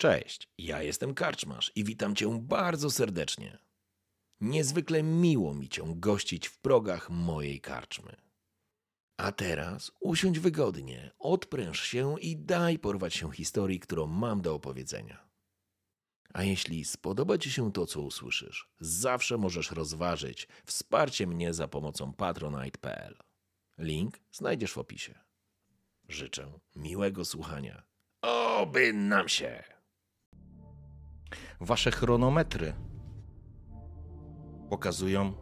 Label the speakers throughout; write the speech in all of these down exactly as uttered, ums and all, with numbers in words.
Speaker 1: Cześć, ja jestem Karczmarz i witam cię bardzo serdecznie. Niezwykle miło mi cię gościć w progach mojej karczmy. A teraz usiądź wygodnie, odpręż się i daj porwać się historii, którą mam do opowiedzenia. A jeśli spodoba ci się to, co usłyszysz, zawsze możesz rozważyć wsparcie mnie za pomocą patronite kropka p l. Link znajdziesz w opisie. Życzę miłego słuchania. Oby nam się! Wasze chronometry pokazują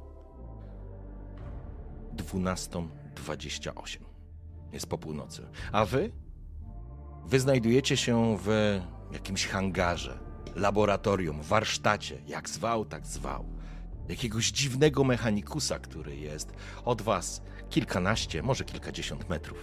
Speaker 1: dwunasta dwadzieścia osiem. Jest po północy. A wy? Wy znajdujecie się w jakimś hangarze, laboratorium, warsztacie, jak zwał, tak zwał. Jakiegoś dziwnego mechanikusa, który jest od was kilkanaście, może kilkadziesiąt metrów.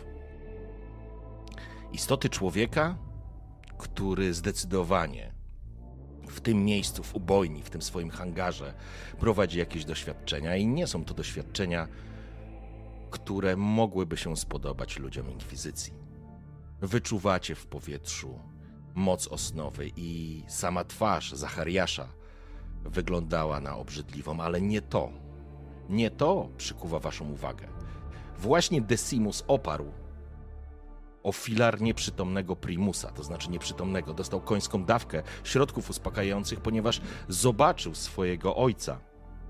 Speaker 1: Istoty człowieka, który zdecydowanie w tym miejscu, w ubojni, w tym swoim hangarze prowadzi jakieś doświadczenia i nie są to doświadczenia, które mogłyby się spodobać ludziom Inkwizycji. Wyczuwacie w powietrzu moc osnowy i sama twarz Zachariasza wyglądała na obrzydliwą, ale nie to. Nie to przykuwa waszą uwagę. Właśnie Decimus oparł o filar nieprzytomnego Primusa, to znaczy nieprzytomnego. Dostał końską dawkę środków uspokajających, ponieważ zobaczył swojego ojca,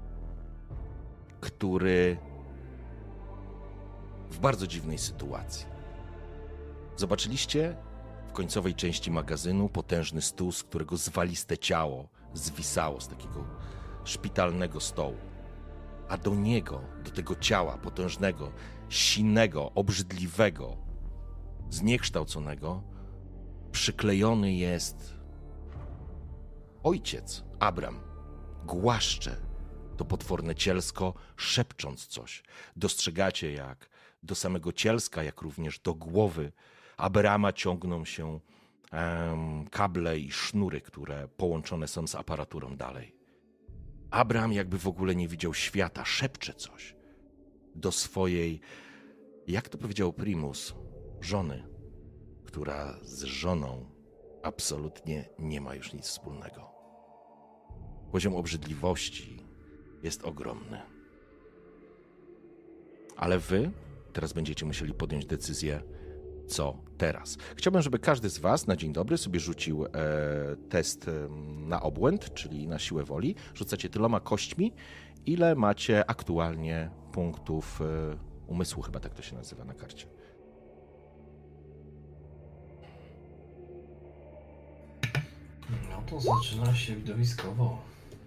Speaker 1: który w bardzo dziwnej sytuacji. Zobaczyliście w końcowej części magazynu potężny stół, z którego zwaliste ciało zwisało z takiego szpitalnego stołu. A do niego, do tego ciała potężnego, sinego, obrzydliwego, zniekształconego, przyklejony jest ojciec, Abram. Głaszcze to potworne cielsko, szepcząc coś. Dostrzegacie, jak do samego cielska, jak również do głowy Abrama ciągną się um, kable i sznury, które połączone są z aparaturą dalej. Abram jakby w ogóle nie widział świata, szepcze coś do swojej, jak to powiedział Primus, żony, która z żoną absolutnie nie ma już nic wspólnego. Poziom obrzydliwości jest ogromny. Ale wy teraz będziecie musieli podjąć decyzję, co teraz. Chciałbym, żeby każdy z was na dzień dobry sobie rzucił e, test e, na obłęd, czyli na siłę woli. Rzucacie tyloma kośćmi. Ile macie aktualnie punktów e, umysłu, chyba tak to się nazywa na karcie.
Speaker 2: No to zaczyna się widowiskowo.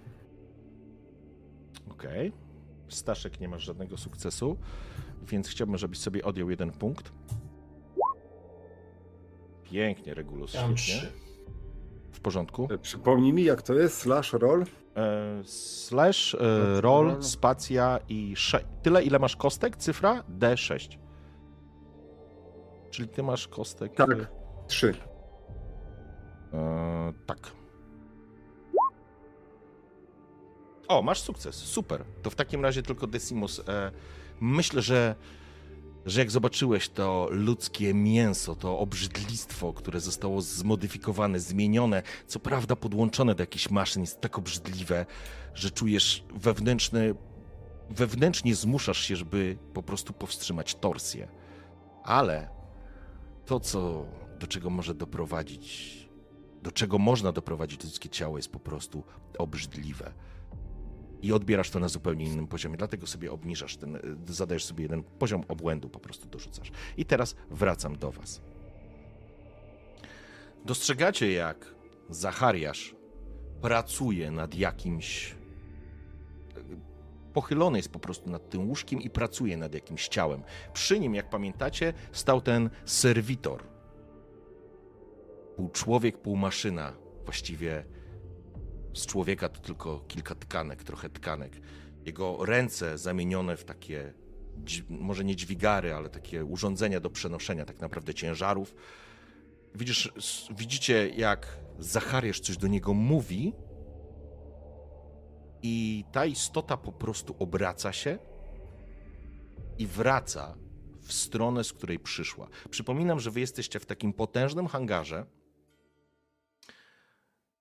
Speaker 1: Okej. Okay. Staszek, nie masz żadnego sukcesu, więc chciałbym, żebyś sobie odjął jeden punkt. Pięknie, Regulus,
Speaker 2: Ja mam
Speaker 1: świetnie.
Speaker 2: trzy.
Speaker 1: W porządku.
Speaker 3: E, Przypomnij mi, jak to jest? Slash roll?
Speaker 1: E, slash, e, roll, spacja i sze- tyle, ile masz kostek, cyfra D sześć. Czyli ty masz kostek...
Speaker 3: Tak, trzy.
Speaker 1: E, tak. O, masz sukces, super. To w takim razie tylko Decimus. E, myślę, że, że jak zobaczyłeś to ludzkie mięso, to obrzydlistwo, które zostało zmodyfikowane, zmienione, co prawda podłączone do jakichś maszyn, jest tak obrzydliwe, że czujesz wewnętrzny, wewnętrznie zmuszasz się, żeby po prostu powstrzymać torsję. Ale to, co, do czego może doprowadzić, do czego można doprowadzić ludzkie ciało, jest po prostu obrzydliwe. I odbierasz to na zupełnie innym poziomie, dlatego sobie obniżasz ten, zadajesz sobie jeden poziom obłędu, po prostu dorzucasz. I teraz wracam do was. Dostrzegacie, jak Zachariasz pracuje nad jakimś... Pochylony jest po prostu nad tym łóżkiem i pracuje nad jakimś ciałem. Przy nim, jak pamiętacie, stał ten serwitor. Pół człowiek, pół maszyna. Właściwie z człowieka to tylko kilka tkanek, trochę tkanek. Jego ręce zamienione w takie, może nie dźwigary, ale takie urządzenia do przenoszenia tak naprawdę ciężarów. Widzisz, widzicie, jak Zachariasz coś do niego mówi i ta istota po prostu obraca się i wraca w stronę, z której przyszła. Przypominam, że wy jesteście w takim potężnym hangarze,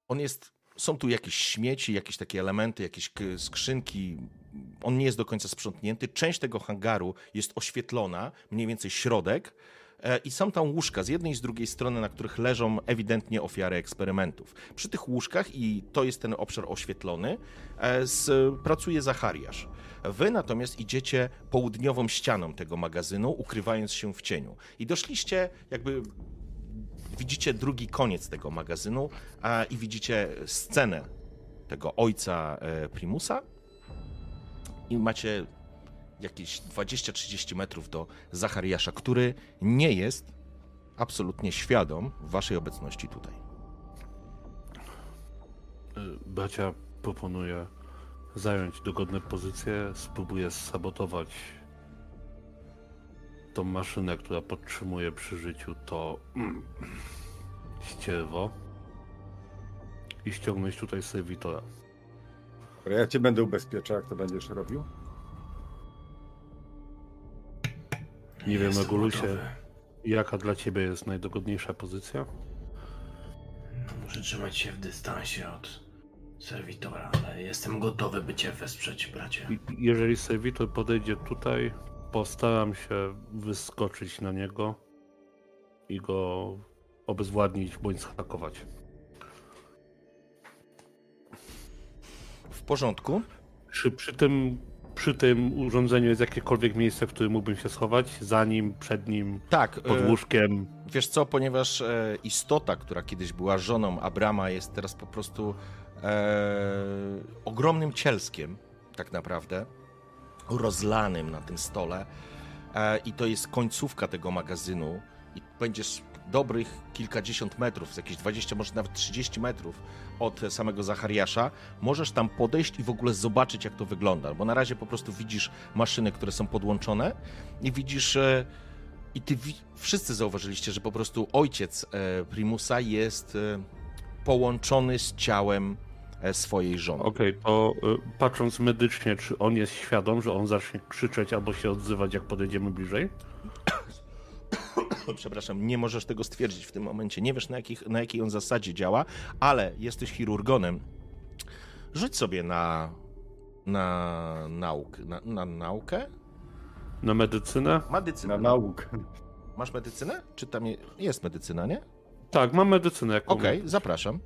Speaker 1: on jest, są tu jakieś śmieci, jakieś takie elementy, jakieś skrzynki. On nie jest do końca sprzątnięty. Część tego hangaru jest oświetlona, mniej więcej środek. I są tam łóżka z jednej i z drugiej strony, na których leżą ewidentnie ofiary eksperymentów. Przy tych łóżkach, i to jest ten obszar oświetlony, z, pracuje Zachariasz. Wy natomiast idziecie południową ścianą tego magazynu, ukrywając się w cieniu. I doszliście, jakby widzicie drugi koniec tego magazynu a, i widzicie scenę tego ojca e, Primusa i macie jakieś dwadzieścia trzydzieści metrów do Zachariasza, który nie jest absolutnie świadom waszej obecności tutaj.
Speaker 4: Bacia proponuje zająć dogodne pozycje, spróbuję sabotować tą maszynę, która podtrzymuje przy życiu to mm, ścierwo i ściągnąć tutaj serwitora.
Speaker 3: Ja cię będę ubezpieczał, jak to będziesz robił.
Speaker 4: Nie wiem,
Speaker 2: Jestem
Speaker 4: Regulusie,
Speaker 2: gotowy.
Speaker 4: jaka dla ciebie jest najdogodniejsza pozycja?
Speaker 2: Muszę trzymać się w dystansie od serwitora, ale jestem gotowy, by cię wesprzeć, bracie.
Speaker 4: I- Jeżeli serwitor podejdzie tutaj, postaram się wyskoczyć na niego i go obezwładnić bądź zhakować.
Speaker 1: W porządku.
Speaker 4: Przy, przy, tym, przy tym urządzeniu jest jakiekolwiek miejsce, w którym mógłbym się schować? Za nim, przed nim,
Speaker 1: Tak.
Speaker 4: pod
Speaker 1: e,
Speaker 4: łóżkiem?
Speaker 1: Wiesz co, ponieważ e, istota, która kiedyś była żoną Abrama, jest teraz po prostu e, ogromnym cielskiem, tak naprawdę, rozlanym na tym stole. E, I to jest końcówka tego magazynu. I będziesz dobrych kilkadziesiąt metrów, z jakieś dwadzieścia, może nawet trzydzieści metrów od samego Zachariasza. Możesz tam podejść i w ogóle zobaczyć, jak to wygląda. Bo na razie po prostu widzisz maszyny, które są podłączone i widzisz... E, I ty wi- wszyscy zauważyliście, że po prostu ojciec e, Primusa jest e, połączony z ciałem e, swojej żony.
Speaker 4: Okej, okay, to y, patrząc medycznie, czy on jest świadom, że on zacznie krzyczeć albo się odzywać, jak podejdziemy bliżej?
Speaker 1: Przepraszam, nie możesz tego stwierdzić w tym momencie. Nie wiesz, na, jakich, na jakiej on zasadzie działa, ale jesteś chirurgonem. Rzuć sobie na, na, nauk, na, na naukę.
Speaker 4: Na medycynę?
Speaker 1: Medycynę.
Speaker 3: Na nauk.
Speaker 1: Masz medycynę? Czy tam je, jest medycyna, nie?
Speaker 4: Tak, mam medycynę. Jaką
Speaker 1: Okej,
Speaker 4: mam.
Speaker 1: zapraszam.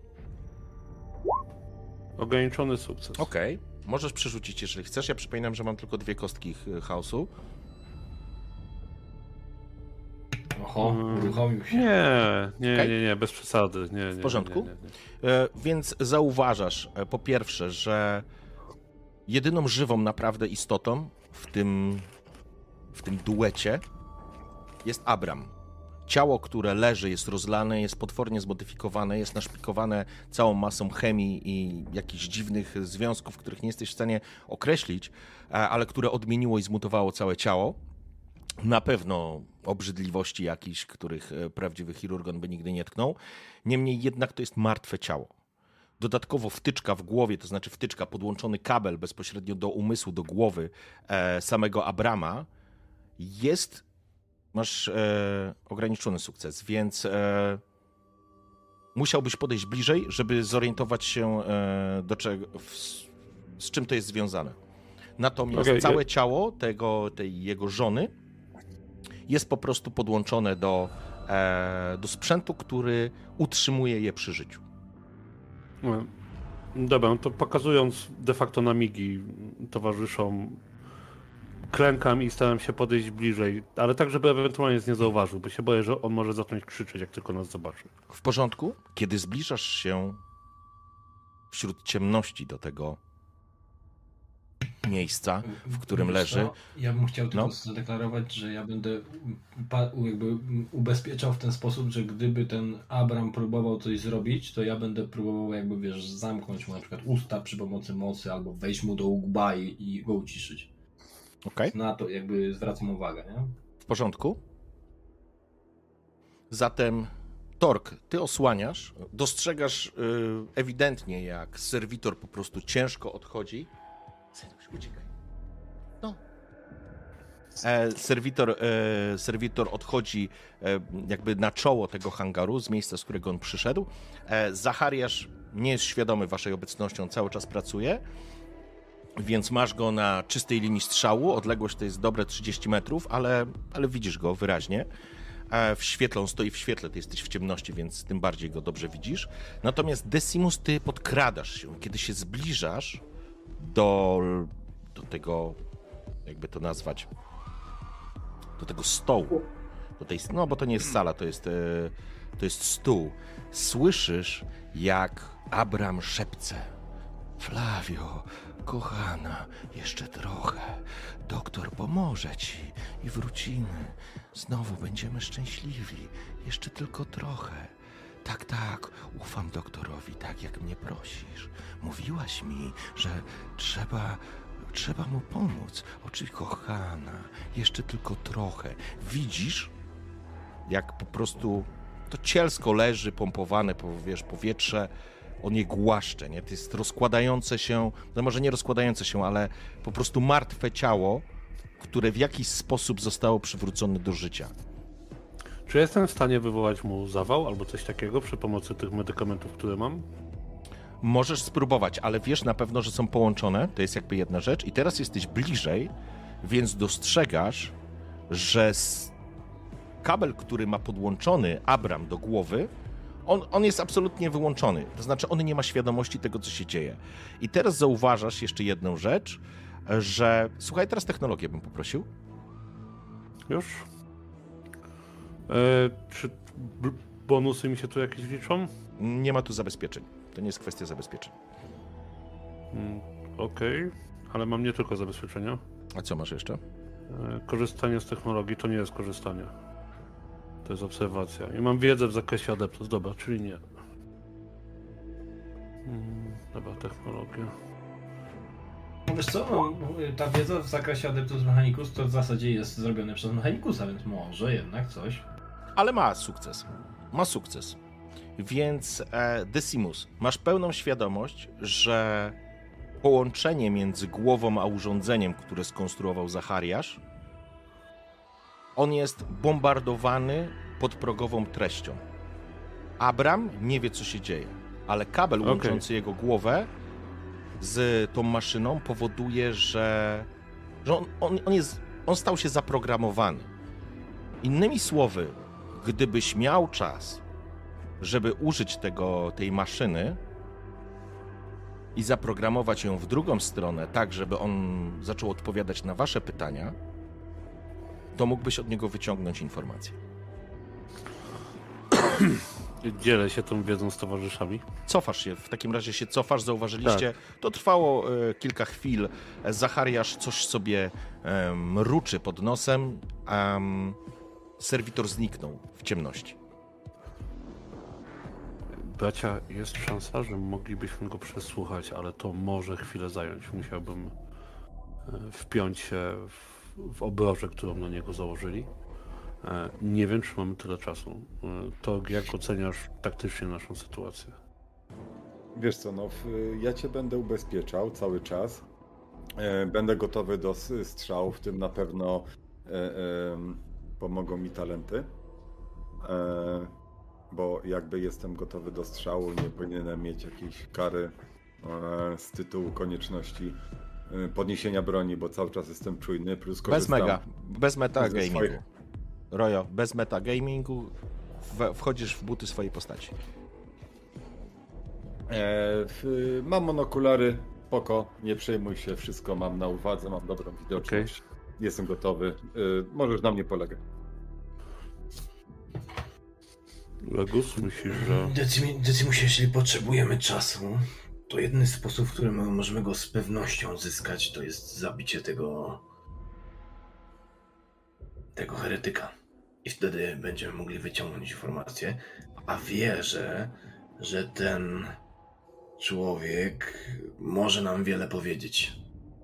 Speaker 4: Ograniczony sukces.
Speaker 1: Okej, możesz przerzucić, jeżeli chcesz. Ja przypominam, że mam tylko dwie kostki ch- chaosu.
Speaker 2: Oho,
Speaker 4: Mm.
Speaker 2: uruchomił się.
Speaker 4: Nie, nie,
Speaker 1: Okej.
Speaker 4: nie, nie, bez przesady. Nie, nie,
Speaker 1: W porządku?
Speaker 4: Nie, nie, nie.
Speaker 1: E, Więc zauważasz, e, po pierwsze, że jedyną żywą naprawdę istotą w tym, w tym duecie jest Abram. Ciało, które leży, jest rozlane, jest potwornie zmodyfikowane, jest naszpikowane całą masą chemii i jakichś dziwnych związków, których nie jesteś w stanie określić, e, ale które odmieniło i zmutowało całe ciało. Na pewno obrzydliwości jakichś, których e, prawdziwy chirurgon by nigdy nie tknął. Niemniej jednak to jest martwe ciało. Dodatkowo wtyczka w głowie, to znaczy wtyczka, podłączony kabel bezpośrednio do umysłu, do głowy e, samego Abrama jest, masz e, ograniczony sukces, więc e, musiałbyś podejść bliżej, żeby zorientować się e, do czego, w, z czym to jest związane. Natomiast
Speaker 4: Okej,
Speaker 1: całe
Speaker 4: ja-
Speaker 1: ciało tego, tej jego żony jest po prostu podłączone do, e, do sprzętu, który utrzymuje je przy życiu.
Speaker 4: No, dobra, no to pokazując de facto na migi towarzyszom, klękam i staram się podejść bliżej, ale tak, żeby ewentualnie nic nie zauważył, bo się boję, że on może zacząć krzyczeć, jak tylko nas zobaczy.
Speaker 1: W porządku? Kiedy zbliżasz się wśród ciemności do tego miejsca, w którym
Speaker 2: Wiesz
Speaker 1: leży...
Speaker 2: co? Ja bym chciał tylko
Speaker 1: No.
Speaker 2: zadeklarować, że ja będę pa- jakby ubezpieczał w ten sposób, że gdyby ten Abram próbował coś zrobić, to ja będę próbował jakby, wiesz, zamknąć mu na przykład usta przy pomocy mocy, albo wejść mu do łba i, i go uciszyć.
Speaker 1: Okej?
Speaker 2: Na to jakby zwracam uwagę, nie?
Speaker 1: W porządku? Zatem, Tork, ty osłaniasz, dostrzegasz y, ewidentnie, jak serwitor po prostu ciężko odchodzi. Synuś, uciekaj. No. E, serwitor, e, serwitor odchodzi e, jakby na czoło tego hangaru, z miejsca, z którego on przyszedł. E, Zachariasz nie jest świadomy waszej obecności, on cały czas pracuje, więc masz go na czystej linii strzału, odległość to jest dobre trzydzieści metrów, ale, ale widzisz go wyraźnie. W świetle, on stoi w świetle, ty jesteś w ciemności, więc tym bardziej go dobrze widzisz. Natomiast Decimus, ty podkradasz się, kiedy się zbliżasz do, do tego, jakby to nazwać, do tego stołu, do tej, no bo to nie jest sala, to jest, to jest stół. Słyszysz, jak Abram szepce: Flavio, kochana, jeszcze trochę. Doktor pomoże ci i wrócimy. Znowu będziemy szczęśliwi. Jeszcze tylko trochę. Tak, tak, ufam doktorowi, tak jak mnie prosisz. Mówiłaś mi, że trzeba, trzeba mu pomóc. Oczywiście, kochana, jeszcze tylko trochę. Widzisz, jak po prostu to cielsko leży, pompowane, wiesz, powietrze. On je głaszcze, nie? To jest rozkładające się, no może nie rozkładające się, ale po prostu martwe ciało, które w jakiś sposób zostało przywrócone do życia.
Speaker 4: Czy jestem w stanie wywołać mu zawał albo coś takiego przy pomocy tych medykamentów, które mam?
Speaker 1: Możesz spróbować, ale wiesz na pewno, że są połączone, to jest jakby jedna rzecz i teraz jesteś bliżej, więc dostrzegasz, że kabel, który ma podłączony Abram do głowy, On, on jest absolutnie wyłączony, to znaczy on nie ma świadomości tego, co się dzieje. I teraz zauważasz jeszcze jedną rzecz, że... Słuchaj, teraz technologię bym poprosił.
Speaker 4: Już? E, czy bonusy mi się tu jakieś liczą?
Speaker 1: Nie ma tu zabezpieczeń. To nie jest kwestia zabezpieczeń.
Speaker 4: Mm, Okej, okay. Ale mam nie tylko zabezpieczenia.
Speaker 1: A co masz jeszcze?
Speaker 4: E, korzystanie z technologii to nie jest korzystanie. To jest obserwacja. I mam wiedzę w zakresie Adeptus. Dobra, czyli nie. Hmm, dobra, technologia.
Speaker 2: Wiesz co, no, ta wiedza w zakresie Adeptus Mechanicus to w zasadzie jest zrobione przez Mechanicusa, więc może jednak coś.
Speaker 1: Ale ma sukces. Ma sukces. Więc e, Decimus, masz pełną świadomość, że połączenie między głową a urządzeniem, które skonstruował Zachariasz, on jest bombardowany podprogową treścią. Abram nie wie, co się dzieje, ale kabel
Speaker 4: Okay.
Speaker 1: łączący jego głowę z tą maszyną powoduje, że, że on, on, on, jest, on stał się zaprogramowany. Innymi słowy, gdybyś miał czas, żeby użyć tego, tej maszyny i zaprogramować ją w drugą stronę, tak, żeby on zaczął odpowiadać na wasze pytania, to mógłbyś od niego wyciągnąć informacje.
Speaker 4: Dzielę się tą wiedzą z towarzyszami.
Speaker 1: Cofasz się, w takim razie się cofasz, zauważyliście, tak. To trwało e, kilka chwil. Zachariasz coś sobie e, mruczy pod nosem, a um, serwitor zniknął w ciemności.
Speaker 4: Bracia, jest szansa, że moglibyśmy go przesłuchać, ale to może chwilę zająć. Musiałbym wpiąć się w, w obrożę, którą na niego założyli. Nie wiem, czy mamy tyle czasu. To jak oceniasz taktycznie naszą sytuację?
Speaker 3: Wiesz co, no, ja cię będę ubezpieczał cały czas. Będę gotowy do strzału, w tym na pewno e, e, pomogą mi talenty. E, bo jakby jestem gotowy do strzału, nie powinienem mieć jakiejś kary e, z tytułu konieczności e, podniesienia broni, bo cały czas jestem czujny, plus korzystam...
Speaker 1: Bez mega, bez metagamingu.
Speaker 3: Swoich...
Speaker 1: Rojo, bez metagamingu w, wchodzisz w buty swojej postaci.
Speaker 3: E, w, mam monokulary, spoko, nie przejmuj się, wszystko mam na uwadze, mam dobrą widoczność, okay. Jestem gotowy, e, możesz na mnie polegać.
Speaker 4: Legus, myślisz, że...
Speaker 5: Decimusie, jeśli potrzebujemy czasu, to jedyny sposób, w którym możemy go z pewnością zyskać, to jest zabicie tego... tego heretyka. I wtedy będziemy mogli wyciągnąć informacje, a wierzę, że ten człowiek może nam wiele powiedzieć.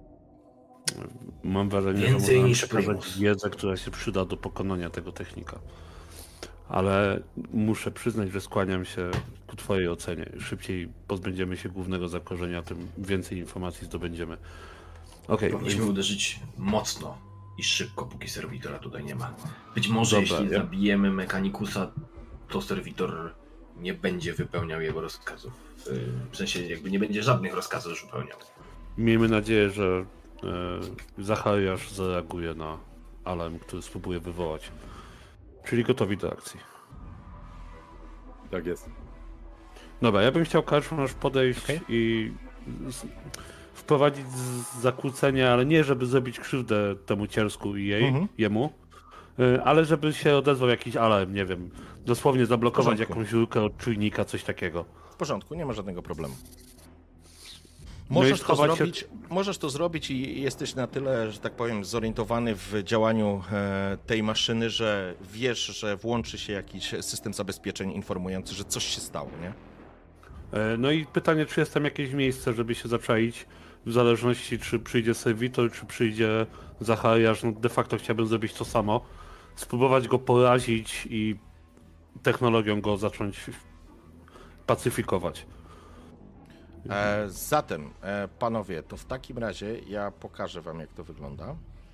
Speaker 4: Mam wrażenie,
Speaker 5: Więcej
Speaker 4: że
Speaker 5: niż
Speaker 4: możemy
Speaker 5: Primus.
Speaker 4: przekazać wiedzę, która się przyda do pokonania tego technika. Ale muszę przyznać, że skłaniam się ku twojej ocenie. Szybciej pozbędziemy się głównego zakorzenia, tym więcej informacji zdobędziemy. Okay,
Speaker 5: Powinniśmy
Speaker 4: więc...
Speaker 5: uderzyć mocno i szybko, póki serwitora tutaj nie ma. Być może
Speaker 4: Dobra,
Speaker 5: jeśli
Speaker 4: ja...
Speaker 5: zabijemy Mechanikusa, to serwitor nie będzie wypełniał jego rozkazów. W sensie jakby nie będzie żadnych rozkazów już wypełniał.
Speaker 4: Miejmy nadzieję, że e, Zachariasz zareaguje na alarm, który spróbuje wywołać. Czyli gotowi do akcji.
Speaker 3: Tak jest.
Speaker 4: Dobra, ja bym chciał, Karczmarz, podejść
Speaker 1: okay.
Speaker 4: i z, wprowadzić z, zakłócenie, ale nie żeby zrobić krzywdę temu Ciersku i jej, mhm. jemu, y, ale żeby się odezwał jakiś alarm, nie wiem, dosłownie zablokować jakąś rurkę od czujnika, coś takiego.
Speaker 1: W porządku, nie ma żadnego problemu. Możesz, no to zrobić, się... możesz to zrobić i jesteś na tyle, że tak powiem, zorientowany w działaniu e, tej maszyny, że wiesz, że włączy się jakiś system zabezpieczeń informujący, że coś się stało, nie?
Speaker 4: E, no i pytanie, czy jest tam jakieś miejsce, żeby się zaczaić, w zależności czy przyjdzie serwitor, czy przyjdzie Zachariasz, no de facto chciałbym zrobić to samo, spróbować go porazić i technologią go zacząć pacyfikować.
Speaker 1: E, zatem, e, panowie, to w takim razie ja pokażę wam, jak to wygląda.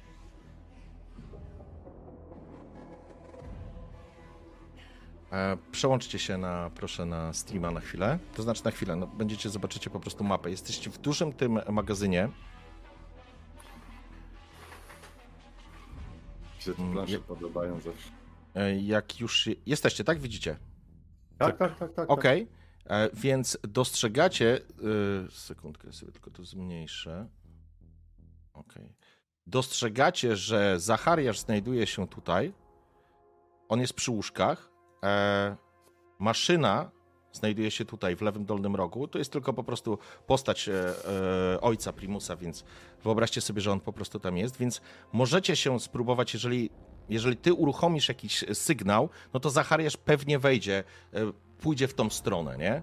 Speaker 1: E, przełączcie się na, proszę, na streama na chwilę. To znaczy na chwilę, no, będziecie, zobaczycie po prostu mapę. Jesteście w dużym tym magazynie.
Speaker 3: Mi się te plansze ja... podobają zawsze.
Speaker 1: E, jak już jesteście, tak? Widzicie?
Speaker 3: Tak, tak, tak, tak.
Speaker 1: Okej. Okay. Więc dostrzegacie, yy, sekundkę sobie tylko to zmniejszę. Okay. Dostrzegacie, że Zachariasz znajduje się tutaj. On jest przy łóżkach. E, maszyna znajduje się tutaj w lewym dolnym rogu. To jest tylko po prostu postać e, e, ojca Primusa, więc wyobraźcie sobie, że on po prostu tam jest. Więc możecie się spróbować, jeżeli, jeżeli ty uruchomisz jakiś sygnał, no to Zachariasz pewnie wejdzie, e, pójdzie w tą stronę, nie?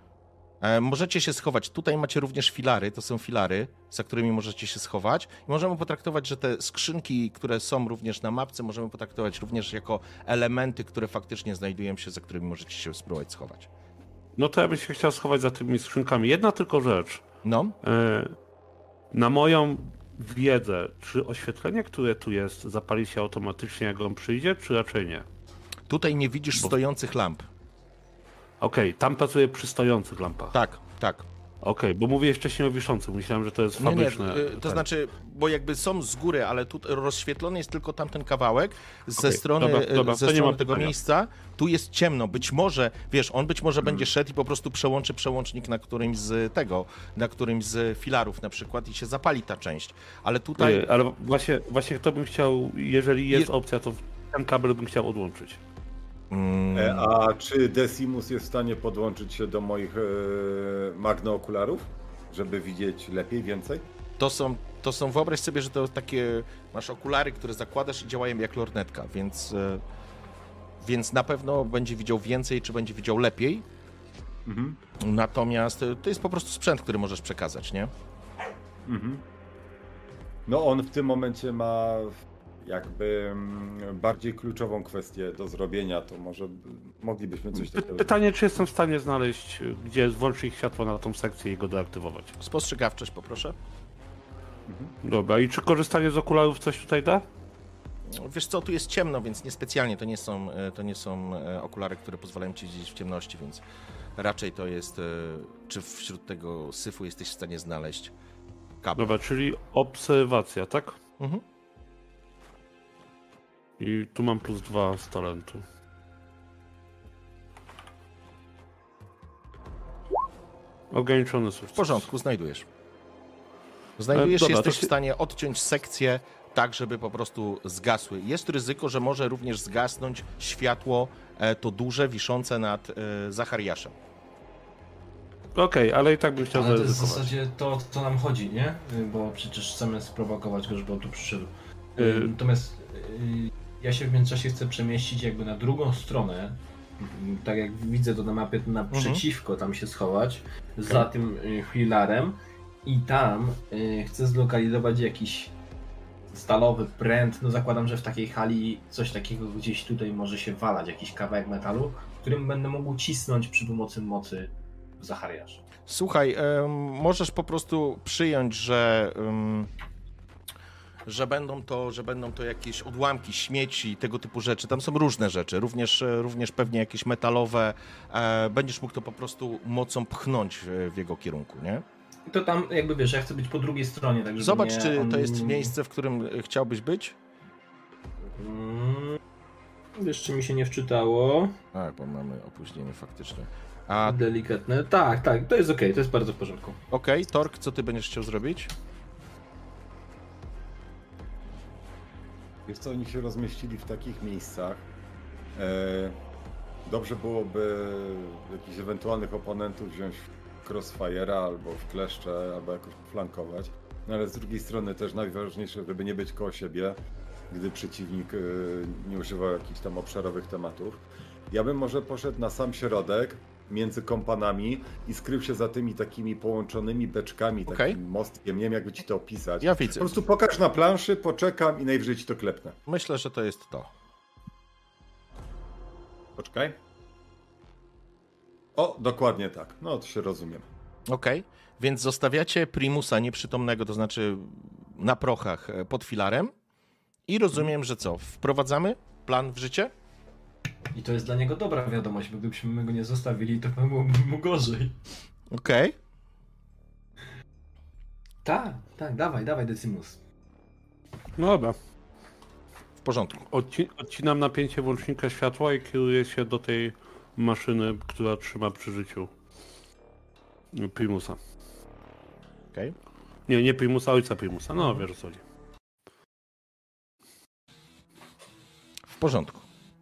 Speaker 1: E, możecie się schować. Tutaj macie również filary, to są filary, za którymi możecie się schować. I możemy potraktować, że te skrzynki, które są również na mapce, możemy potraktować również jako elementy, które faktycznie znajdują się, za którymi możecie się spróbować schować.
Speaker 4: No to ja bym się chciał schować za tymi skrzynkami. Jedna tylko rzecz.
Speaker 1: No?
Speaker 4: E, na moją wiedzę, czy oświetlenie, które tu jest, zapali się automatycznie, jak on przyjdzie, czy raczej nie?
Speaker 1: Tutaj nie widzisz Bo... stojących lamp.
Speaker 4: Okej, okay, tam pracuje przy stojących lampach.
Speaker 1: Tak, tak.
Speaker 4: Okej, okay, bo mówiłeś wcześniej o wiszących, myślałem, że to jest fabryczne.
Speaker 1: Nie, nie, to
Speaker 4: ten.
Speaker 1: znaczy, bo jakby są z góry, ale tu rozświetlony jest tylko tamten kawałek ze
Speaker 4: okay,
Speaker 1: strony,
Speaker 4: dobra, dobra,
Speaker 1: ze strony tego
Speaker 4: pytania.
Speaker 1: miejsca. Tu jest ciemno, być może, wiesz, on być może hmm. będzie szedł i po prostu przełączy przełącznik na którymś z tego, na którymś z filarów na przykład i się zapali ta część, ale tutaj...
Speaker 4: Nie, ale właśnie, właśnie to bym chciał, jeżeli jest Je... opcja, to ten kabel bym chciał odłączyć.
Speaker 3: Hmm. A czy Decimus jest w stanie podłączyć się do moich e, magnookularów, żeby widzieć lepiej, więcej?
Speaker 1: To są, to są, wyobraź sobie, że to takie, masz okulary, które zakładasz i działają jak lornetka, więc, e, więc na pewno będzie widział więcej, czy będzie widział lepiej. Mhm. Natomiast to jest po prostu sprzęt, który możesz przekazać, nie?
Speaker 3: Mhm. No on w tym momencie ma jakby bardziej kluczową kwestię do zrobienia, to może moglibyśmy coś takiego...
Speaker 4: Pytanie, czy jestem w stanie znaleźć, gdzie jest włączyć światło na tą sekcję i go deaktywować.
Speaker 1: Spostrzegawczość poproszę.
Speaker 4: Mhm. Dobra, i czy korzystanie z okularów coś tutaj da?
Speaker 1: Wiesz co, tu jest ciemno, więc niespecjalnie to nie są, to nie są okulary, które pozwalają ci widzieć w ciemności, więc raczej to jest, czy wśród tego syfu jesteś w stanie znaleźć kabel.
Speaker 4: Dobra, czyli obserwacja, tak?
Speaker 1: Mhm.
Speaker 4: I tu mam plus dwa z talentu. Ograniczony sukces.
Speaker 1: W porządku, znajdujesz. Znajdujesz, e, dobra, jesteś się... w stanie odciąć sekcję tak, żeby po prostu zgasły. Jest ryzyko, że może również zgasnąć światło e, to duże, wiszące nad e, Zachariaszem.
Speaker 4: Okej, okay, ale i tak bym chciał
Speaker 2: zaryzykować. Ale to jest w zasadzie to, co nam chodzi, nie? Bo przecież chcemy sprowokować go, żeby on tu przyszedł. Y... Natomiast y... ja się w międzyczasie chcę przemieścić jakby na drugą stronę, tak jak widzę to na mapie, naprzeciwko tam się schować, okay. za tym filarem i tam y, chcę zlokalizować jakiś stalowy pręt, no zakładam, że w takiej hali coś takiego gdzieś tutaj może się walać, jakiś kawałek metalu, którym będę mógł cisnąć przy pomocy mocy Zachariasza.
Speaker 1: Słuchaj, um, możesz po prostu przyjąć, że... Um... że będą to, że będą to jakieś odłamki, śmieci, tego typu rzeczy. Tam są różne rzeczy, również, również pewnie jakieś metalowe. E, będziesz mógł to po prostu mocą pchnąć w, w jego kierunku, nie?
Speaker 2: To tam jakby wiesz, ja chcę być po drugiej stronie, tak żeby
Speaker 1: Zobacz,
Speaker 2: nie,
Speaker 1: czy
Speaker 2: on...
Speaker 1: to jest miejsce, w którym chciałbyś być?
Speaker 2: Hmm, wiesz, czy mi się nie wczytało.
Speaker 1: Tak, bo mamy opóźnienie faktycznie. A
Speaker 2: Delikatne. Tak, tak, to jest okej, to jest bardzo w porządku.
Speaker 1: okej, okay, Tork, co ty będziesz chciał zrobić?
Speaker 3: Wiesz co, oni się rozmieścili w takich miejscach. E, dobrze byłoby jakichś ewentualnych oponentów wziąć w crossfire'a albo w kleszcze, albo jakoś flankować. No ale z drugiej strony też najważniejsze, żeby nie być koło siebie, gdy przeciwnik e, nie używał jakichś tam obszarowych tematów. Ja bym może poszedł na sam środek, między kompanami i skrył się za tymi takimi połączonymi beczkami,
Speaker 1: Okay.
Speaker 3: takim mostkiem, nie wiem jakby ci to opisać.
Speaker 1: Ja widzę.
Speaker 3: Po prostu pokaż na planszy, poczekam i najwyżej ci to klepnę.
Speaker 1: Myślę, że to jest to.
Speaker 3: Poczekaj. O, dokładnie tak. No, to się rozumiem.
Speaker 1: Okej, okay. Więc zostawiacie Primusa nieprzytomnego, to znaczy na prochach pod filarem i rozumiem, że co? Wprowadzamy plan w życie?
Speaker 2: I to jest dla niego dobra wiadomość, bo gdybyśmy go nie zostawili, to byłoby mu gorzej.
Speaker 1: Okej. Okay.
Speaker 2: Tak, tak, dawaj, dawaj Decimus.
Speaker 4: No dobra.
Speaker 1: W porządku.
Speaker 4: Odci odcinam napięcie włącznika światła i kieruję się do tej maszyny, która trzyma przy życiu Primusa.
Speaker 1: Okej. Okay.
Speaker 4: Nie, nie Primusa, ojca Primusa. No, wiesz o co chodzi.
Speaker 1: W porządku.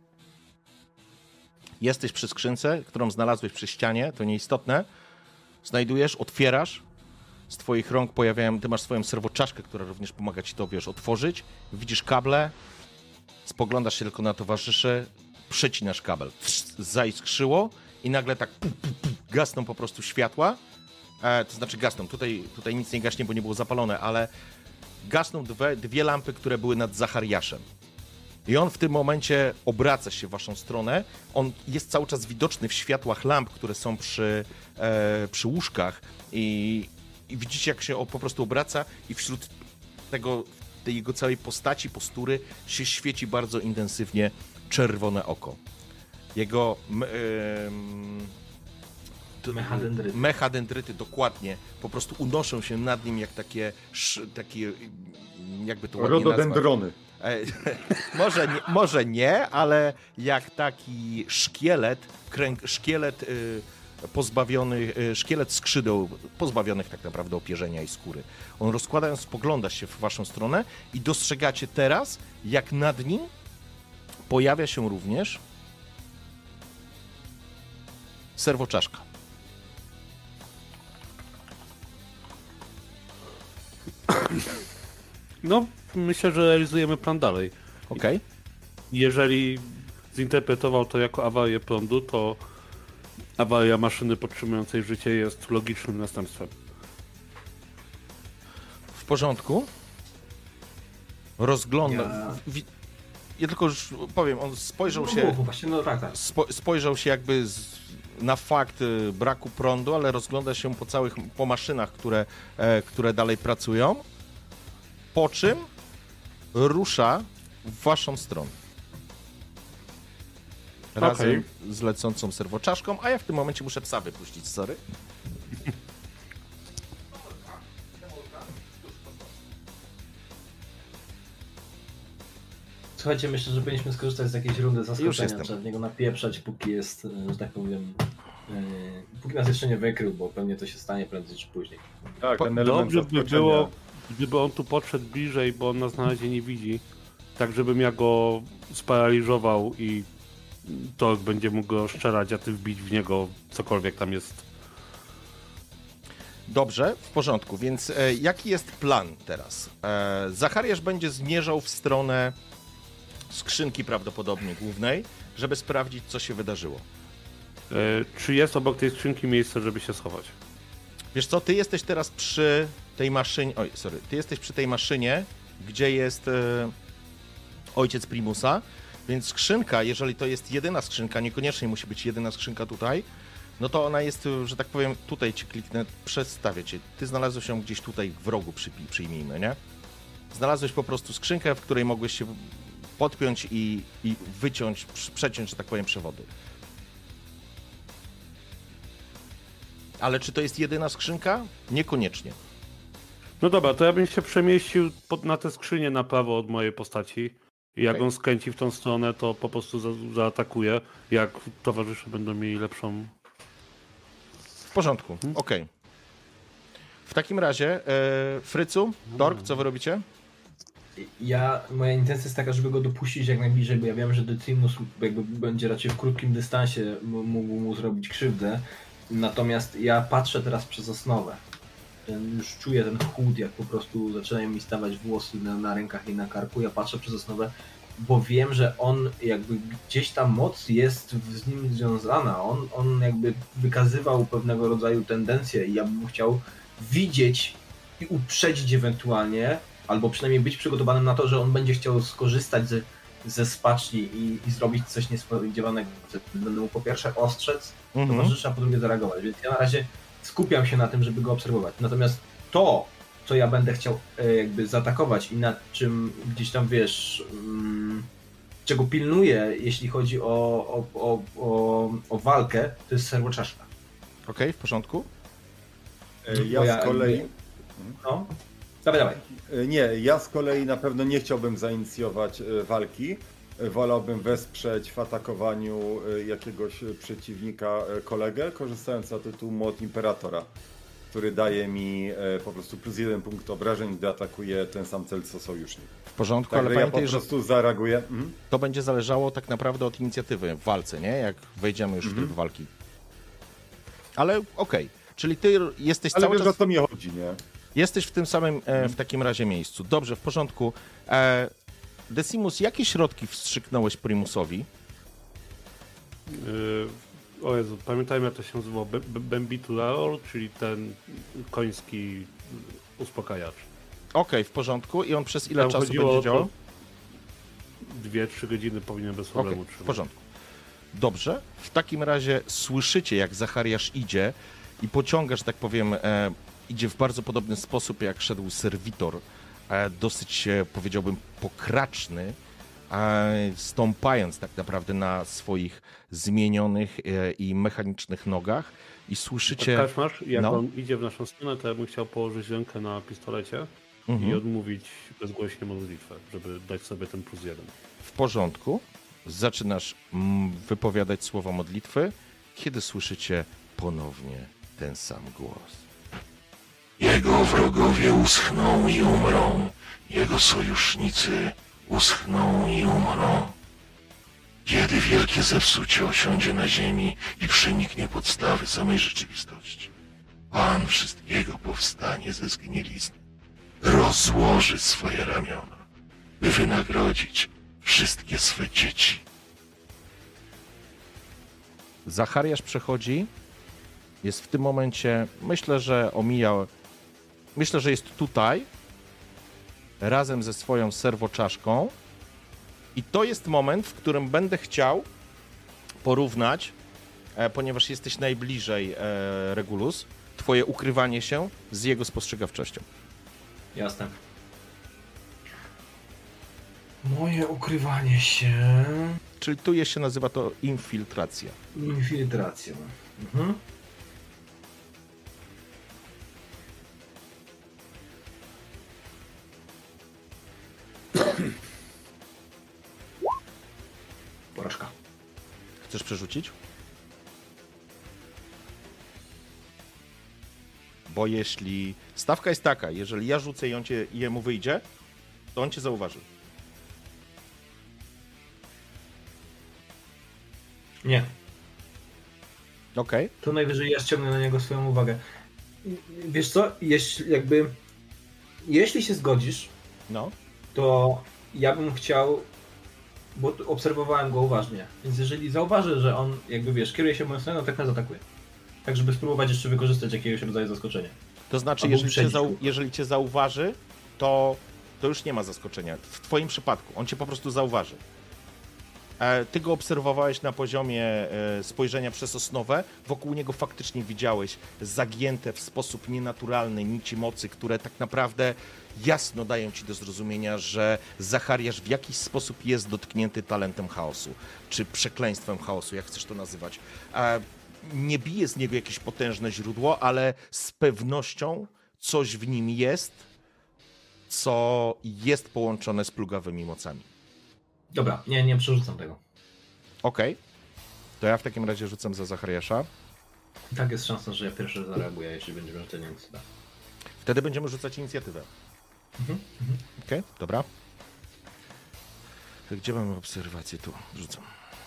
Speaker 1: Jesteś przy skrzynce, którą znalazłeś przy ścianie, to nieistotne. Znajdujesz, otwierasz, z twoich rąk pojawiają, ty masz swoją serwoczaszkę, która również pomaga ci to, wiesz, otworzyć. Widzisz kable, spoglądasz się tylko na towarzyszy, przecinasz kabel. Zaiskrzyło i nagle tak pu, pu, pu, gasną po prostu światła. E, to znaczy gasną, tutaj, tutaj nic nie gaśnie, bo nie było zapalone, ale gasną dwie, dwie lampy, które były nad Zachariaszem. I on w tym momencie obraca się w waszą stronę. On jest cały czas widoczny w światłach lamp, które są przy, e, przy łóżkach. I, I widzicie, jak się po prostu obraca i wśród tego, tej jego całej postaci, postury się świeci bardzo intensywnie czerwone oko. Jego... E,
Speaker 2: Mechadendryty.
Speaker 1: Mechadendryty, dokładnie, po prostu unoszą się nad nim jak takie, takie jakby to ładnie nazwać.
Speaker 3: Rododendrony.
Speaker 1: może, nie, może nie, ale jak taki szkielet, kręg, szkielet y, pozbawiony, y, szkielet skrzydeł pozbawionych tak naprawdę opierzenia i skóry. On rozkładając, spogląda się w waszą stronę i dostrzegacie teraz, jak nad nim pojawia się również serwoczaszka.
Speaker 4: No, myślę, że realizujemy plan dalej.
Speaker 1: Okej. Okay.
Speaker 4: Jeżeli zinterpretował to jako awarię prądu, to awaria maszyny podtrzymującej życie jest logicznym następstwem.
Speaker 1: W porządku. Rozgląda...
Speaker 2: Ja,
Speaker 1: Wi... ja tylko już powiem, on spojrzał
Speaker 2: no,
Speaker 1: się...
Speaker 2: No, właśnie, no tak, tak.
Speaker 1: Spo... Spojrzał się jakby z... na fakt braku prądu, ale rozgląda się po całych, po maszynach, które, e, które dalej pracują. Po czym rusza w waszą stronę. Razem okay. z lecącą serwoczaszką, a ja w tym momencie muszę psa wypuścić, sorry.
Speaker 2: Słuchajcie, myślę, że powinniśmy skorzystać z jakiejś rundy zaskoczenia, trzeba w niego napieprzać, póki jest, że tak powiem, yy, póki nas jeszcze nie wykrył, bo pewnie to się stanie prędzej czy później.
Speaker 3: Tak, ten element
Speaker 4: dobrze by było, gdyby on tu podszedł bliżej, bo on nas na razie nie widzi, tak żebym ja go sparaliżował i to będzie mógł go strzelać, a ty wbić w niego cokolwiek tam jest.
Speaker 1: Dobrze, w porządku, więc e, jaki jest plan teraz? E, Zachariasz będzie zmierzał w stronę skrzynki prawdopodobnie głównej, żeby sprawdzić, co się wydarzyło.
Speaker 4: E, czy jest obok tej skrzynki miejsce, żeby się schować?
Speaker 1: Wiesz co, ty jesteś teraz przy tej maszynie, oj, sorry, ty jesteś przy tej maszynie, gdzie jest e, ojciec Primusa, więc skrzynka, jeżeli to jest jedyna skrzynka, niekoniecznie musi być jedyna skrzynka tutaj, no to ona jest, że tak powiem, tutaj ci kliknę, przedstawię cię. Ty znalazłeś ją gdzieś tutaj w rogu, przy, przyjmijmy, nie? znalazłeś po prostu skrzynkę, w której mogłeś się podpiąć i, i wyciąć, przeciąć, że tak powiem, przewody. Ale czy to jest jedyna skrzynka? Niekoniecznie.
Speaker 4: No dobra, to ja bym się przemieścił pod, na tę skrzynię na prawo od mojej postaci. I jak
Speaker 1: Okay.
Speaker 4: on skręci w tą stronę, to po prostu za, zaatakuje. Jak towarzysze będą mieli lepszą...
Speaker 1: W porządku, hmm? okej. Okay. W takim razie, e, Frycu, Tork, co wy robicie?
Speaker 2: Ja, moja intencja jest taka, żeby go dopuścić jak najbliżej, bo ja wiem, że Decimus jakby będzie raczej w krótkim dystansie mógł mu zrobić krzywdę. Natomiast ja patrzę teraz przez osnowę. Ten, już czuję ten chłód, jak po prostu zaczynają mi stawać włosy na, na rękach i na karku. Ja patrzę przez osnowę, bo wiem, że on jakby gdzieś ta moc jest z nim związana. On, on jakby wykazywał pewnego rodzaju tendencje i ja bym chciał widzieć i uprzedzić ewentualnie, albo przynajmniej być przygotowanym na to, że on będzie chciał skorzystać ze, ze spaczni i, i zrobić coś niespodziewanego. Będę mu po pierwsze ostrzec
Speaker 1: Mhm.
Speaker 2: towarzysza, po drugie zareagować. Więc ja na razie skupiam się na tym, żeby go obserwować. Natomiast to, co ja będę chciał e, jakby zaatakować i nad czym gdzieś tam, wiesz, mm, czego pilnuję, jeśli chodzi o, o, o, o, o walkę, to jest serwoczaszka.
Speaker 1: Okej, okay, w porządku.
Speaker 3: Ja, ja z kolei...
Speaker 2: Jakby... No, dawaj, dawaj.
Speaker 3: Nie, ja z kolei na pewno nie chciałbym zainicjować walki. Wolałbym wesprzeć w atakowaniu jakiegoś przeciwnika kolegę, korzystając z tytułu Młot Imperatora, który daje mi po prostu plus jeden punkt obrażeń, gdy atakuje ten sam cel co sojusznik.
Speaker 1: W porządku,
Speaker 3: tak,
Speaker 1: ale
Speaker 3: ja
Speaker 1: pamiętaj,
Speaker 3: po prostu że zareaguję. Mhm.
Speaker 1: To będzie zależało tak naprawdę od inicjatywy w walce, nie? Jak wejdziemy już mhm. w tryb walki. Ale okej, okay. Czyli ty jesteś
Speaker 3: ale
Speaker 1: cały
Speaker 3: wiesz,
Speaker 1: czas...
Speaker 3: o co mi chodzi, nie?
Speaker 1: Jesteś w tym samym, e, w takim razie miejscu. Dobrze, w porządku. E, Decimus, jakie środki wstrzyknąłeś Primusowi?
Speaker 4: Yy, o Jezu, pamiętajmy, jak to się nazywało. Bembitulaol, czyli ten koński uspokajacz.
Speaker 1: Okej, okay, w porządku. I on przez ile
Speaker 4: Tam
Speaker 1: czasu będzie działał?
Speaker 4: Dwie, trzy godziny powinien bez problemu
Speaker 1: okay,
Speaker 4: trzymać.
Speaker 1: W porządku. Dobrze. W takim razie słyszycie, jak Zachariasz idzie i pociąga, że tak powiem, e, idzie w bardzo podobny sposób, jak szedł serwitor. E, dosyć, e, powiedziałbym, pokraczny, e, stąpając tak naprawdę na swoich zmienionych e, i mechanicznych nogach. I słyszycie...
Speaker 4: Tak, masz, jak
Speaker 1: no?
Speaker 4: on idzie w naszą stronę, to ja bym chciał położyć rękę na pistolecie
Speaker 1: mhm.
Speaker 4: i odmówić bezgłośnie modlitwę, żeby dać sobie ten plus jeden.
Speaker 1: W porządku. Zaczynasz mm, wypowiadać słowa modlitwy, kiedy słyszycie ponownie ten sam głos.
Speaker 6: Jego wrogowie uschną i umrą, jego sojusznicy uschną i umrą. Kiedy wielkie zepsucie osiądzie na ziemi i przeniknie podstawy samej rzeczywistości, Pan wszystkiego powstanie ze zgnilizny, rozłoży swoje ramiona, by wynagrodzić wszystkie swe dzieci.
Speaker 1: Zachariasz przechodzi, jest w tym momencie, myślę, że omija, myślę, że jest tutaj, razem ze swoją serwoczaszką i to jest moment, w którym będę chciał porównać, e, ponieważ jesteś najbliżej e, Regulus, twoje ukrywanie się z jego spostrzegawczością.
Speaker 2: Jasne. Moje ukrywanie się...
Speaker 1: Czyli tu jest się nazywa to infiltracja.
Speaker 2: Infiltracja. Mhm. Porażka.
Speaker 1: Chcesz przerzucić? Bo jeśli... Stawka jest taka, jeżeli ja rzucę i on cię, i jemu wyjdzie, to on cię zauważy.
Speaker 2: Nie.
Speaker 1: Okej. Okay.
Speaker 2: To najwyżej ja ściągnę na niego swoją uwagę. Wiesz co, jeśli jakby... Jeśli się zgodzisz,
Speaker 1: No.
Speaker 2: to ja bym chciał... Bo obserwowałem go uważnie, więc jeżeli zauważy, że on jakby, wiesz, kieruje się w moją stronę, to tak nas atakuje. Tak, żeby spróbować jeszcze wykorzystać jakiegoś rodzaju zaskoczenia.
Speaker 1: To znaczy, jeżeli cię, zau- jeżeli cię zauważy, to, to już nie ma zaskoczenia. W twoim przypadku. On cię po prostu zauważy. E, ty go obserwowałeś na poziomie e, spojrzenia przez osnowę. Wokół niego faktycznie widziałeś zagięte w sposób nienaturalny nici mocy, które tak naprawdę jasno dają ci do zrozumienia, że Zachariasz w jakiś sposób jest dotknięty talentem chaosu, czy przekleństwem chaosu, jak chcesz to nazywać. E, nie bije z niego jakieś potężne źródło, ale z pewnością coś w nim jest, co jest połączone z plugawymi mocami.
Speaker 2: Dobra, nie, nie przerzucam tego.
Speaker 1: Okej, okay. To ja w takim razie rzucam za Zachariasza.
Speaker 2: I tak jest szansa, że ja pierwszy zareaguję, jeśli będziemy rzucać inicjatywę.
Speaker 1: Wtedy będziemy rzucać inicjatywę.
Speaker 2: Mhm, mhm.
Speaker 1: Okej, okay, dobra. Gdzie mamy obserwację? Tu rzucam.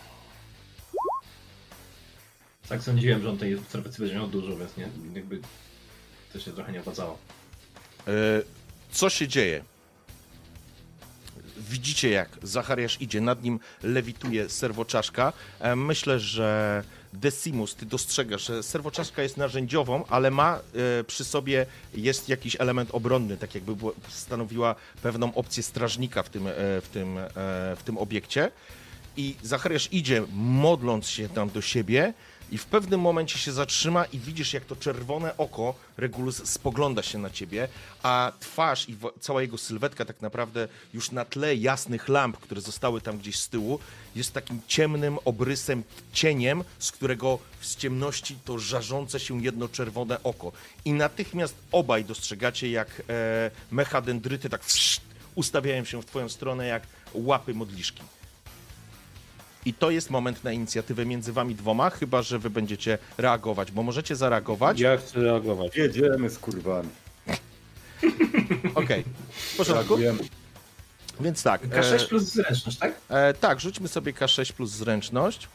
Speaker 2: Tak sądziłem, że on tej obserwacji będzie miał dużo, więc nie, jakby to się trochę nie opłacało.
Speaker 1: Yy, co się dzieje? Widzicie, jak Zachariasz idzie, nad nim lewituje serwoczaszka. Myślę, że Decimus, ty dostrzegasz, że serwoczaszka jest narzędziową, ale ma e, przy sobie jest jakiś element obronny, tak jakby było, stanowiła pewną opcję strażnika w tym, e, w tym, e, w tym obiekcie. I Zachariasz idzie, modląc się tam do siebie, i w pewnym momencie się zatrzyma i widzisz, jak to czerwone oko Regulus spogląda się na ciebie, a twarz i cała jego sylwetka tak naprawdę już na tle jasnych lamp, które zostały tam gdzieś z tyłu, jest takim ciemnym obrysem, cieniem, z którego z ciemności to żarzące się jedno czerwone oko. I natychmiast obaj dostrzegacie, jak e, mechadendryty tak wszszt, ustawiają się w twoją stronę jak łapy modliszki. I to jest moment na inicjatywę między wami dwoma, chyba że wy będziecie reagować, bo możecie zareagować.
Speaker 4: Ja chcę reagować.
Speaker 3: Jedziemy z kurwami.
Speaker 1: Okej, okay. W porządku.
Speaker 3: Reagujemy.
Speaker 1: Więc tak.
Speaker 2: K sześć plus zręczność, tak?
Speaker 1: E, tak, rzućmy sobie K sześć plus zręczność.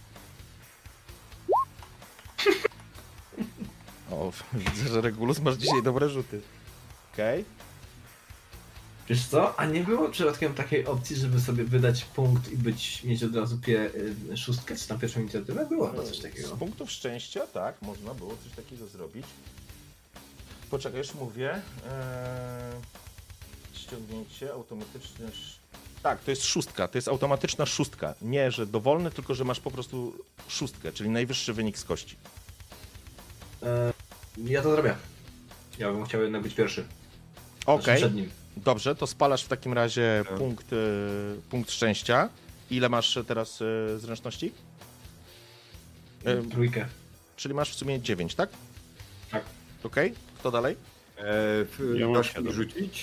Speaker 1: O, widzę, że Regulus masz dzisiaj dobre rzuty. Okej. Okay.
Speaker 2: Wiesz co, a nie było przypadkiem takiej opcji, żeby sobie wydać punkt i być, mieć od razu pie, y, szóstkę, czy tam pierwszą inicjatywę? Było chyba coś takiego.
Speaker 1: Z punktów szczęścia, tak, można było coś takiego zrobić. Poczekaj, już mówię. Eee, ściągnięcie, automatyczne... Tak, to jest szóstka, to jest automatyczna szóstka. Nie, że dowolny, tylko że masz po prostu szóstkę, czyli najwyższy wynik z kości.
Speaker 2: Eee, ja to zrobię. Ja bym chciał jednak być pierwszy.
Speaker 1: Okej.
Speaker 2: Znaczy przed nim.
Speaker 1: Dobrze, to spalasz w takim razie
Speaker 3: Tak.
Speaker 1: punkt, y, punkt szczęścia. Ile masz teraz y, zręczności? Y,
Speaker 2: Trójkę.
Speaker 1: czyli masz w sumie dziewięć, tak?
Speaker 2: Tak.
Speaker 1: Okej, kto dalej?
Speaker 3: E, w,
Speaker 4: Ja mam
Speaker 3: dasz mi
Speaker 4: siedem.
Speaker 3: rzucić?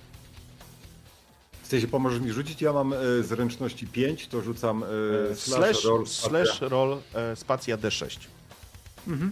Speaker 3: W sensie pomożesz mi rzucić? Ja mam e, zręczności pięć, to rzucam e,
Speaker 1: Slash,
Speaker 3: roll,
Speaker 1: slash roll e, spacja D sześć.
Speaker 3: Mhm.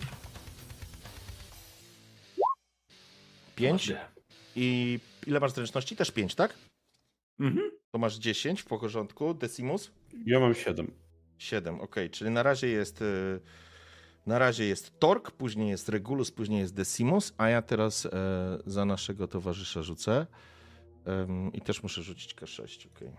Speaker 1: pięć i ile masz zręczności? Też pięć, tak?
Speaker 3: Mhm.
Speaker 1: To masz dziesięć w porządku. Decimus?
Speaker 4: Ja mam siedem.
Speaker 1: siedem, okej, czyli na razie jest y, na razie jest Tork, później jest Regulus, później jest Decimus, a ja teraz e, za naszego towarzysza rzucę Ym, i też muszę rzucić K sześć, okej.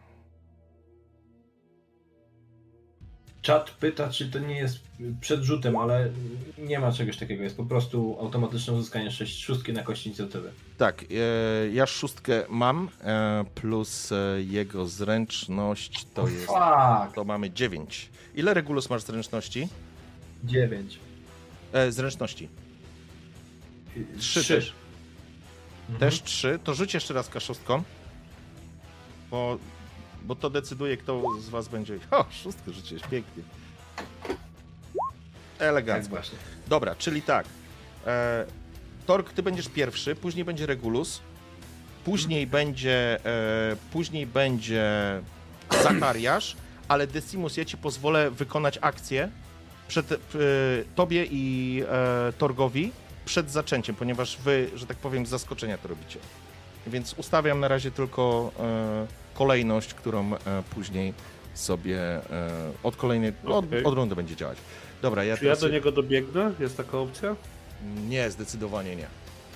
Speaker 2: Czat pyta, czy to nie jest przed rzutem, ale nie ma czegoś takiego. Jest po prostu automatyczne uzyskanie sześć szóstki na kości inicjatywy.
Speaker 1: Tak, e, ja szóstkę mam, e, plus e, jego zręczność to
Speaker 2: O,
Speaker 1: jest,
Speaker 2: fuck!
Speaker 1: to mamy dziewięć. Ile Regulus masz zręczności?
Speaker 2: dziewięć.
Speaker 1: E, zręczności. Trzy
Speaker 2: Trzy.
Speaker 1: też.
Speaker 2: Mhm.
Speaker 1: Też trzy, to rzuć jeszcze raz K sześć, bo, bo to decyduje, kto z was będzie... O, szóstkę rzuciłeś, pięknie.
Speaker 2: Tak
Speaker 1: Elegancko.
Speaker 2: właśnie.
Speaker 1: Dobra, czyli tak. E, Tork, ty będziesz pierwszy, później będzie Regulus, później będzie, e, później będzie Zachariasz, ale Decimus, ja ci pozwolę wykonać akcję przed e, tobie i e, Torgowi przed zaczęciem, ponieważ wy, że tak powiem, z zaskoczenia to robicie. Więc ustawiam na razie tylko e, kolejność, którą e, później sobie e, od kolejnej, od,
Speaker 4: Okej.
Speaker 1: od rundy będzie działać. Dobra, ja
Speaker 4: Czy ja
Speaker 1: teraz...
Speaker 4: do niego dobiegnę? Jest taka opcja?
Speaker 1: Nie, zdecydowanie nie.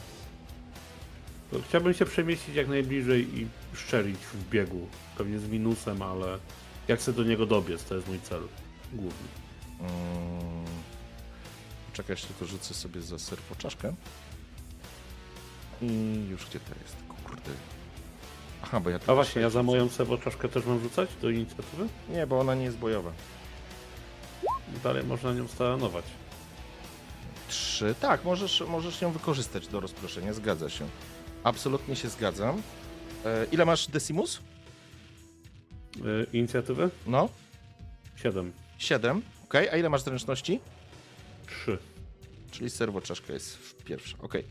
Speaker 4: To chciałbym się przemieścić jak najbliżej i szczelić w biegu. Pewnie z minusem, ale jak chcę do niego dobiec, to jest mój cel główny.
Speaker 1: Hmm. Czekaj, jeszcze tylko rzucę sobie za serwoczaszkę. I już gdzie to jest? Kurde. Aha, bo ja...
Speaker 4: A właśnie, ja za moją serwoczaszkę też mam rzucać do inicjatywy?
Speaker 1: Nie, bo ona nie jest bojowa.
Speaker 4: Dalej można nią stanować.
Speaker 1: Trzy. Tak, możesz, możesz ją wykorzystać do rozproszenia, zgadza się. Absolutnie się zgadzam. E, ile masz Decimus?
Speaker 4: Yy, inicjatywy?
Speaker 1: No,
Speaker 4: Siedem.
Speaker 1: siedem. Okej, a ile masz zręczności?
Speaker 4: Trzy.
Speaker 1: Czyli serwoczaszka jest pierwsza. Okej.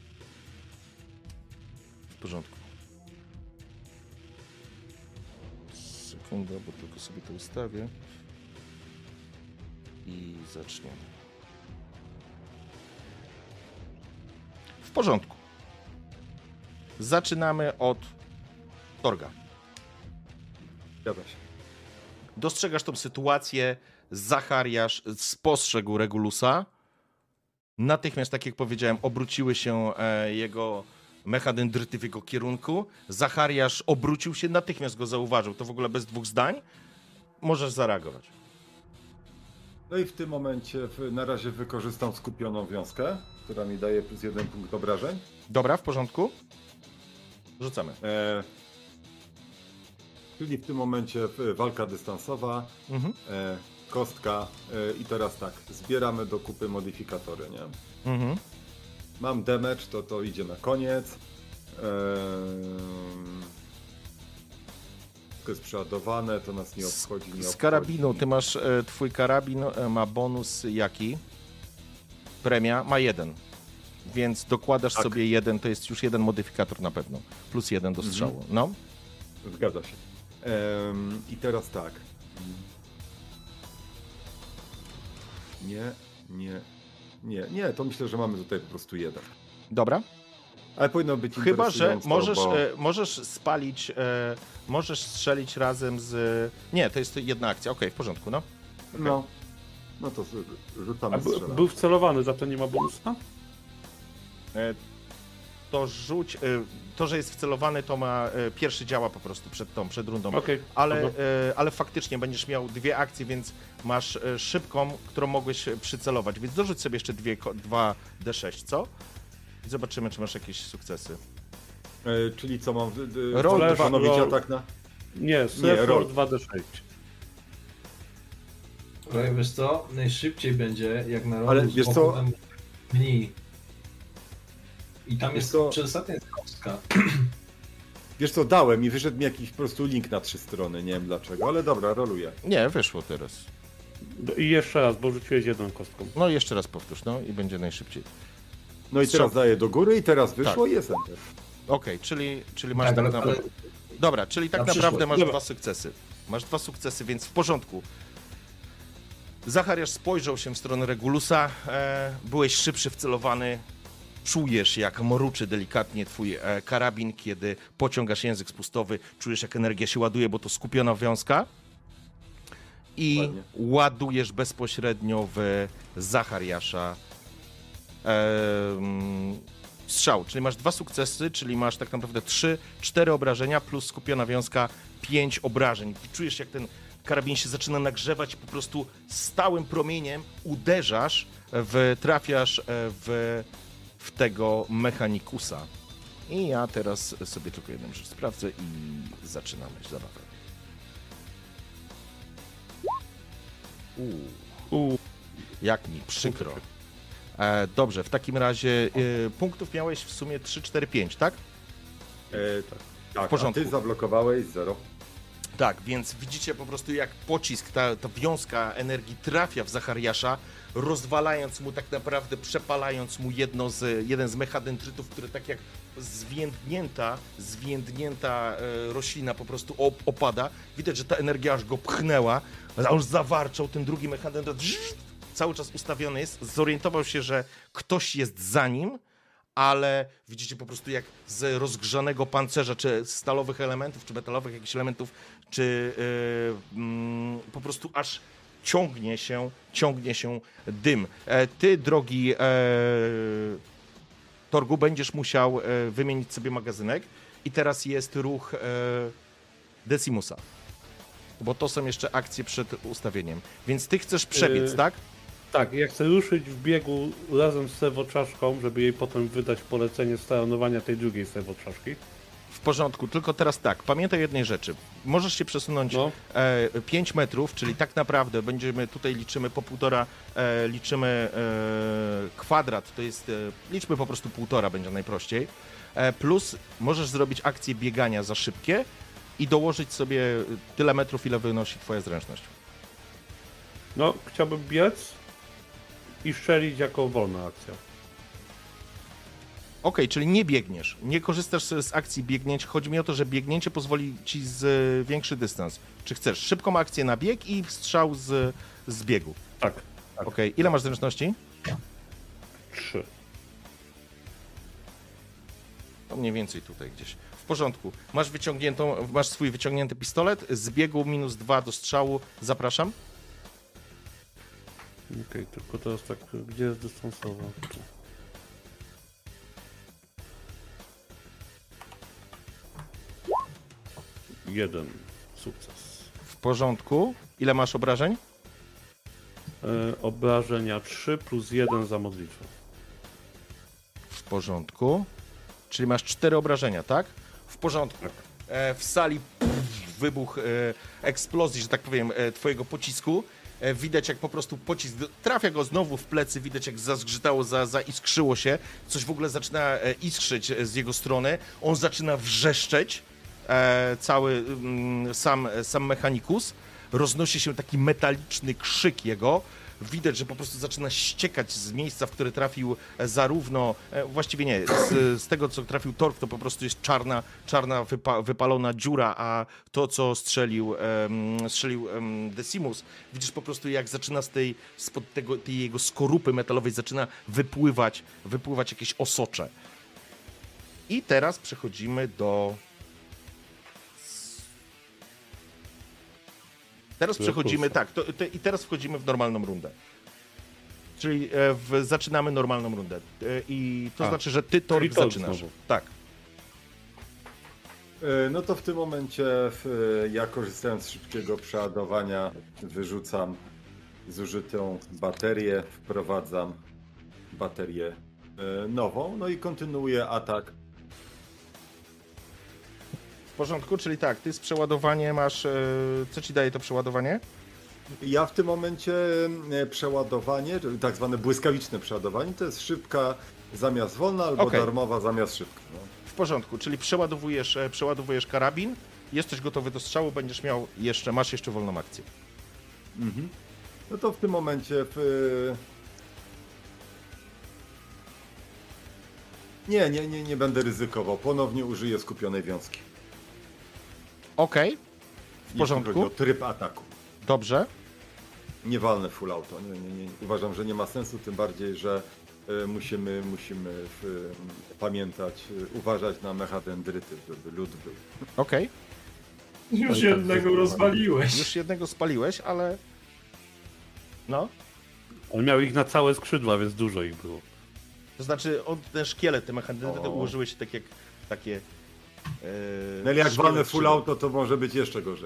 Speaker 1: W porządku. Sekunda, bo tylko sobie to ustawię. I zaczniemy. W porządku. Zaczynamy od Torga.
Speaker 3: Zgadza się.
Speaker 1: Dostrzegasz tą sytuację, Zachariasz spostrzegł Regulusa. Natychmiast, tak jak powiedziałem, obróciły się e, jego mechadendryty w jego kierunku. Zachariasz obrócił się, natychmiast go zauważył. To w ogóle bez dwóch zdań. Możesz zareagować.
Speaker 3: No i w tym momencie w, na razie wykorzystam skupioną wiązkę, która mi daje plus jeden punkt obrażeń.
Speaker 1: Dobra, w porządku. Rzucamy.
Speaker 3: E, czyli w tym momencie w, walka dystansowa,
Speaker 1: Mhm.
Speaker 3: e, kostka e, i teraz tak, zbieramy do kupy modyfikatory, nie?
Speaker 1: Mhm.
Speaker 3: Mam damage, to to idzie na koniec. E, to jest przeładowane, to nas nie obchodzi. Nie
Speaker 1: Z
Speaker 3: obchodzi.
Speaker 1: karabinu, ty masz, e, twój karabin e, ma bonus jaki? Premia ma jeden. Więc dokładasz
Speaker 3: Tak.
Speaker 1: sobie jeden, to jest już jeden modyfikator na pewno. Plus jeden do strzału.
Speaker 3: Mhm.
Speaker 1: No.
Speaker 3: Zgadza się. Em, I teraz tak. Nie, nie, nie, nie, to myślę, że mamy tutaj po prostu jeden.
Speaker 1: Dobra.
Speaker 3: Ale powinno być
Speaker 1: Chyba, że
Speaker 3: interesująco,
Speaker 1: możesz,
Speaker 3: bo...
Speaker 1: e, możesz spalić, e, możesz strzelić razem z... Nie, to jest jedna akcja. Okej, w porządku, no.
Speaker 3: No, no to z- rzucamy
Speaker 4: A by,
Speaker 3: strzelamy.
Speaker 4: był wcelowany, za to nie ma bonusa?
Speaker 1: E, to rzuć... E, to, że jest wcelowany, to ma... E, pierwszy działa po prostu przed tą, przed rundą.
Speaker 4: Okej.
Speaker 1: Ale,
Speaker 4: dobra.
Speaker 1: e, ale faktycznie będziesz miał dwie akcje, więc masz e, szybką, którą mogłeś przycelować. Więc dorzuć sobie jeszcze dwie, ko- dwa D sześć, co? I zobaczymy, czy masz jakieś sukcesy.
Speaker 3: E, czyli co mam... y, y,
Speaker 1: Roll
Speaker 3: chcę
Speaker 4: dwa,
Speaker 3: ponowić
Speaker 4: roll.
Speaker 3: atak na...
Speaker 4: Nie, self
Speaker 3: roll.
Speaker 4: roll dwa D sześć.
Speaker 2: Ale wiesz co, najszybciej będzie jak na
Speaker 3: Ale
Speaker 2: rolu
Speaker 3: wiesz
Speaker 2: z
Speaker 3: co?
Speaker 2: pochodem mniej. I tam
Speaker 3: Wiesz
Speaker 2: jest,
Speaker 3: co?
Speaker 2: przedostatnia jest kostka.
Speaker 3: Wiesz co, dałem i wyszedł mi jakiś po prostu link na trzy strony, nie wiem dlaczego, ale dobra, roluję.
Speaker 1: Nie, wyszło teraz.
Speaker 4: I jeszcze raz, bo rzuciłeś jedną kostką.
Speaker 1: No i jeszcze raz powtórz, no i będzie najszybciej.
Speaker 3: No i teraz
Speaker 1: Strzał.
Speaker 3: daję do góry i teraz wyszło
Speaker 1: Tak.
Speaker 3: i jest enter.
Speaker 1: Okej, czyli, czyli masz
Speaker 2: Tak,
Speaker 1: tak,
Speaker 2: ale-
Speaker 1: naprawdę...
Speaker 2: ale-
Speaker 1: Dobra, czyli tak
Speaker 2: Na
Speaker 1: naprawdę
Speaker 2: przyszłość.
Speaker 1: masz
Speaker 4: Dobra.
Speaker 1: dwa sukcesy. Masz dwa sukcesy, więc w porządku. Zachariasz spojrzał się w stronę Regulusa. E, byłeś szybszy wcelowany. Czujesz, jak mruczy delikatnie twój e, karabin, kiedy pociągasz język spustowy. Czujesz, jak energia się ładuje, bo to skupiona wiązka. I
Speaker 3: Ładnie.
Speaker 1: ładujesz bezpośrednio w Zachariasza em, strzał. Czyli masz dwa sukcesy, czyli masz tak naprawdę trzy, cztery obrażenia plus skupiona wiązka, pięć obrażeń. I czujesz, jak ten karabin się zaczyna nagrzewać i po prostu stałym promieniem uderzasz, w, trafiasz e, w, w tego mechanikusa. I ja teraz sobie tylko jedną rzecz sprawdzę i zaczynamy zabawę. Uuu,
Speaker 4: U,
Speaker 1: jak mi przykro. E, dobrze, w takim razie e, punktów miałeś w sumie trzy, cztery, pięć, tak?
Speaker 3: E, tak, tak,
Speaker 1: W porządku.
Speaker 3: a ty zablokowałeś zero.
Speaker 1: Tak, więc widzicie po prostu, jak pocisk, ta, ta wiązka energii trafia w Zachariasza, rozwalając mu tak naprawdę, przepalając mu jedno z, jeden z mechadendrytów, które tak jak zwiędnięta, zwiędnięta e, roślina po prostu op, opada. Widać, że ta energia aż go pchnęła, a on zawarczał, ten drugi mechadendryt cały czas ustawiony jest, zorientował się, że ktoś jest za nim, ale widzicie po prostu, jak z rozgrzanego pancerza, czy stalowych elementów, czy metalowych jakichś elementów, czy yy, mm, po prostu aż ciągnie się, ciągnie się dym. E, ty, drogi e, Torgu, będziesz musiał e, wymienić sobie magazynek i teraz jest ruch e, Decimusa, bo to są jeszcze akcje przed ustawieniem. Więc ty chcesz przebiec,
Speaker 4: Yy,
Speaker 1: tak?
Speaker 4: tak, ja chcę ruszyć w biegu razem z serwoczaszką, żeby jej potem wydać polecenie stanowania tej drugiej serwoczaszki.
Speaker 1: W porządku, tylko teraz tak, pamiętaj jednej rzeczy. Możesz się przesunąć
Speaker 4: No.
Speaker 1: e, pięć metrów, czyli tak naprawdę będziemy, tutaj liczymy po półtora, e, liczymy e, kwadrat, to jest, e, liczmy po prostu półtora, będzie najprościej. E, plus możesz zrobić akcję biegania za szybkie i dołożyć sobie tyle metrów, ile wynosi twoja zręczność.
Speaker 4: No, chciałbym biec i strzelić jako wolna akcja.
Speaker 1: Okej, czyli nie biegniesz, nie korzystasz z akcji biegnięć. Chodzi mi o to, że biegnięcie pozwoli ci z większy dystans. Czy chcesz szybką akcję na bieg i strzał z, z biegu?
Speaker 4: Tak. tak.
Speaker 1: Okej, ile masz zręczności?
Speaker 4: Trzy.
Speaker 1: To mniej więcej tutaj gdzieś. W porządku. Masz wyciągniętą, masz swój wyciągnięty pistolet, z biegu minus dwa do strzału. Zapraszam.
Speaker 4: Okej, okay, tylko teraz tak, gdzie jest dystansowa? Jeden sukces.
Speaker 1: W porządku. Ile masz obrażeń?
Speaker 4: E, obrażenia trzy plus jeden za modlitwę.
Speaker 1: W porządku. Czyli masz cztery obrażenia, tak? W porządku.
Speaker 4: Tak.
Speaker 1: E, w sali pff, wybuch e, eksplozji, że tak powiem, e, twojego pocisku. E, widać, jak po prostu pocisk trafia go znowu w plecy, widać, jak zazgrzytało, za, zaiskrzyło się. Coś w ogóle zaczyna e, iskrzyć z jego strony. On zaczyna wrzeszczeć. E, cały mm, sam, sam mechanikus. Roznosi się taki metaliczny krzyk jego. Widać, że po prostu zaczyna ściekać z miejsca, w które trafił zarówno, e, właściwie nie, z, z tego, co trafił Tork, to po prostu jest czarna, czarna wypa, wypalona dziura, a to, co strzelił, em, strzelił em, Decimus, widzisz po prostu, jak zaczyna z tej, spod tego, tej jego skorupy metalowej zaczyna wypływać, wypływać jakieś osocze. I teraz przechodzimy do... Teraz przechodzimy, tak, to, to, i teraz wchodzimy w normalną rundę. Czyli e, w, zaczynamy normalną rundę. E, I to
Speaker 4: A,
Speaker 1: znaczy, że ty Tork
Speaker 4: czyli Tork
Speaker 1: zaczynasz.
Speaker 4: znowu.
Speaker 1: Tak.
Speaker 3: E, No to w tym momencie w, ja korzystając z szybkiego przeładowania wyrzucam zużytą baterię, wprowadzam baterię e, nową, no i kontynuuję atak.
Speaker 1: W porządku, czyli tak, ty z przeładowaniem masz... E, co ci daje to przeładowanie?
Speaker 3: Ja w tym momencie e, przeładowanie, tak zwane błyskawiczne przeładowanie, to jest szybka zamiast wolna albo
Speaker 1: Okej.
Speaker 3: darmowa zamiast szybka. No.
Speaker 1: W porządku, czyli przeładowujesz, e, przeładowujesz karabin, jesteś gotowy do strzału, będziesz miał jeszcze, masz jeszcze wolną akcję.
Speaker 3: Mhm. No to w tym momencie w... Nie, nie, nie, nie będę ryzykował. Ponownie użyję skupionej wiązki.
Speaker 1: Okej, w
Speaker 3: Jeśli
Speaker 1: porządku,
Speaker 3: chodzi o tryb ataku.
Speaker 1: dobrze.
Speaker 3: Nie walnę full auto. Nie, nie, nie. Uważam, że nie ma sensu, tym bardziej, że y, musimy, musimy y, pamiętać, y, uważać na mechadendryty, żeby lód był.
Speaker 1: Okej,
Speaker 2: Już
Speaker 4: tak
Speaker 2: jednego rozwaliłeś.
Speaker 1: już jednego spaliłeś, ale... No.
Speaker 4: On miał ich na całe skrzydła, więc dużo ich było.
Speaker 1: To znaczy, on, ten szkielet, te mechanizmy
Speaker 3: O.
Speaker 1: ułożyły się tak jak takie... Yy,
Speaker 3: No ale jak
Speaker 1: szkielet
Speaker 3: walnę full
Speaker 1: skrzydła.
Speaker 3: auto, to może być jeszcze gorzej.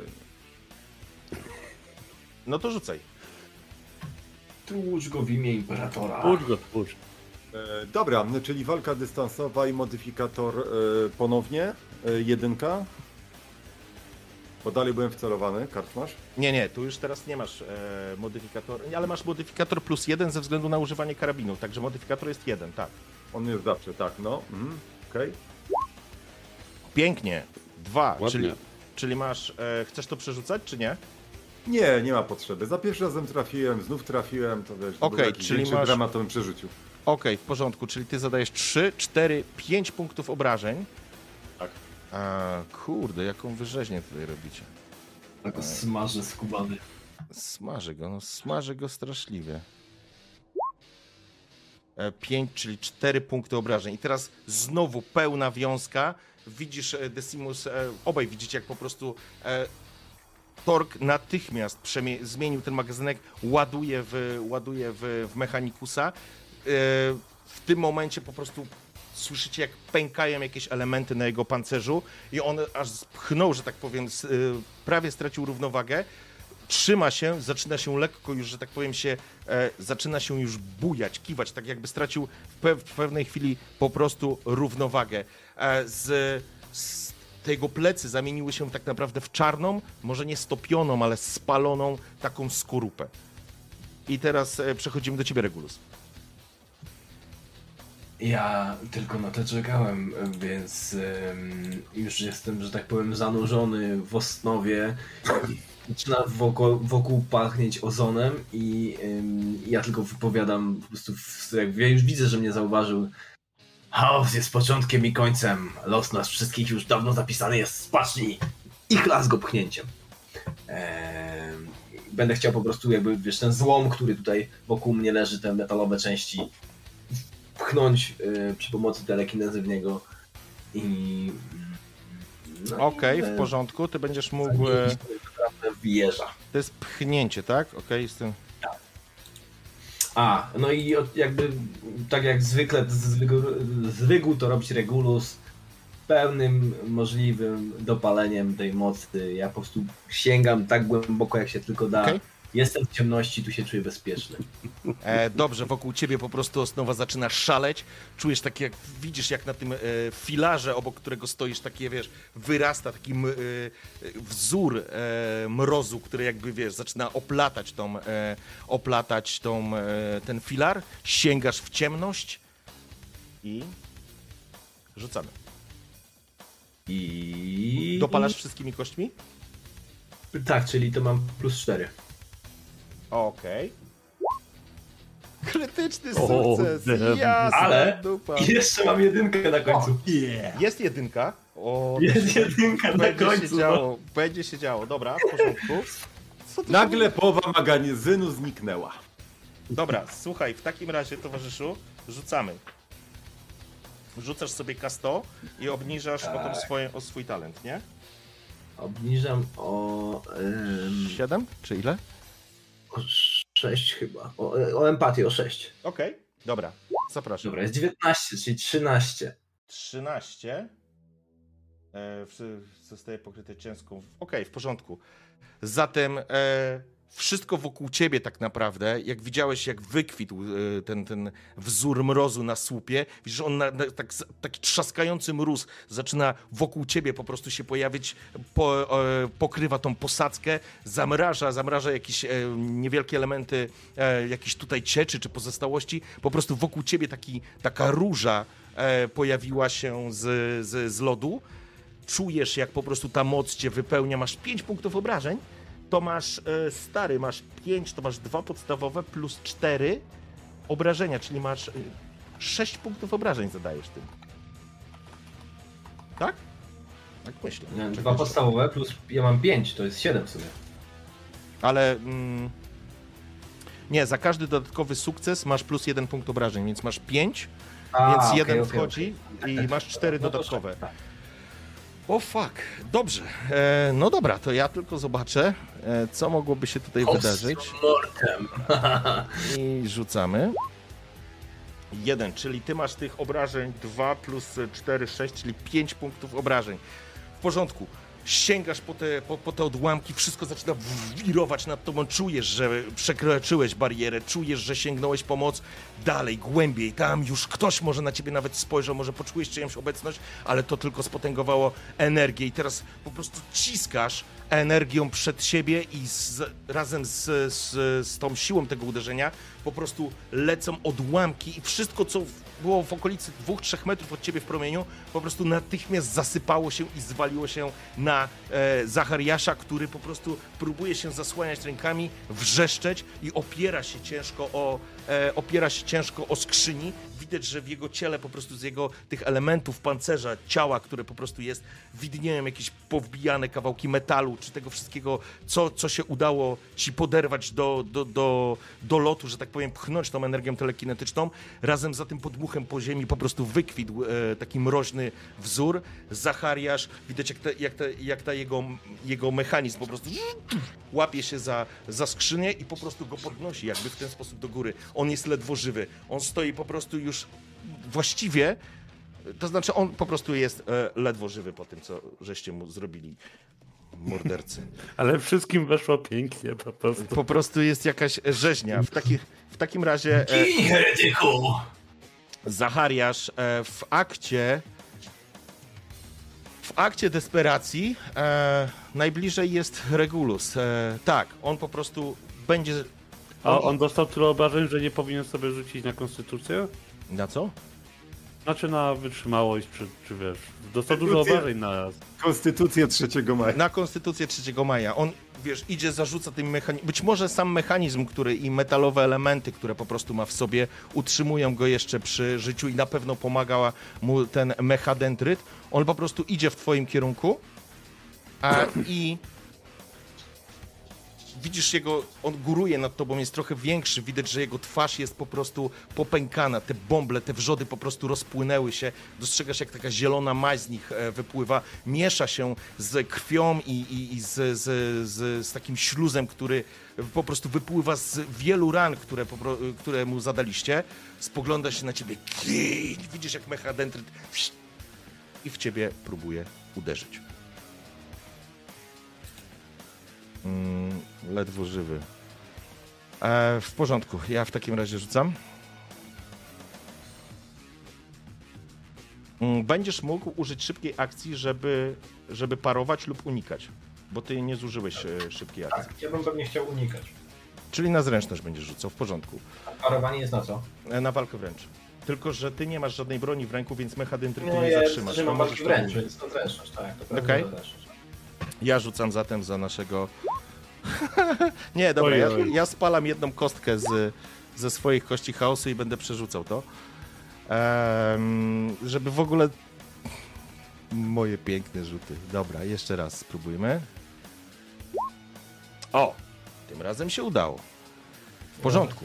Speaker 1: No to rzucaj.
Speaker 2: Tłucz go w imię Imperatora.
Speaker 4: Puść go, puść.
Speaker 3: E, dobra, no, czyli walka dystansowa i modyfikator e, ponownie. E, jedynka. Bo dalej byłem wcelowany. Kart masz?
Speaker 1: Nie, nie, tu już teraz nie masz e, modyfikator, ale masz modyfikator plus jeden ze względu na używanie karabinów, także modyfikator jest jeden, tak.
Speaker 3: On jest zawsze, tak, no. Mhm. Okej.
Speaker 1: Pięknie. Dwa,
Speaker 4: Ładnie.
Speaker 1: czyli, czyli masz, e, chcesz to przerzucać, czy nie?
Speaker 3: Nie, nie ma potrzeby. Za pierwszym razem trafiłem, znów trafiłem, to wiesz,
Speaker 1: Okej,
Speaker 3: okay, jakiś
Speaker 1: czyli
Speaker 3: większy
Speaker 1: masz-
Speaker 3: dramat to bym przerzucił.
Speaker 1: Okej, w porządku, czyli ty zadajesz trzy, cztery, pięć punktów obrażeń.
Speaker 3: Tak.
Speaker 1: A, kurde, jaką wyrzeźnię tutaj robicie.
Speaker 2: Tak smaży skubany.
Speaker 1: Smaży go, no smaży go straszliwie. E, pięć, czyli cztery punkty obrażeń. I teraz znowu pełna wiązka. Widzisz, e, Decimus, e, obaj widzicie, jak po prostu e, Tork natychmiast przemie- zmienił ten magazynek, ładuje w, ładuje w, w mechanikusa. E, w tym momencie po prostu słyszycie, jak pękają jakieś elementy na jego pancerzu i on aż pchnął, że tak powiem, s- y, prawie stracił równowagę. Trzyma się, zaczyna się lekko już, że tak powiem się, e, zaczyna się już bujać, kiwać, tak jakby stracił w, pe- w pewnej chwili po prostu równowagę. E, z, z te jego plecy zamieniły się tak naprawdę w czarną, może nie stopioną, ale spaloną taką skorupę. I teraz e, przechodzimy do ciebie, Regulus.
Speaker 2: Ja tylko na to czekałem, więc ym, już jestem, że tak powiem, zanurzony w osnowie. Zaczyna wokół, wokół pachnieć ozonem i ym, ja tylko wypowiadam po prostu, w, jak ja już widzę, że mnie zauważył. Chaos jest początkiem i końcem. Los nas wszystkich już dawno zapisany jest z paczni. I chlas go pchnięciem. Ehm, będę chciał po prostu jakby, wiesz, ten złom, który tutaj wokół mnie leży, te metalowe części, pchnąć y, przy pomocy telekinezy w niego i... No
Speaker 1: Okej,
Speaker 2: okay,
Speaker 1: w porządku, ty będziesz mógł... E,
Speaker 2: wjeżdża.
Speaker 1: to jest pchnięcie, tak? Okej, okay, jestem...
Speaker 2: A, no i jakby tak jak zwykle zwykł, zwykł to robić Regulus, pełnym możliwym dopaleniem tej mocy. Ja po prostu sięgam tak głęboko jak się tylko da.
Speaker 1: Okay.
Speaker 2: Jestem w ciemności, tu się czuję bezpieczny.
Speaker 1: E, dobrze, wokół ciebie po prostu osnowa zaczyna szaleć. Czujesz takie, jak widzisz, jak na tym e, filarze, obok którego stoisz, takie, wiesz, wyrasta taki m, e, wzór e, mrozu, który jakby, wiesz, zaczyna oplatać tą, e, oplatać tą, e, ten filar. Sięgasz w ciemność i rzucamy.
Speaker 2: I...
Speaker 1: Dopalasz wszystkimi kośćmi?
Speaker 2: Tak, czyli to mam plus cztery.
Speaker 1: Okej. Okay. Krytyczny
Speaker 4: O,
Speaker 1: sukces!
Speaker 4: damn.
Speaker 1: Jasna
Speaker 2: Ale
Speaker 1: dupa.
Speaker 2: I jeszcze mam jedynkę na końcu.
Speaker 1: Yeah. Jest jedynka. O,
Speaker 2: Jest jedynka na
Speaker 1: będzie
Speaker 2: końcu.
Speaker 1: się działo, będzie się działo. Dobra, w porządku. Co ty
Speaker 3: Nagle połowa magazynu zniknęła.
Speaker 1: Dobra, słuchaj, w takim razie, towarzyszu, rzucamy. Rzucasz sobie K sto i obniżasz
Speaker 2: Tak.
Speaker 1: potem swoje, o swój talent, nie?
Speaker 2: Obniżam o... Ym,
Speaker 1: siedem? Czy ile?
Speaker 2: o sześć chyba. O, o empatię o sześć.
Speaker 1: Okej, okay. Dobra, zapraszam.
Speaker 2: Dobra, jest dziewiętnaście, czyli trzynaście.
Speaker 1: trzynaście. E, zostaje pokryte ciężką. Okej, okay, w porządku. Zatem e, wszystko wokół ciebie tak naprawdę, jak widziałeś, jak wykwitł e, ten, ten wzór mrozu na słupie, widzisz, on na, na, tak, taki trzaskający mróz zaczyna wokół ciebie po prostu się pojawić, po, e, pokrywa tą posadzkę, zamraża, zamraża jakieś e, niewielkie elementy, e, jakieś tutaj cieczy czy pozostałości, po prostu wokół ciebie taki, taka róża e, pojawiła się z, z, z lodu. Czujesz, jak po prostu ta moc cię wypełnia, masz pięć punktów obrażeń, to masz, e, stary, masz pięć, to masz dwa podstawowe plus cztery obrażenia, czyli masz e, sześć punktów obrażeń zadajesz tym. Tak? Tak myślę.
Speaker 2: Nie,
Speaker 1: Czekaj,
Speaker 2: dwa
Speaker 1: czekaj.
Speaker 2: podstawowe plus ja mam pięć, to jest siedem w sumie.
Speaker 1: Ale mm, nie, za każdy dodatkowy sukces masz plus jeden punkt obrażeń, więc masz pięć,
Speaker 2: A,
Speaker 1: więc
Speaker 2: okej,
Speaker 1: jeden
Speaker 2: okej,
Speaker 1: wchodzi
Speaker 2: okej.
Speaker 1: i masz cztery
Speaker 2: No to
Speaker 1: dodatkowe.
Speaker 2: tak, tak.
Speaker 1: O fuck, dobrze. E, no dobra, to ja tylko zobaczę, e, co mogłoby się tutaj wydarzyć.
Speaker 2: Mortem.
Speaker 1: I rzucamy. Jeden, czyli ty masz tych obrażeń dwa plus cztery, sześć, czyli pięć punktów obrażeń. W porządku. Sięgasz po te, po, po te odłamki, wszystko zaczyna wirować nad tobą, czujesz, że przekroczyłeś barierę, czujesz, że sięgnąłeś po moc dalej, głębiej, tam już ktoś może na ciebie nawet spojrzał, może poczułeś czyjąś obecność, ale to tylko spotęgowało energię i teraz po prostu ciskasz energią przed siebie i z, razem z, z, z tą siłą tego uderzenia po prostu lecą odłamki i wszystko, co było w okolicy dwóch trzech metrów od ciebie w promieniu, po prostu natychmiast zasypało się i zwaliło się na e, Zachariasza, który po prostu próbuje się zasłaniać rękami, wrzeszczeć i opiera się ciężko o, e, opiera się ciężko o skrzyni. Widać, że w jego ciele po prostu z jego tych elementów pancerza, ciała, które po prostu jest, widnieją jakieś powbijane kawałki metalu, czy tego wszystkiego, co, co się udało ci poderwać do, do, do, do lotu, że tak powiem, pchnąć tą energią telekinetyczną. Razem za tym podmuchem po ziemi po prostu wykwitł e, taki mroźny wzór. Zachariasz, widać jak, te, jak, te, jak ta jego, jego mechanizm po prostu łapie się za, za skrzynię i po prostu go podnosi jakby w ten sposób do góry. On jest ledwo żywy. On stoi po prostu już właściwie, to znaczy on po prostu jest e, ledwo żywy po tym, co żeście mu zrobili, mordercy.
Speaker 4: Ale wszystkim weszło pięknie po prostu.
Speaker 1: Po prostu jest jakaś rzeźnia. W, taki, w takim razie e,
Speaker 2: I heretyku!
Speaker 1: Zachariasz e, w akcie w akcie desperacji e, najbliżej jest Regulus. E, tak, on po prostu będzie...
Speaker 4: A on dostał tyle obrażeń, że nie powinien sobie rzucić na konstytucję?
Speaker 1: Na co?
Speaker 4: Znaczy na wytrzymałość, czy, czy wiesz, dostał dużo obrażeń na raz.
Speaker 3: Konstytucję trzeciego maja.
Speaker 1: Na konstytucję trzeciego maja. On, wiesz, idzie, zarzuca tym mechanizm. Być może sam mechanizm, który i metalowe elementy, które po prostu ma w sobie, utrzymują go jeszcze przy życiu i na pewno pomaga mu ten mechadendryt. On po prostu idzie w twoim kierunku a, i widzisz jego, on góruje nad tobą, jest trochę większy, widać, że jego twarz jest po prostu popękana, te bąble, te wrzody po prostu rozpłynęły się, dostrzegasz, jak taka zielona maź z nich wypływa, miesza się z krwią i, i, i z, z, z, z takim śluzem, który po prostu wypływa z wielu ran, które, które mu zadaliście, spogląda się na ciebie, widzisz, jak mechadendryt i w ciebie próbuje uderzyć. Mm, ledwo żywy. E, w porządku, ja w takim razie rzucam. Mm, będziesz mógł użyć szybkiej akcji, żeby, żeby parować lub unikać, bo ty nie zużyłeś e, szybkiej akcji.
Speaker 2: Tak, ja bym pewnie chciał unikać.
Speaker 1: Czyli na zręczność będziesz rzucał, w porządku.
Speaker 2: A parowanie jest na co?
Speaker 1: E, na walkę wręcz. Tylko że ty nie masz żadnej broni w ręku, więc mechadendrytu
Speaker 2: No,
Speaker 1: nie
Speaker 2: ja
Speaker 1: zatrzymasz.
Speaker 2: trzymam
Speaker 1: To
Speaker 2: walki
Speaker 1: możesz
Speaker 2: wręcz,
Speaker 1: to-
Speaker 2: więc to zręczność, tak. To
Speaker 1: Okej.
Speaker 2: okay. zręczność.
Speaker 1: Ja rzucam zatem za naszego... Nie, dobra,
Speaker 4: Oj,
Speaker 1: ja,
Speaker 4: oj.
Speaker 1: ja spalam jedną kostkę z, ze swoich kości chaosu i będę przerzucał to. Em, żeby w ogóle... Moje piękne rzuty. Dobra, jeszcze raz spróbujmy. O! Tym razem się udało. W porządku.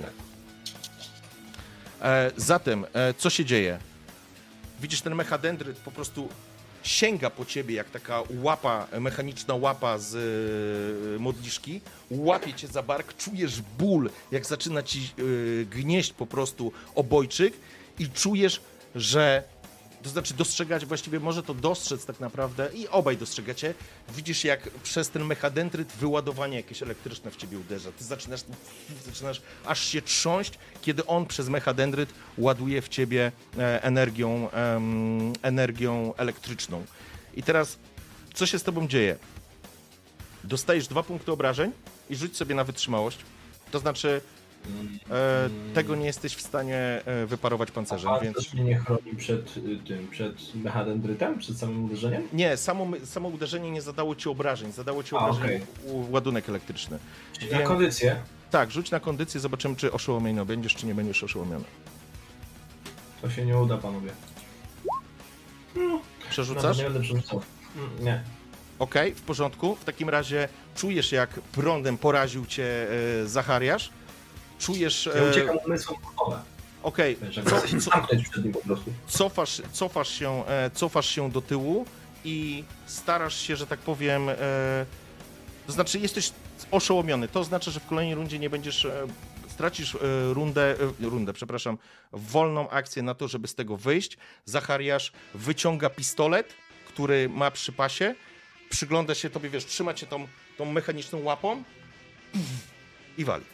Speaker 1: E, zatem, e, co się dzieje? Widzisz, ten mechadendryt po prostu sięga po ciebie jak taka łapa, mechaniczna łapa z y, modliszki, łapie cię za bark, czujesz ból, jak zaczyna ci y, gnieść po prostu obojczyk i czujesz, że, to znaczy dostrzegać, właściwie może to dostrzec tak naprawdę i obaj dostrzegacie, widzisz, jak przez ten mechadendryt wyładowanie jakieś elektryczne w ciebie uderza. Ty zaczynasz, zaczynasz aż się trząść, kiedy on przez mechadendryt ładuje w ciebie e, energią, em, energią elektryczną. I teraz, co się z tobą dzieje? Dostajesz dwa punkty obrażeń i rzuć sobie na wytrzymałość. To znaczy, e, tego nie jesteś w stanie e, wyparować pancerzem,
Speaker 2: A
Speaker 1: więc...
Speaker 2: też mnie nie chroni przed y, tym, przed mechadendrytem, przed samym uderzeniem?
Speaker 1: Nie, samo, samo uderzenie nie zadało ci obrażeń, zadało ci
Speaker 2: A,
Speaker 1: obrażeń u- ładunek elektryczny.
Speaker 2: Czyli
Speaker 1: Wiem-
Speaker 2: na kondycję,
Speaker 1: Tak, rzuć na kondycję, zobaczymy, czy oszołomiony będziesz, czy nie będziesz oszołomiony.
Speaker 2: to się nie uda, panowie.
Speaker 1: Przerzucasz?
Speaker 2: No, nie będę przerzucał. Mm, Nie.
Speaker 1: Okej, w porządku. W takim razie czujesz, jak prądem poraził cię e, Zachariasz. Czujesz...
Speaker 2: Ja
Speaker 1: E,
Speaker 2: uciekam umysłem w pole.
Speaker 1: Okej,
Speaker 2: Wiesz,
Speaker 1: co,
Speaker 2: jak chcę się
Speaker 1: co,
Speaker 2: zamknąć przed nim po prostu.
Speaker 1: cofasz, cofasz, się, e, cofasz się do tyłu i starasz się, że tak powiem... E, to znaczy, jesteś oszołomiony. To oznacza, że w kolejnej rundzie nie będziesz... E, stracisz e, rundę, e, rundę, przepraszam, wolną akcję na to, żeby z tego wyjść. Zachariasz wyciąga pistolet, który ma przy pasie, przygląda się tobie, wiesz, trzyma cię tą, tą mechaniczną łapą i wali.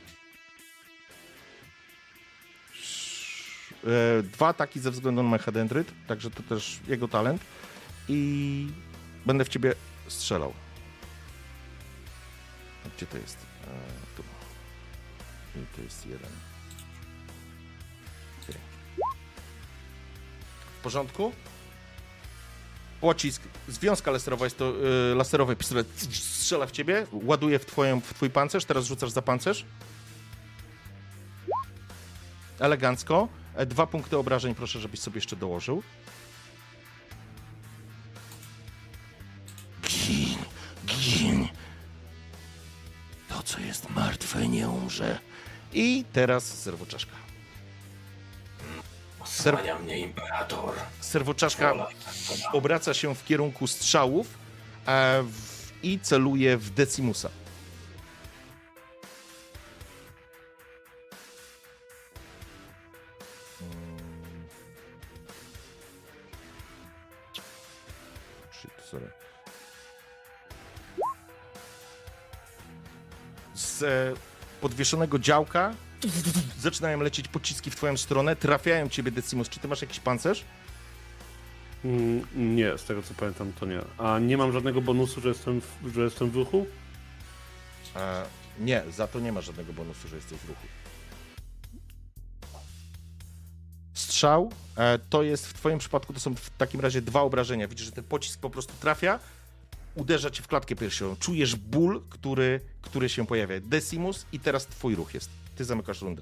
Speaker 1: E, Dwa ataki ze względu na mechadendryt, także to też jego talent i będę w ciebie strzelał. Gdzie to jest? E, tu. I to jest jeden. Okay. W porządku? Pocisk, związka laserowa jest to y, laserowy pistolet, strzela w ciebie, ładuje w, twoją, w twój pancerz, teraz rzucasz za pancerz. Elegancko. E, Dwa punkty obrażeń proszę, żebyś sobie jeszcze dołożył.
Speaker 6: Gin, gin. To, co jest martwe, nie umrze.
Speaker 1: I teraz serwoczaszka.
Speaker 5: Osłania mnie imperator.
Speaker 1: Serwoczaszka
Speaker 5: Wola.
Speaker 1: obraca się w kierunku strzałów e, w, i celuje w Decimusa. Mm. Shit, sorry. Z e, podwieszonego działka zaczynają lecieć pociski w twoją stronę, trafiają ciebie, Decimus. Czy ty masz jakiś pancerz?
Speaker 4: Mm, nie, z tego co pamiętam to nie. A nie mam żadnego bonusu, że jestem w, że jestem w ruchu?
Speaker 1: E, nie, za to nie ma żadnego bonusu, że jesteś w ruchu. Strzał, e, to jest w twoim przypadku, to są w takim razie dwa obrażenia. Widzisz, że ten pocisk po prostu trafia, uderza cię w klatkę piersiową. Czujesz ból, który, który się pojawia. Decimus i teraz twój ruch jest. Ty zamykasz rundę.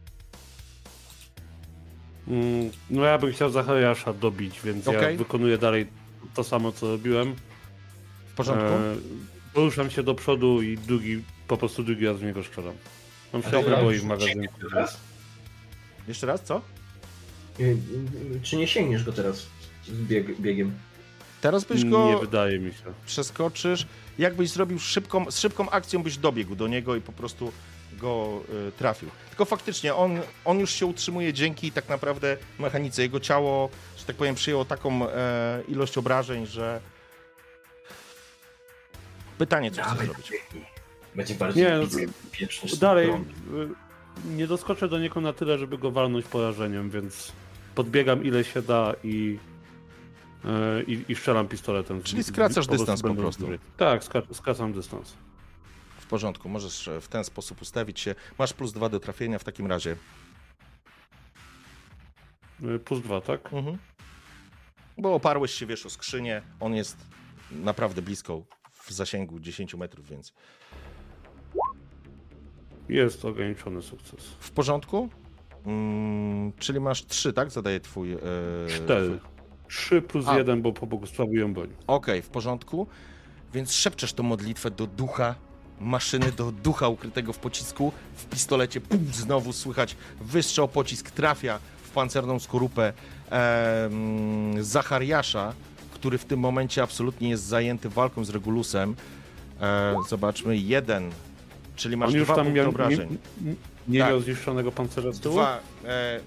Speaker 4: Mm, no ja bym chciał Zachariasza dobić, więc
Speaker 1: Okay.
Speaker 4: ja wykonuję dalej to samo, co robiłem.
Speaker 1: W porządku?
Speaker 4: E, poruszam się do przodu i drugi, po prostu drugi raz w niego strzelam. Mam sześć
Speaker 2: dobra,
Speaker 4: naboi w magazynku.
Speaker 2: Teraz?
Speaker 1: Jeszcze raz, co?
Speaker 2: Czy nie sięgniesz go teraz z bieg, biegiem?
Speaker 1: Teraz byś go
Speaker 4: Nie wydaje mi się.
Speaker 1: przeskoczysz. Jakbyś zrobił szybką, z szybką akcją, byś dobiegł do niego i po prostu go y, trafił. Tylko faktycznie on, on już się utrzymuje dzięki tak naprawdę mechanice. Jego ciało, że tak powiem, przyjęło taką e, ilość obrażeń, że pytanie, co chce zrobić.
Speaker 2: Będzie bardziej
Speaker 4: Nie,
Speaker 2: pieczny niż
Speaker 4: Dalej
Speaker 2: prąd.
Speaker 4: y, nie doskoczę do niego na tyle, żeby go walnąć porażeniem, więc podbiegam ile się da i, y, i, i strzelam pistoletem.
Speaker 1: Czyli skracasz
Speaker 4: Po prostu
Speaker 1: dystans po
Speaker 4: będę
Speaker 1: prostu.
Speaker 4: bliżej. Tak, skra- skracam dystans.
Speaker 1: W porządku, możesz w ten sposób ustawić się. Masz plus dwa do trafienia w takim razie.
Speaker 4: Y, Plus dwa, tak?
Speaker 1: Mhm. Bo oparłeś się, wiesz, o skrzynię. On jest naprawdę blisko, w zasięgu dziesięć metrów, więc
Speaker 4: Jest ograniczony sukces.
Speaker 1: w porządku. Mm, czyli masz trzy, tak? Zadaje twój... E,
Speaker 4: Cztery. Trzy plus
Speaker 1: A.
Speaker 4: jeden, bo pobłogosławiłem broń.
Speaker 1: Okej, w porządku. Więc szepczesz tą modlitwę do ducha maszyny, do ducha ukrytego w pocisku. W pistolecie pum, znowu słychać wystrzał, pocisk trafia w pancerną skorupę em, Zachariasza, który w tym momencie absolutnie jest zajęty walką z Regulusem. E, zobaczmy, jeden, czyli masz
Speaker 4: On już
Speaker 1: dwa
Speaker 4: tam
Speaker 1: punkty
Speaker 4: miał,
Speaker 1: obrażeń.
Speaker 4: nie, nie
Speaker 1: Tak.
Speaker 4: miał zniszczonego pancerza z tyłu?
Speaker 1: Dwa, e,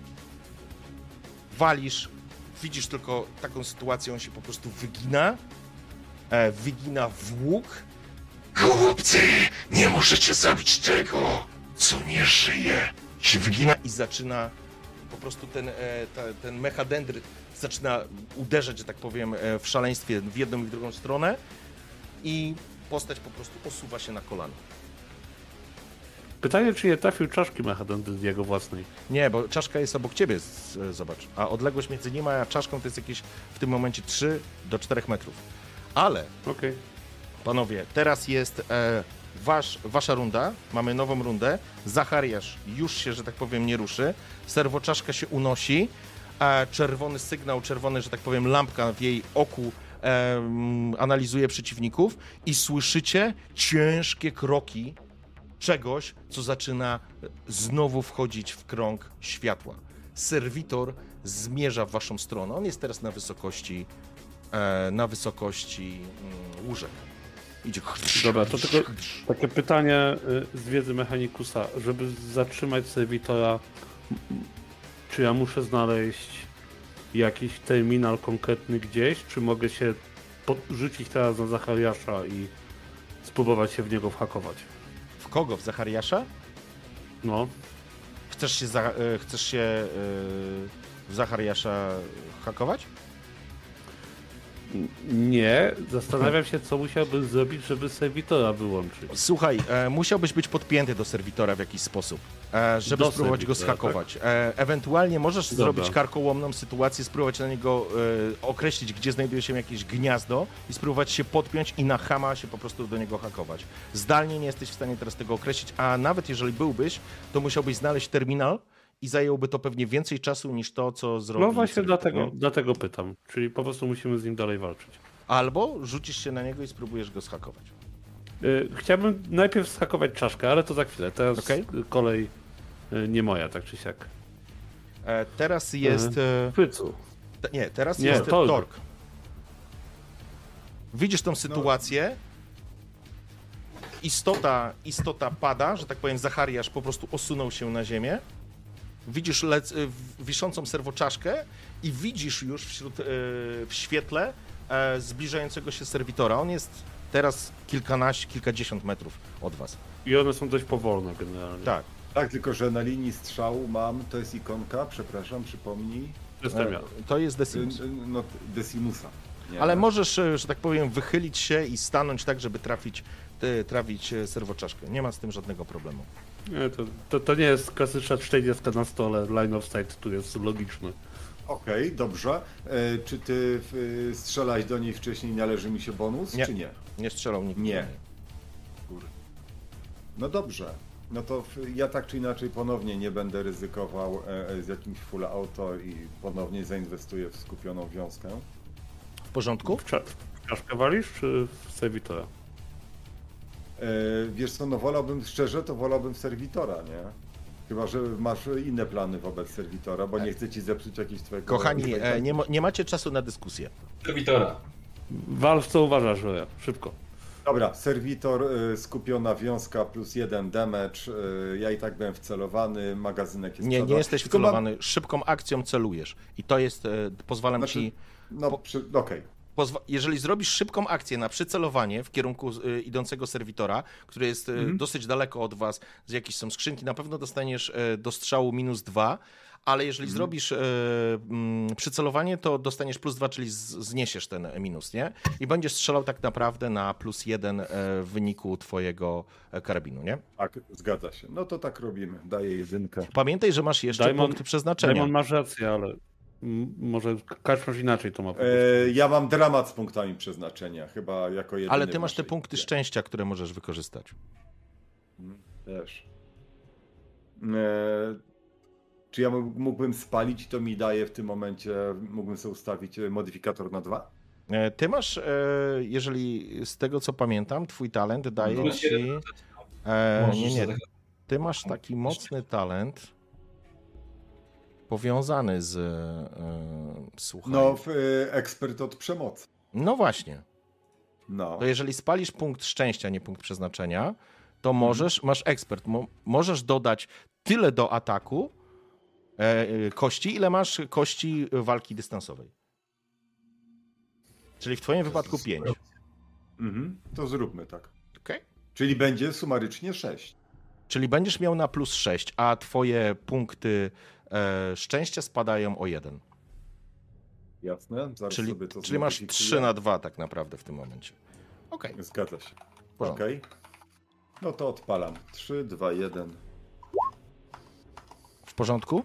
Speaker 1: walisz, widzisz tylko taką sytuację, on się po prostu wygina, e, wygina w łuk.
Speaker 6: Chłopcy, nie możecie zabić tego, co nie żyje.
Speaker 1: Się wygina i zaczyna po prostu ten, e, ta, ten mechadendryt zaczyna uderzać, że tak powiem, e, w szaleństwie w jedną i w drugą stronę i postać po prostu osuwa się na kolano.
Speaker 4: Pytanie, czy nie trafił czaszki mechadendrydiego własnej.
Speaker 1: Nie, bo czaszka jest obok ciebie, z, e, zobacz, a odległość między nim a czaszką to jest jakieś w tym momencie trzy do czterech metrów. Ale,
Speaker 4: Okej.
Speaker 1: panowie, teraz jest e, wasz, wasza runda, mamy nową rundę. Zachariasz już się, że tak powiem, nie ruszy. Serwoczaszka się unosi, a czerwony sygnał, czerwony, że tak powiem, lampka w jej oku e, analizuje przeciwników i słyszycie ciężkie kroki czegoś, co zaczyna znowu wchodzić w krąg światła. Serwitor zmierza w waszą stronę. On jest teraz na wysokości e, na wysokości mm, łóżek. Idzie.
Speaker 4: Dobra, to tylko takie pytanie y, z wiedzy mechanikusa. Żeby zatrzymać serwitora, m- czy ja muszę znaleźć jakiś terminal konkretny gdzieś, czy mogę się podrzucić teraz na Zachariasza i spróbować się w niego whakować?
Speaker 1: W kogo? W Zachariasza?
Speaker 4: No,
Speaker 1: Chcesz się, za, e, chcesz się e, w Zachariasza hakować?
Speaker 4: nie. Zastanawiam się, co musiałbym zrobić, żeby serwitora wyłączyć.
Speaker 1: Słuchaj, e, musiałbyś być podpięty do serwitora w jakiś sposób, e, żeby
Speaker 4: Do
Speaker 1: spróbować go
Speaker 4: serwitora,
Speaker 1: zhakować. E, ewentualnie możesz
Speaker 4: Dobra.
Speaker 1: zrobić karkołomną sytuację, spróbować na niego e, określić, gdzie znajduje się jakieś gniazdo i spróbować się podpiąć i na chama się po prostu do niego hakować. Zdalnie nie jesteś w stanie teraz tego określić, a nawet jeżeli byłbyś, to musiałbyś znaleźć terminal i zajęłoby to pewnie więcej czasu niż to, co zrobił.
Speaker 4: No właśnie
Speaker 1: serwitor,
Speaker 4: dlatego,
Speaker 1: nie?
Speaker 4: dlatego pytam. Czyli po prostu musimy z nim dalej walczyć.
Speaker 1: Albo rzucisz się na niego i spróbujesz go zhakować.
Speaker 4: Y, Chciałbym najpierw zhakować czaszkę, ale to za chwilę. Teraz
Speaker 1: Okej.
Speaker 4: y, kolej y, nie moja, tak czy siak.
Speaker 1: E, teraz jest... E,
Speaker 4: Pycu.
Speaker 1: te, nie, teraz
Speaker 4: Nie,
Speaker 1: jest
Speaker 4: Torg.
Speaker 1: Torg. Widzisz tą sytuację. Istota, istota pada, że tak powiem, Zachariasz po prostu osunął się na ziemię. Widzisz lec, y, w- wiszącą serwoczaszkę i widzisz już wśród, y, w świetle e, zbliżającego się serwitora. On jest teraz kilkanaście, kilkadziesiąt metrów od was.
Speaker 4: I one są dość powolne generalnie.
Speaker 1: Tak.
Speaker 3: Tak, tylko że na linii strzału mam, to jest ikonka, przepraszam, przypomnij.
Speaker 4: Jestem ja.
Speaker 1: To jest Decimus.
Speaker 3: Y, No, Decimusa. Nie,
Speaker 1: Ale
Speaker 3: no.
Speaker 1: możesz, e, że tak powiem, wychylić się i stanąć tak, żeby trafić, ty, trafić e, serwoczaszkę. Nie ma z tym żadnego problemu.
Speaker 4: Nie, to, to, to nie jest klasyczna czterdziestka na stole, line of sight tu jest logiczny.
Speaker 3: Okej, dobrze. E, czy ty y, strzelałeś do niej wcześniej, należy mi się bonus,
Speaker 1: Nie.
Speaker 3: czy nie?
Speaker 1: Nie strzelał nikt.
Speaker 3: Nie. Kur... No dobrze. No to w, ja tak czy inaczej ponownie nie będę ryzykował e, z jakimś full auto i ponownie zainwestuję w skupioną wiązkę.
Speaker 1: W porządku?
Speaker 4: W, cza- w czaszkę walisz, czy w serwitora?
Speaker 3: E, wiesz co, no wolałbym, szczerze, to wolałbym serwitora, nie? Chyba, że masz inne plany wobec serwitora, bo nie chcę ci zepsuć jakiejś twojego...
Speaker 1: Kochani, e, nie, mo- nie macie czasu na dyskusję.
Speaker 2: Serwitora.
Speaker 4: Wal w co uważasz, że ja. Szybko.
Speaker 3: Dobra, serwitor, y, skupiona wiązka plus jeden damage, y, ja i tak byłem wcelowany, magazynek jest
Speaker 1: Nie, nie
Speaker 3: przodem.
Speaker 1: jesteś
Speaker 3: Tylko mam-
Speaker 1: wcelowany. Szybką akcją celujesz. I to jest, e, pozwalam
Speaker 3: Znaczy,
Speaker 1: ci...
Speaker 3: no, przy, okej.
Speaker 1: Pozwa- jeżeli zrobisz szybką akcję na przycelowanie w kierunku y, idącego serwitora, który jest y,
Speaker 3: Mhm.
Speaker 1: dosyć daleko od was, z jakieś są skrzynki, na pewno dostaniesz y, do strzału minus dwa, ale jeżeli
Speaker 3: Mhm.
Speaker 1: zrobisz y, mm, przycelowanie, to dostaniesz plus dwa, czyli z- zniesiesz ten minus, nie? I będziesz strzelał tak naprawdę na plus jeden y, w wyniku twojego y, karabinu, nie?
Speaker 3: Tak, zgadza się. No to tak robimy, daję jedynkę.
Speaker 1: Pamiętaj, że masz jeszcze
Speaker 4: Diamond-
Speaker 1: punkty przeznaczenia.
Speaker 4: Diamond masz rację, ale m- może Kaczmarz inaczej to ma. po prostu.
Speaker 3: E, ja mam dramat z punktami przeznaczenia, chyba jako jedyny.
Speaker 1: Ale ty
Speaker 3: w
Speaker 1: masz te
Speaker 3: naszej
Speaker 1: punkty
Speaker 3: ekipie.
Speaker 1: szczęścia, które możesz wykorzystać.
Speaker 3: Mm, Też. E, czy ja mógł- mógłbym spalić, to mi daje w tym momencie, mógłbym sobie ustawić e, modyfikator na dwa?
Speaker 1: E, Ty masz, e, jeżeli z tego co pamiętam, twój talent daje
Speaker 2: Plus
Speaker 1: ci...
Speaker 2: jeden.
Speaker 1: E,
Speaker 2: Możesz
Speaker 1: nie, nie,
Speaker 2: sobie-
Speaker 1: ty masz taki mocny talent powiązany z... E, słuchaj...
Speaker 3: No, w, e, ekspert od przemocy.
Speaker 1: No właśnie.
Speaker 3: No.
Speaker 1: To jeżeli spalisz punkt szczęścia, nie punkt przeznaczenia, to możesz, masz ekspert, mo, możesz dodać tyle do ataku e, e, kości, ile masz kości walki dystansowej. Czyli w twoim wypadku pięć.
Speaker 3: Mhm, to zróbmy tak.
Speaker 1: Okay?
Speaker 3: Czyli będzie sumarycznie sześć.
Speaker 1: Czyli będziesz miał na plus sześć, a twoje punkty e, szczęścia spadają o jeden.
Speaker 3: Jasne? Zaraz
Speaker 1: Czyli,
Speaker 3: sobie to
Speaker 1: czyli masz
Speaker 3: zmodyfikuję.
Speaker 1: trzy na dwa tak naprawdę w tym momencie. Okej,
Speaker 3: Zgadza się.
Speaker 1: porządku.
Speaker 3: Okej. No to odpalam. trzy, dwa, jeden.
Speaker 1: W porządku?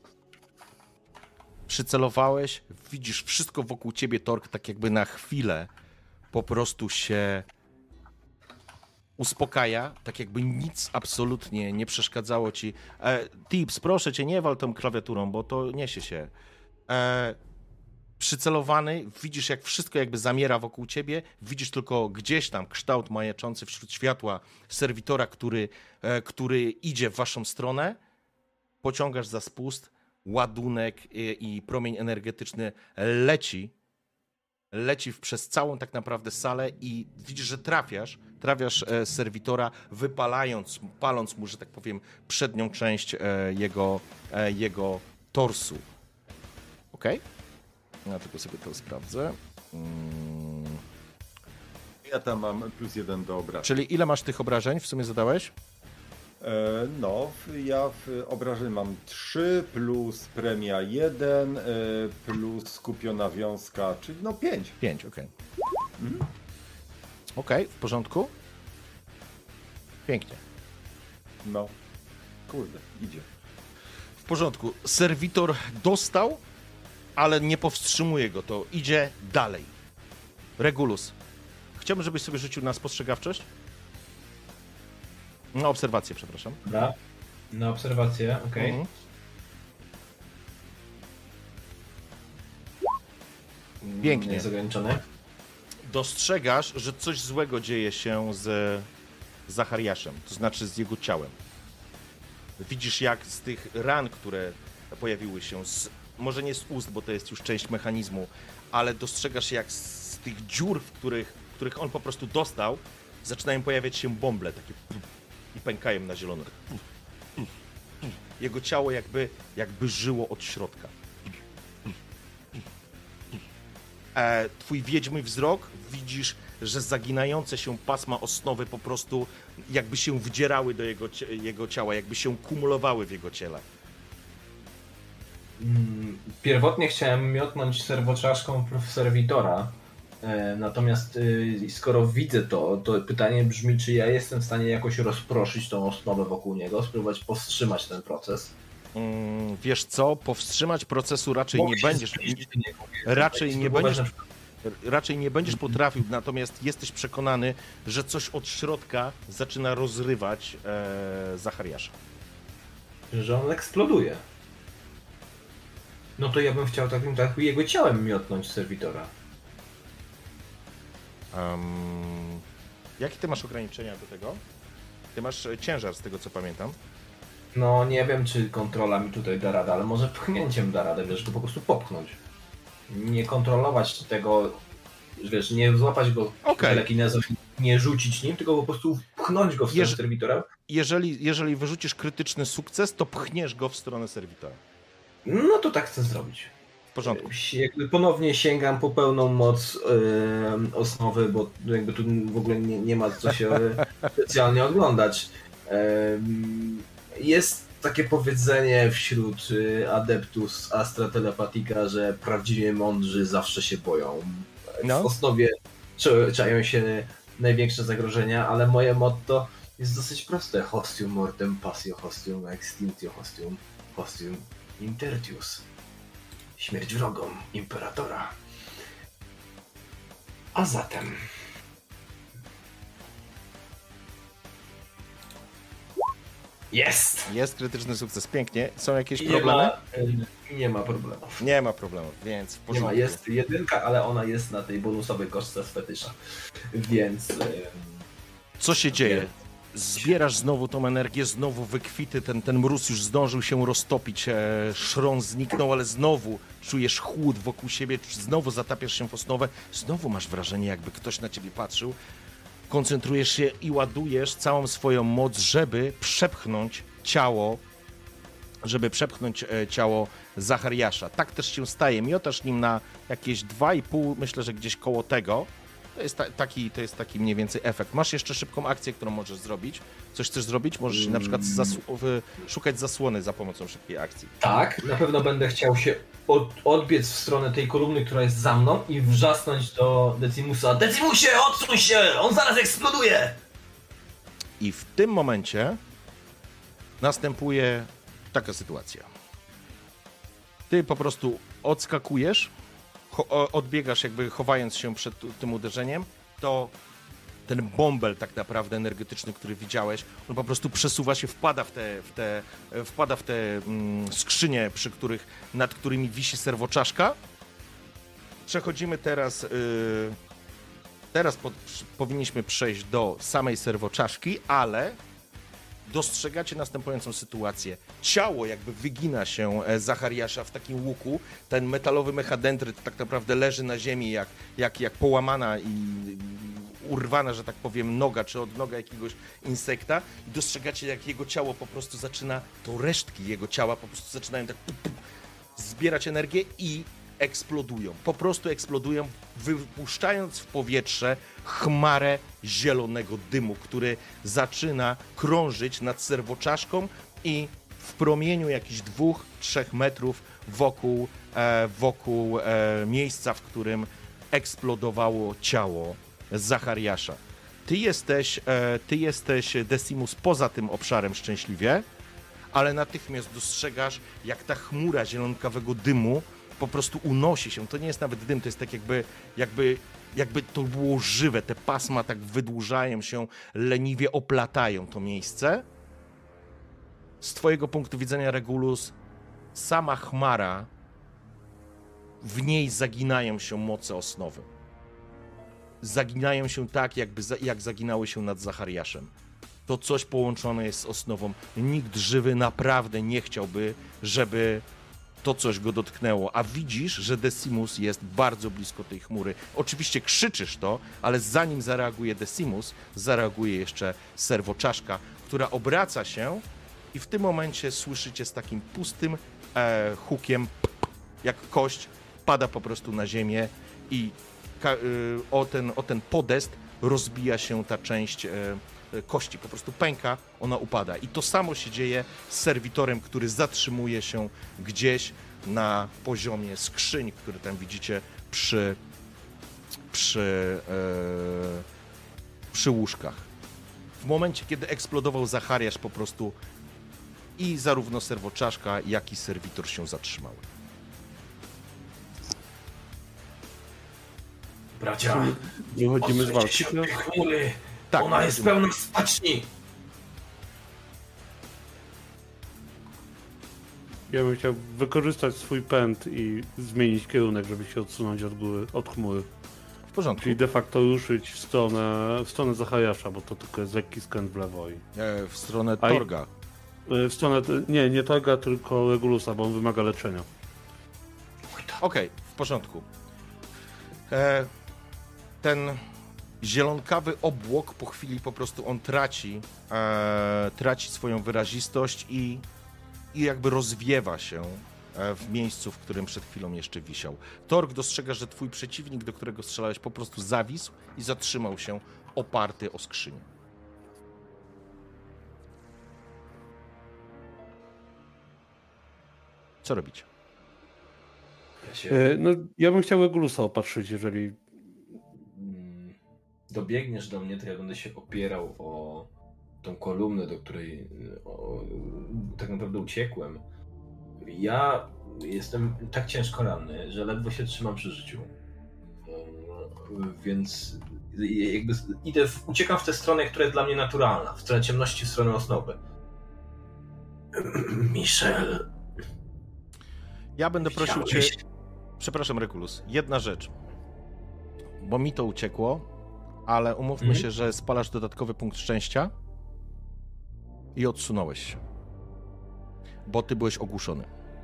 Speaker 1: Przycelowałeś, widzisz wszystko wokół ciebie, Tork, tak jakby na chwilę po prostu się uspokaja, tak jakby nic absolutnie nie przeszkadzało ci. E, tips, proszę cię, nie wal tą klawiaturą, bo to niesie się. E, przycelowany, widzisz jak wszystko jakby zamiera wokół ciebie, widzisz tylko gdzieś tam kształt majaczący wśród światła serwitora, który, e, który idzie w waszą stronę, pociągasz za spust, ładunek i, i promień energetyczny leci, leci przez całą tak naprawdę salę i widzisz, że trafiasz, trafiasz e, serwitora, wypalając, paląc mu, że tak powiem, przednią część e, jego, e, jego torsu. Okej? Ja tylko sobie to sprawdzę. Mm.
Speaker 3: Ja tam mam plus jeden do obrażeń.
Speaker 1: Czyli ile masz tych obrażeń w sumie zadałeś?
Speaker 3: E, no, w- ja w obrażeń mam trzy plus premia jeden e, plus skupiona wiązka, czyli no pięć.
Speaker 1: Pięć, okej. Okej, w porządku? Pięknie.
Speaker 3: No, kurde, idzie.
Speaker 1: W porządku. Serwitor dostał, ale nie powstrzymuje go. To idzie dalej. Regulus. Chciałbym, żebyś sobie rzucił na spostrzegawczość. Na obserwację, przepraszam.
Speaker 2: Dobra. Na obserwację, okej.
Speaker 1: Mhm. Pięknie.
Speaker 2: Nie jest ograniczony.
Speaker 1: Dostrzegasz, że coś złego dzieje się z Zachariaszem, to znaczy z jego ciałem. Widzisz, jak z tych ran, które pojawiły się, z, może nie z ust, bo to jest już część mechanizmu, ale dostrzegasz, jak z tych dziur, w których, których on po prostu dostał, zaczynają pojawiać się bąble, takie i pękają na zielono. Jego ciało jakby, jakby żyło od środka. E, twój wiedźmy wzrok, widzisz, że zaginające się pasma osnowy po prostu jakby się wdzierały do jego, cie- jego ciała, jakby się kumulowały w jego ciele.
Speaker 2: Mm, Pierwotnie chciałem miotnąć serwoczaszką w serwitora, natomiast skoro widzę to, to pytanie brzmi, czy ja jestem w stanie jakoś rozproszyć tą osnowę wokół niego, spróbować powstrzymać ten proces.
Speaker 1: Mm, wiesz co, powstrzymać procesu raczej nie będziesz. Raczej nie będziesz. Raczej nie będziesz potrafił, natomiast jesteś przekonany, że coś od środka zaczyna rozrywać e, Zachariasza.
Speaker 2: Że on eksploduje. No to ja bym chciał takim tak jego ciałem miotnąć serwitora.
Speaker 1: Um, jakie ty masz ograniczenia do tego? Ty masz ciężar, z tego co pamiętam.
Speaker 2: No nie wiem, czy kontrola mi tutaj da radę, ale może pchnięciem da radę, wiesz, go po prostu popchnąć. Nie kontrolować tego, wiesz, nie złapać go
Speaker 1: okay.
Speaker 2: telekinezą, nie rzucić nim, tylko po prostu pchnąć go w stronę
Speaker 1: Jeż-
Speaker 2: serwitora.
Speaker 1: Jeżeli, jeżeli wyrzucisz krytyczny sukces, to pchniesz go w stronę serwitora.
Speaker 2: No to tak chcę zrobić.
Speaker 1: W porządku.
Speaker 2: Jakby ponownie sięgam po pełną moc yy, osnowy, bo jakby tu w ogóle nie, nie ma co się specjalnie oglądać. Yy, jest takie powiedzenie wśród adeptus Astra Telepatica, że prawdziwie mądrzy zawsze się boją.
Speaker 1: No.
Speaker 2: W osnowie czają się największe zagrożenia, ale moje motto jest dosyć proste. Hostium mortem, passio hostium, extinctio hostium, hostium intertius. Śmierć wrogom imperatora. A zatem... Jest!
Speaker 1: Jest krytyczny sukces, pięknie. Są jakieś
Speaker 2: I
Speaker 1: problemy?
Speaker 2: Nie ma, nie ma problemów.
Speaker 1: Nie ma problemów, więc w
Speaker 2: Nie
Speaker 1: porządku.
Speaker 2: ma, jest jedynka, ale ona jest na tej bonusowej kostce z fetysza. Więc... Ym...
Speaker 1: Co się dzieje? Zbierasz znowu tą energię, znowu wykwity, ten, ten mróz już zdążył się roztopić, e, szron zniknął, ale znowu czujesz chłód wokół siebie, znowu zatapiasz się w osnowę, znowu masz wrażenie, jakby ktoś na ciebie patrzył. Koncentrujesz się i ładujesz całą swoją moc, żeby przepchnąć ciało, żeby przepchnąć e, ciało Zachariasza. Tak też się staje, miotasz nim na jakieś dwa i pół, myślę, że gdzieś koło tego. To jest, ta, taki, to jest taki mniej więcej efekt. Masz jeszcze szybką akcję, którą możesz zrobić. Coś chcesz zrobić? Możesz na przykład zasł- szukać zasłony za pomocą szybkiej akcji.
Speaker 2: Tak, na pewno będę chciał się od, odbiec w stronę tej kolumny, która jest za mną i wrzasnąć do Decimusa. Decimusie, odsuń się! On zaraz eksploduje!
Speaker 1: I w tym momencie następuje taka sytuacja. Ty po prostu odskakujesz, odbiegasz jakby chowając się przed tym uderzeniem, to ten bąbel tak naprawdę energetyczny, który widziałeś, on po prostu przesuwa się, wpada w te, w te, wpada w te mm, skrzynie, przy których, nad którymi wisi serwoczaszka. Przechodzimy teraz, yy, teraz pod, powinniśmy przejść do samej serwoczaszki, ale dostrzegacie następującą sytuację. Ciało jakby wygina się Zachariasza w takim łuku. Ten metalowy mechadendryt tak naprawdę leży na ziemi jak, jak, jak połamana i urwana, że tak powiem, noga, czy odnoga jakiegoś insekta. I dostrzegacie, jak jego ciało po prostu zaczyna, to resztki jego ciała po prostu zaczynają tak pup, pup, zbierać energię i eksplodują. Po prostu eksplodują, wypuszczając w powietrze chmarę zielonego dymu, który zaczyna krążyć nad serwoczaszką i w promieniu jakichś dwóch, trzech metrów wokół, e, wokół e, miejsca, w którym eksplodowało ciało Zachariasza. Ty jesteś, e, ty jesteś, Decimus, poza tym obszarem szczęśliwie, ale natychmiast dostrzegasz, jak ta chmura zielonkawego dymu po prostu unosi się. To nie jest nawet dym, to jest tak jakby, jakby, jakby to było żywe. Te pasma tak wydłużają się, leniwie oplatają to miejsce. Z twojego punktu widzenia, Regulus, sama chmara, w niej zaginają się moce osnowy. Zaginają się tak, jakby, jak zaginały się nad Zachariaszem. To coś połączone jest z osnową. Nikt żywy naprawdę nie chciałby, żeby to coś go dotknęło, a widzisz, że Decimus jest bardzo blisko tej chmury. Oczywiście krzyczysz to, ale zanim zareaguje Decimus, zareaguje jeszcze serwoczaszka, która obraca się i w tym momencie słyszycie z takim pustym e, hukiem, jak kość pada po prostu na ziemię i ka, y, o, ten, o ten podest rozbija się ta część e, kości, po prostu pęka, ona upada. I to samo się dzieje z serwitorem, który zatrzymuje się gdzieś na poziomie skrzyń, które tam widzicie przy, przy, e, przy łóżkach. W momencie, kiedy eksplodował Zachariasz, po prostu i zarówno serwoczaszka, jak i serwitor się zatrzymały.
Speaker 5: Bracia,
Speaker 4: wychodzimy z walki.
Speaker 5: się od tej chmury.
Speaker 1: Tak,
Speaker 5: Ona jest pełna spaczni.
Speaker 4: Ja bym chciał wykorzystać swój pęd i zmienić kierunek, żeby się odsunąć od góry, od chmury.
Speaker 1: W porządku.
Speaker 4: Czyli de facto ruszyć w stronę, w stronę Zachariasza, bo to tylko jest lekki skręt w lewo. I...
Speaker 1: E, w stronę
Speaker 4: A i-
Speaker 1: Torga.
Speaker 4: W stronę, nie, nie Torga, tylko Regulusa, bo on wymaga leczenia.
Speaker 1: Okej, w porządku. E, ten zielonkawy obłok po chwili po prostu on traci, e, traci swoją wyrazistość i, i jakby rozwiewa się e, w miejscu, w którym przed chwilą jeszcze wisiał. Torg dostrzega, że twój przeciwnik, do którego strzelałeś, po prostu zawisł i zatrzymał się oparty o skrzynię. Co robicie?
Speaker 2: Ja się
Speaker 4: E, No, ja bym chciał Regulusa opatrzyć, jeżeli...
Speaker 2: mm, dobiegniesz do mnie, to ja będę się opierał o tą kolumnę, do której y, o, tak naprawdę uciekłem. Ja jestem tak ciężko ranny, że ledwo się trzymam przy życiu. Y, Więc jakby idę, w, uciekam w tę stronę, która jest dla mnie naturalna, w stronę ciemności, w stronę osnowy.
Speaker 5: Michel,
Speaker 1: Ja będę prosił cię...
Speaker 5: widziałeś?
Speaker 1: Przepraszam, Rekulus, jedna rzecz. Bo mi to uciekło, ale umówmy
Speaker 2: Mhm.
Speaker 1: się, że spalasz dodatkowy punkt szczęścia i odsunąłeś się. Bo ty byłeś ogłuszony.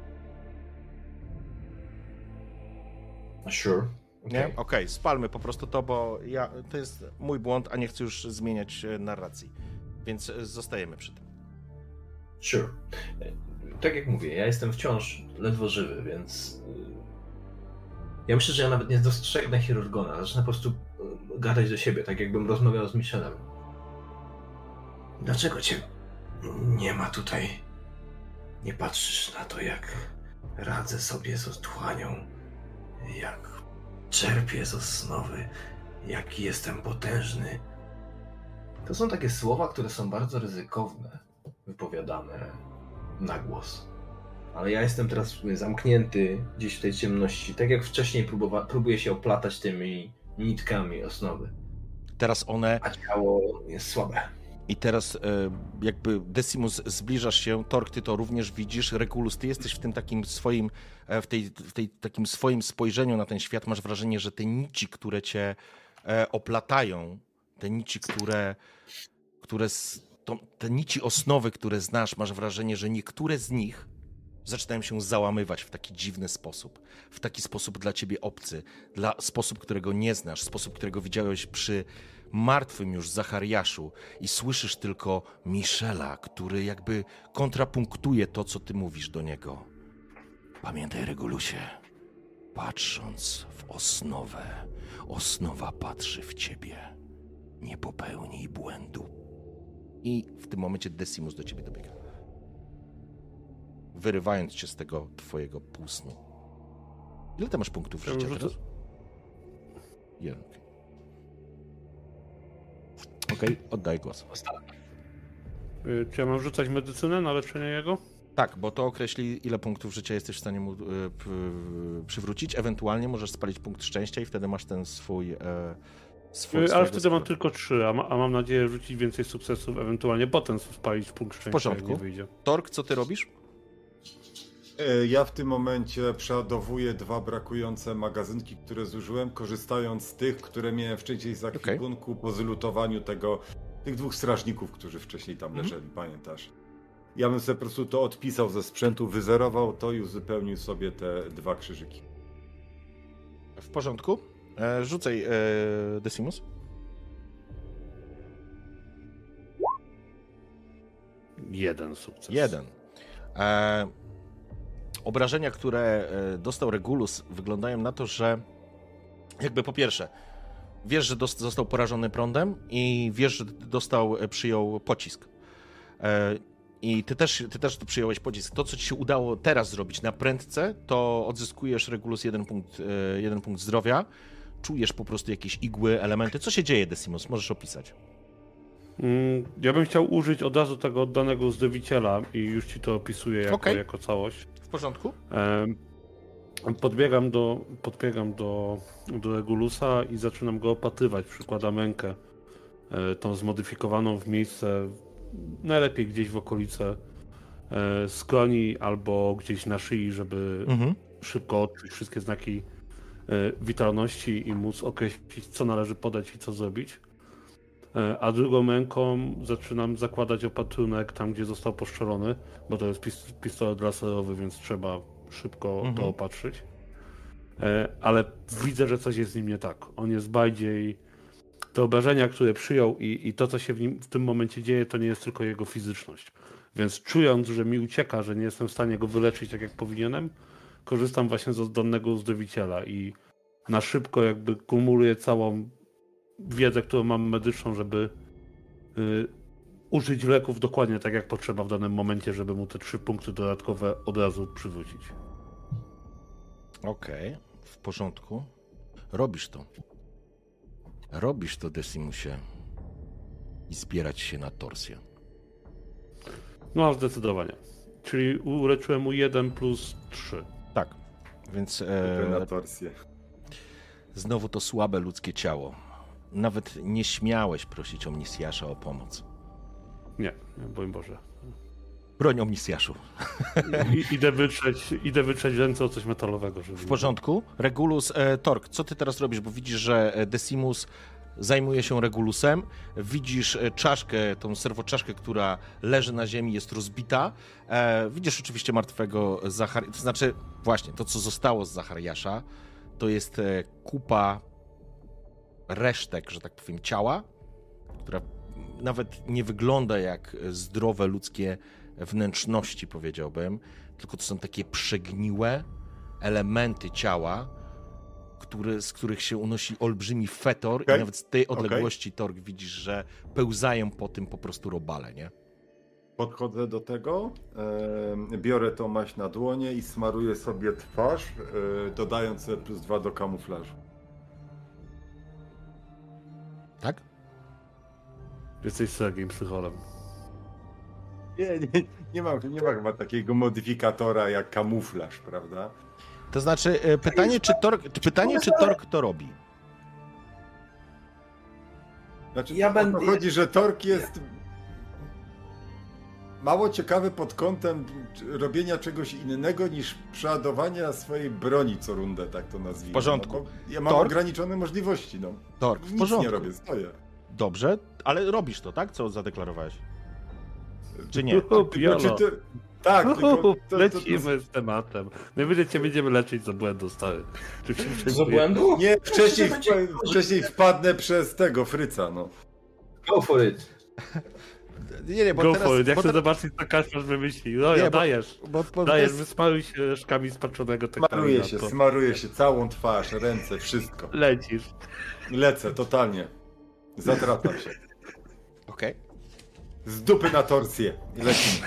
Speaker 2: Sure.
Speaker 1: Nie?
Speaker 2: Okay.
Speaker 1: Okej, spalmy po prostu to, bo ja, to jest mój błąd, a nie chcę już zmieniać e, narracji. Więc e, zostajemy przy tym.
Speaker 2: Sure. Tak jak mówię, ja jestem wciąż ledwo żywy, więc y, ja myślę, że ja nawet nie dostrzegnę chirurgona. Zacznę po prostu y, gadać do siebie, tak jakbym rozmawiał z Michelem.
Speaker 5: Dlaczego cię nie ma tutaj? Nie patrzysz na to, jak radzę sobie z otchłanią, jak czerpię z osnowy, jaki jestem potężny.
Speaker 2: To są takie słowa, które są bardzo ryzykowne, wypowiadane na głos. Ale ja jestem teraz zamknięty gdzieś w tej ciemności, tak jak wcześniej próbowa- próbuję się oplatać tymi nitkami osnowy,
Speaker 1: Teraz one
Speaker 2: a ciało jest słabe.
Speaker 1: i teraz e, jakby Decimus zbliżasz się, Torg, ty to również widzisz, Regulus, ty jesteś w tym takim swoim, e, w tej, w tej takim swoim spojrzeniu na ten świat, masz wrażenie, że te nici, które cię e, oplatają, te nici, które, które s- to, te nici osnowy, które znasz, masz wrażenie, że niektóre z nich zaczynają się załamywać w taki dziwny sposób, w taki sposób dla ciebie obcy, dla sposób, którego nie znasz, sposób, którego widziałeś przy martwym już Zachariaszu i słyszysz tylko Michela, który jakby kontrapunktuje to, co ty mówisz do niego. Pamiętaj, Regulusie, patrząc w osnowę, osnowa patrzy w ciebie. Nie popełnij błędu. I w tym momencie Decimus do ciebie dobiega, wyrywając cię z tego twojego półsnu. Ile ty masz punktów
Speaker 4: Ja
Speaker 1: życia
Speaker 4: rzucę-
Speaker 1: teraz? Jeden. Okej, oddaję głos.
Speaker 4: Y, Czy ja mam rzucać medycynę na leczenie jego?
Speaker 1: Tak, bo to określi, ile punktów życia jesteś w stanie mu y, p, przywrócić. Ewentualnie możesz spalić punkt szczęścia i wtedy masz ten swój... E, swój
Speaker 4: Y, Ale
Speaker 1: swojego
Speaker 4: wtedy mam
Speaker 1: skilla.
Speaker 4: tylko trzy, a, ma, a mam nadzieję rzucić więcej sukcesów, ewentualnie potem spalić punkt szczęścia,
Speaker 1: porządku.
Speaker 4: jak nie wyjdzie.
Speaker 1: Torg, co ty robisz?
Speaker 3: E, Ja w tym momencie przeładowuję dwa brakujące magazynki, które zużyłem, korzystając z tych, które miałem wcześniej z ekwipunku po zlutowaniu tego, tych dwóch strażników, którzy wcześniej tam
Speaker 1: Mhm.
Speaker 3: leżeli, pamiętasz? Ja bym sobie po prostu to odpisał ze sprzętu, wyzerował to i uzupełnił sobie te dwa krzyżyki.
Speaker 1: W porządku. E, rzucaj, e, Decimus.
Speaker 4: Jeden sukces.
Speaker 1: Jeden. E, obrażenia, które e, dostał Regulus, wyglądają na to, że jakby po pierwsze, wiesz, że dost, został porażony prądem i wiesz, że dostał, e, przyjął pocisk. E, I ty też, ty też to przyjąłeś pocisk. To, co ci się udało teraz zrobić na prędce, to odzyskujesz Regulus jeden punkt, e, jeden punkt zdrowia. Czujesz po prostu jakieś igły, elementy. Co się dzieje, Decimus? Możesz opisać.
Speaker 4: Mm, Ja bym chciał użyć od razu tego oddanego uzdrowiciela i już ci to opisuję jako,
Speaker 1: Okej.
Speaker 4: jako całość.
Speaker 1: W porządku?
Speaker 4: Em, Podbiegam do, podbiegam do, do Regulusa i zaczynam go opatrywać. Przykładam rękę, e, tą zmodyfikowaną w miejsce, najlepiej gdzieś w okolice e, skroni albo gdzieś na szyi, żeby
Speaker 1: Mhm.
Speaker 4: szybko odczuć wszystkie znaki e, witalności i móc określić, co należy podać i co zrobić. E, A drugą ręką zaczynam zakładać opatrunek tam, gdzie został poszczelony, bo to jest pis- pistolet laserowy, więc trzeba szybko
Speaker 1: Mhm.
Speaker 4: to opatrzyć. E, Ale widzę, że coś jest z nim nie tak. On jest bardziej... Te obrażenia, które przyjął i, i to, co się w nim w tym momencie dzieje, to nie jest tylko jego fizyczność. Więc czując, że mi ucieka, że nie jestem w stanie go wyleczyć tak, jak powinienem, korzystam właśnie z oddolnego uzdrowiciela i na szybko jakby kumuluję całą wiedzę, którą mam medyczną, żeby y, użyć leków dokładnie tak, jak potrzeba w danym momencie, żeby mu te trzy punkty dodatkowe od razu przywrócić.
Speaker 1: Okej, w porządku. Robisz to. Robisz to, Decimusie. I zbierać się na torsję.
Speaker 4: No, zdecydowanie. Czyli uleczyłem mu jeden plus trzy.
Speaker 1: Tak, więc
Speaker 3: Tylko na
Speaker 1: e,
Speaker 3: torsję.
Speaker 1: znowu to słabe ludzkie ciało. Nawet nie śmiałeś prosić Omnisjasza o pomoc.
Speaker 4: Nie, nie, broń Boże.
Speaker 1: Broń Omnisjaszu.
Speaker 4: I, idę, wytrzeć, idę wytrzeć ręce o coś metalowego. Żeby
Speaker 1: W porządku. Regulus, e, Tork, co ty teraz robisz? Bo widzisz, że e, Decimus zajmuje się Regulusem. Widzisz e, czaszkę, tą serwoczaszkę, która leży na ziemi, jest rozbita. E, widzisz oczywiście martwego Zachariasza. To znaczy, właśnie, to co zostało z Zachariasza, to jest e, kupa resztek, że tak powiem, ciała, która nawet nie wygląda jak zdrowe ludzkie wnętrzności, powiedziałbym, tylko to są takie przegniłe elementy ciała, które, z których się unosi olbrzymi fetor
Speaker 3: Okay.
Speaker 1: i nawet z tej
Speaker 3: Okay.
Speaker 1: odległości, Torg, widzisz, że pełzają po tym po prostu robale, nie?
Speaker 3: Podchodzę do tego, e, biorę tą maść na dłonie i smaruję sobie twarz, e, dodając sobie plus dwa do kamuflażu.
Speaker 1: Tak?
Speaker 4: Jesteś Sergiem Psycholem.
Speaker 3: Nie, nie, nie, mam, nie ma chyba takiego modyfikatora jak kamuflaż, prawda?
Speaker 1: To znaczy, e, pytanie, czy Torg, pytanie, czy Torg to robi?
Speaker 3: Znaczy,
Speaker 5: Ja
Speaker 3: o
Speaker 5: będę-
Speaker 3: to chodzi, że Tork jest mało ciekawy pod kątem robienia czegoś innego niż przeładowania swojej broni co rundę, tak to nazwijmy.
Speaker 1: W porządku.
Speaker 3: No, bo ja mam
Speaker 1: Tork?
Speaker 3: ograniczone możliwości, no.
Speaker 1: Torg, w
Speaker 3: Nic
Speaker 1: porządku.
Speaker 3: nie robię, stoję.
Speaker 1: Dobrze, ale robisz to, tak? Co zadeklarowałeś? Czy nie?
Speaker 4: Uhu,
Speaker 3: Tylko, czy
Speaker 4: Jolo.
Speaker 3: ty... Tak, tylko...
Speaker 4: Uhu,
Speaker 3: To, to, to,
Speaker 4: Lecimy z tematem. Najwyżej cię będziemy leczyć za błędu, stary. Czy się
Speaker 5: Z
Speaker 4: przejmuje?
Speaker 5: obłędu?
Speaker 3: nie, wcześniej,
Speaker 5: Będzie-
Speaker 3: wpa- wcześniej wpadnę przez tego, Fryca, no.
Speaker 5: Go for it.
Speaker 1: Nie, nie, bo
Speaker 4: Go
Speaker 1: teraz...
Speaker 4: for it, jak
Speaker 1: bo
Speaker 4: chcę
Speaker 1: teraz-
Speaker 4: zobaczyć, co Kaśmarz wymyśli. No ja
Speaker 1: Nie, bo-
Speaker 4: dajesz.
Speaker 1: bo, bo
Speaker 4: Dajesz,
Speaker 1: to jest-
Speaker 4: wysmaruj się resztkami spaczonego
Speaker 3: Smaruję
Speaker 4: tektaru.
Speaker 3: się, smaruję się, całą twarz, ręce, wszystko.
Speaker 4: Lecisz.
Speaker 3: Lecę, totalnie. Zatratam się.
Speaker 1: Okej.
Speaker 3: Z dupy na torsję. I lecimy.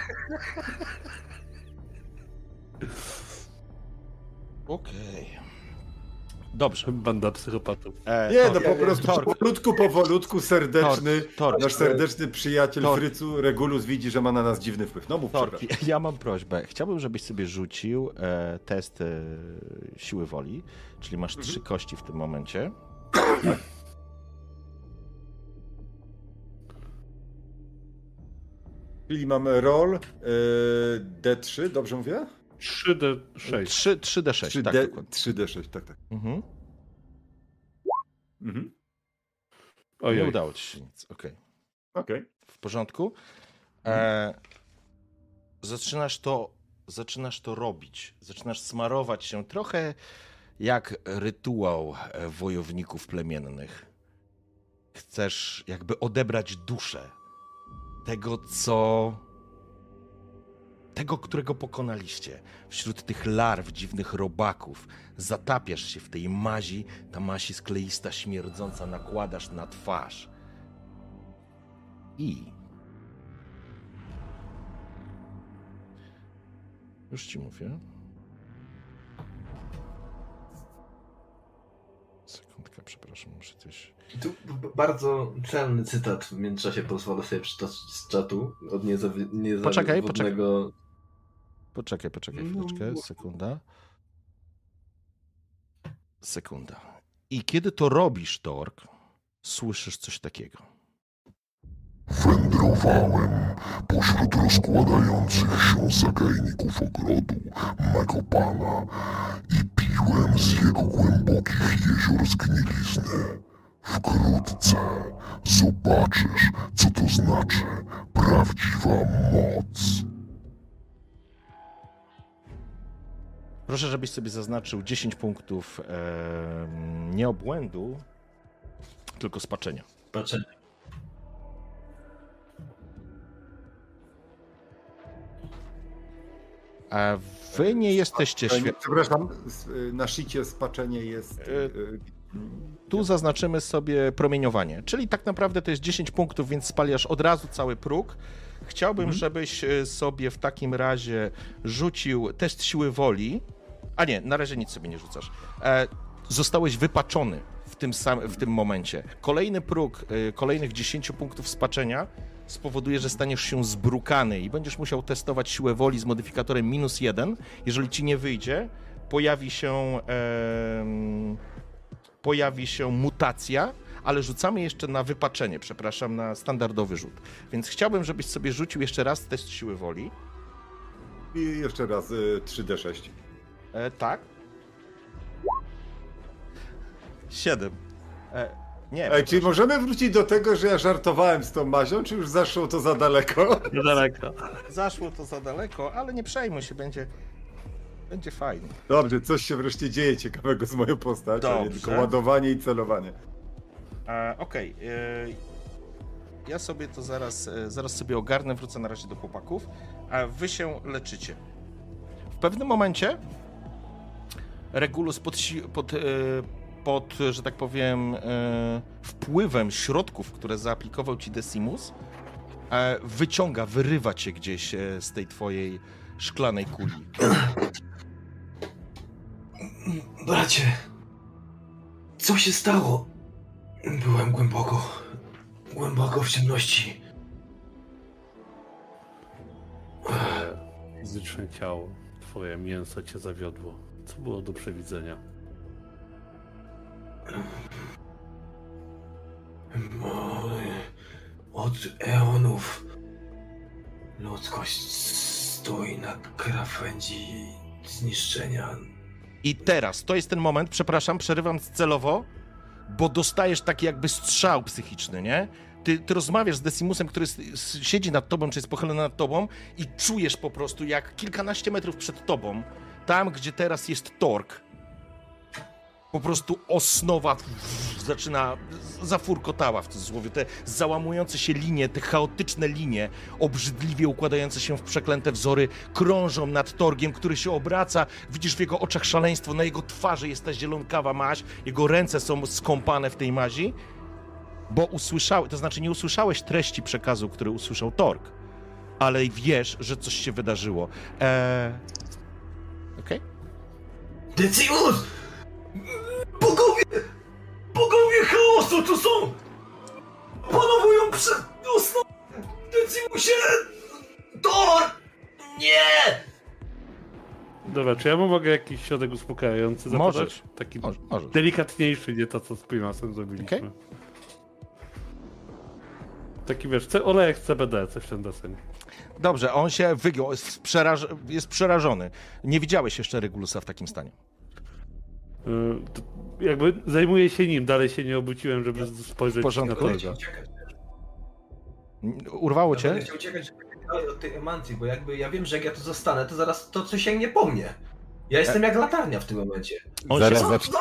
Speaker 1: Okej. Dobrze.
Speaker 4: Banda psychopatów.
Speaker 1: E,
Speaker 3: Nie,
Speaker 1: Torg,
Speaker 3: no po prostu
Speaker 1: Torg,
Speaker 3: powolutku, powolutku, serdeczny,
Speaker 1: Torg, Torg.
Speaker 3: nasz serdeczny przyjaciel
Speaker 1: Torg.
Speaker 3: Frycu, Regulus widzi, że ma na nas dziwny wpływ. No mów,
Speaker 1: Torki,
Speaker 3: przepraszam.
Speaker 1: ja mam prośbę. Chciałbym, żebyś sobie rzucił e, test e, siły woli, czyli masz trzy kości w tym momencie.
Speaker 3: Czyli mamy roll y, D trzy, dobrze mówię?
Speaker 4: trzy D sześć.
Speaker 1: trzy, trzy D sześć, tak, dokładnie.
Speaker 3: trzy D sześć, tak, tak.
Speaker 1: Mhm.
Speaker 3: Mhm.
Speaker 1: Nie
Speaker 4: Ojej.
Speaker 1: udało ci się nic, okej.
Speaker 3: Okej.
Speaker 1: W porządku. E, zaczynasz to, zaczynasz to robić. Zaczynasz smarować się trochę jak rytuał e, wojowników plemiennych. Chcesz jakby odebrać duszę tego, co... tego, którego pokonaliście. Wśród tych larw, dziwnych robaków. Zatapiasz się w tej mazi. Ta maź jest kleista, śmierdząca. Nakładasz na twarz. I Już ci mówię. Sekundkę, przepraszam, muszę coś...
Speaker 5: Tu b- bardzo celny cytat w międzyczasie pozwolę sobie przytoczyć z czatu od niezawi- niezawodnego...
Speaker 1: Poczekaj, poczekaj. Poczekaj, poczekaj chwileczkę, sekunda. Sekunda. I kiedy to robisz, Tork, słyszysz coś takiego.
Speaker 6: Wędrowałem pośród rozkładających się zagajników ogrodu mego pana i piłem z jego głębokich jezior zgniliznę. Wkrótce zobaczysz, co to znaczy prawdziwa moc.
Speaker 1: Proszę, żebyś sobie zaznaczył dziesięć punktów e, nie obłędu, tylko spaczenia.
Speaker 2: Patrzenie.
Speaker 1: A wy nie jesteście świetni.
Speaker 3: Przepraszam, na szycie spaczenie jest...
Speaker 1: Tu zaznaczymy sobie promieniowanie, czyli tak naprawdę to jest dziesięć punktów, więc spaliasz od razu cały próg. Chciałbym, mhm. żebyś sobie w takim razie rzucił test siły woli. A nie, na razie nic sobie nie rzucasz. E, zostałeś wypaczony w tym, sam, w tym momencie. Kolejny próg e, kolejnych dziesięć punktów spaczenia spowoduje, że staniesz się zbrukany i będziesz musiał testować siłę woli z modyfikatorem minus jeden. Jeżeli ci nie wyjdzie, pojawi się, e, pojawi się mutacja, ale rzucamy jeszcze na wypaczenie, przepraszam, na standardowy rzut. Więc chciałbym, żebyś sobie rzucił jeszcze raz test siły woli.
Speaker 3: I jeszcze raz y, trzy D sześć.
Speaker 1: E, tak. Siedem. E, nie.
Speaker 3: Ej, czyli możemy wrócić do tego, że ja żartowałem z tą mazią, czy już zaszło to za daleko?
Speaker 4: Za daleko.
Speaker 1: Zaszło to za daleko, ale nie przejmuj się, będzie, będzie fajnie.
Speaker 3: Dobrze, coś się wreszcie dzieje ciekawego z moją postacią,
Speaker 1: Dobrze.
Speaker 3: nie tylko ładowanie i celowanie.
Speaker 1: E, Okej. Okay. Ja sobie to zaraz, zaraz sobie ogarnę, wrócę na razie do chłopaków, a wy się leczycie. W pewnym momencie Regulus pod, pod, pod, że tak powiem, wpływem środków, które zaaplikował ci Decimus, wyciąga, wyrywa cię gdzieś z tej twojej szklanej kuli.
Speaker 5: Bracie, co się stało? Byłem głęboko, głęboko w ciemności.
Speaker 4: Fizyczne ciało, twoje mięso cię zawiodło. Co było do przewidzenia?
Speaker 5: Od eonów ludzkość stoi na krawędzi zniszczenia.
Speaker 1: I teraz, to jest ten moment, przepraszam, przerywam celowo, bo dostajesz taki jakby strzał psychiczny, nie? Ty, ty rozmawiasz z Decimusem, który siedzi nad tobą, czy jest pochylony nad tobą i czujesz po prostu, jak kilkanaście metrów przed tobą, tam, gdzie teraz jest Tork, po prostu osnowa zaczyna, zafurkotała w cudzysłowie, te załamujące się linie, te chaotyczne linie, obrzydliwie układające się w przeklęte wzory, krążą nad Torgiem, który się obraca, widzisz w jego oczach szaleństwo, na jego twarzy jest ta zielonkawa maź, jego ręce są skąpane w tej mazi, bo usłyszałeś, to znaczy nie usłyszałeś treści przekazu, który usłyszał Torg, ale wiesz, że coś się wydarzyło. Eee... Okej? Okay?
Speaker 5: Decimus! Bogowie! Bogowie chaosu tu są! Panowują przed osną! Decimusie! Tor! Nie!
Speaker 4: Dobra, czy ja mu mogę jakiś środek uspokajający zapadać?
Speaker 1: Możesz.
Speaker 4: Taki
Speaker 1: Możesz.
Speaker 4: delikatniejszy, nie to, co z Primasem zrobiliśmy.
Speaker 1: Okay.
Speaker 4: Taki, wiesz, olejek C B D, coś w ten deseń.
Speaker 1: Dobrze, on się wygiął, jest, przeraż... jest przerażony. Nie widziałeś jeszcze Regulusa w takim stanie.
Speaker 4: Yy, to jakby zajmuję się nim, dalej się nie obróciłem, żeby spojrzeć na to.
Speaker 1: Urwało cię?
Speaker 2: Ja będę chciał uciekać, żeby dalej od tej emancji, bo jakby ja wiem, że jak ja tu zostanę, to zaraz to coś sięgnie po mnie. Ja jestem jak latarnia w tym momencie.
Speaker 1: On
Speaker 3: Zaraz
Speaker 1: się...
Speaker 3: zacznie.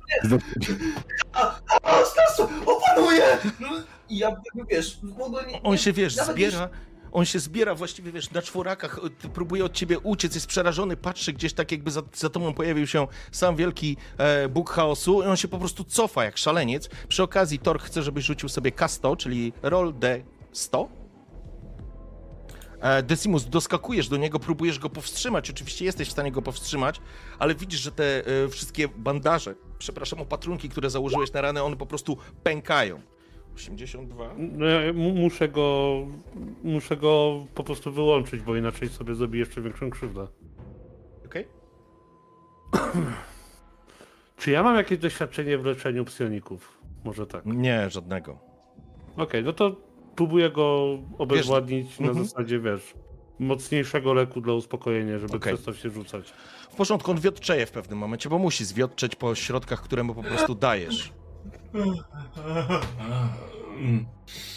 Speaker 2: A, a, Stasu, opanuje! I ja, wiesz, w ogóle nie...
Speaker 1: On się, wiesz,
Speaker 2: nawet
Speaker 1: zbiera... On się zbiera właściwie, wiesz, na czworakach, próbuje od ciebie uciec, jest przerażony, patrzy gdzieś tak, jakby za, za tobą pojawił się sam wielki e, Bóg chaosu i on się po prostu cofa jak szaleniec. Przy okazji Torg chce, żebyś rzucił sobie K sto, czyli roll D sto. E, Decimus, doskakujesz do niego, próbujesz go powstrzymać. Oczywiście jesteś w stanie go powstrzymać, ale widzisz, że te e, wszystkie bandaże, przepraszam, opatrunki, które założyłeś na ranę, one po prostu pękają. osiemdziesiąt dwa.
Speaker 4: No, ja mu- muszę go, muszę go po prostu wyłączyć, bo inaczej sobie zrobię jeszcze większą krzywdę.
Speaker 1: Okej.
Speaker 4: Czy ja mam jakieś doświadczenie w leczeniu psioników? Może tak. Okej,
Speaker 1: Nie, żadnego.
Speaker 4: no to próbuję go obezwładnić na
Speaker 1: Mhm.
Speaker 4: zasadzie, wiesz, mocniejszego leku dla uspokojenia, żeby
Speaker 1: Okej.
Speaker 4: przestał się rzucać.
Speaker 1: W porządku, on wiotczeje w pewnym momencie, bo musi zwiotczeć po środkach, które mu po prostu dajesz.
Speaker 2: Mm.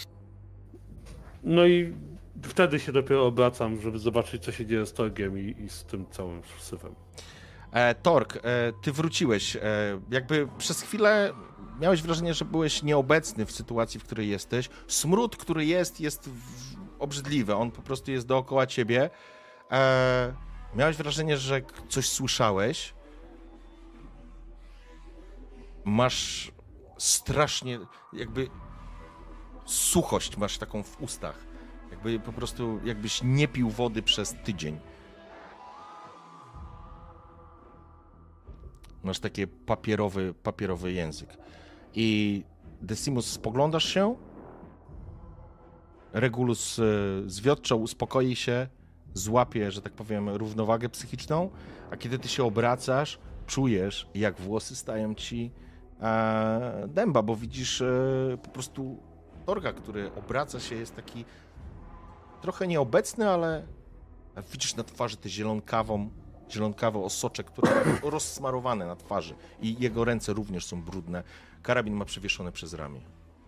Speaker 4: No i wtedy się dopiero obracam, żeby zobaczyć, co się dzieje z Torgiem i, i z tym całym syfem.
Speaker 1: E, Torg, e, ty wróciłeś. E, jakby przez chwilę miałeś wrażenie, że byłeś nieobecny w sytuacji, w której jesteś. Smród, który jest, jest w... obrzydliwy. On po prostu jest dookoła ciebie. E, miałeś wrażenie, że coś słyszałeś. Masz strasznie, jakby suchość masz taką w ustach. Jakby po prostu, jakbyś nie pił wody przez tydzień. Masz taki papierowy, papierowy język. I Decimus, spoglądasz się. Regulus y, zwiotczo uspokoi się, złapie, że tak powiem, równowagę psychiczną, a kiedy ty się obracasz, czujesz, jak włosy stają ci e, dęba, bo widzisz e, po prostu Torga, który obraca się, jest taki trochę nieobecny, ale widzisz na twarzy tę zielonkawą, zielonkawy osoczek, który rozsmarowany na twarzy i jego ręce również są brudne. Karabin ma przewieszony przez ramię.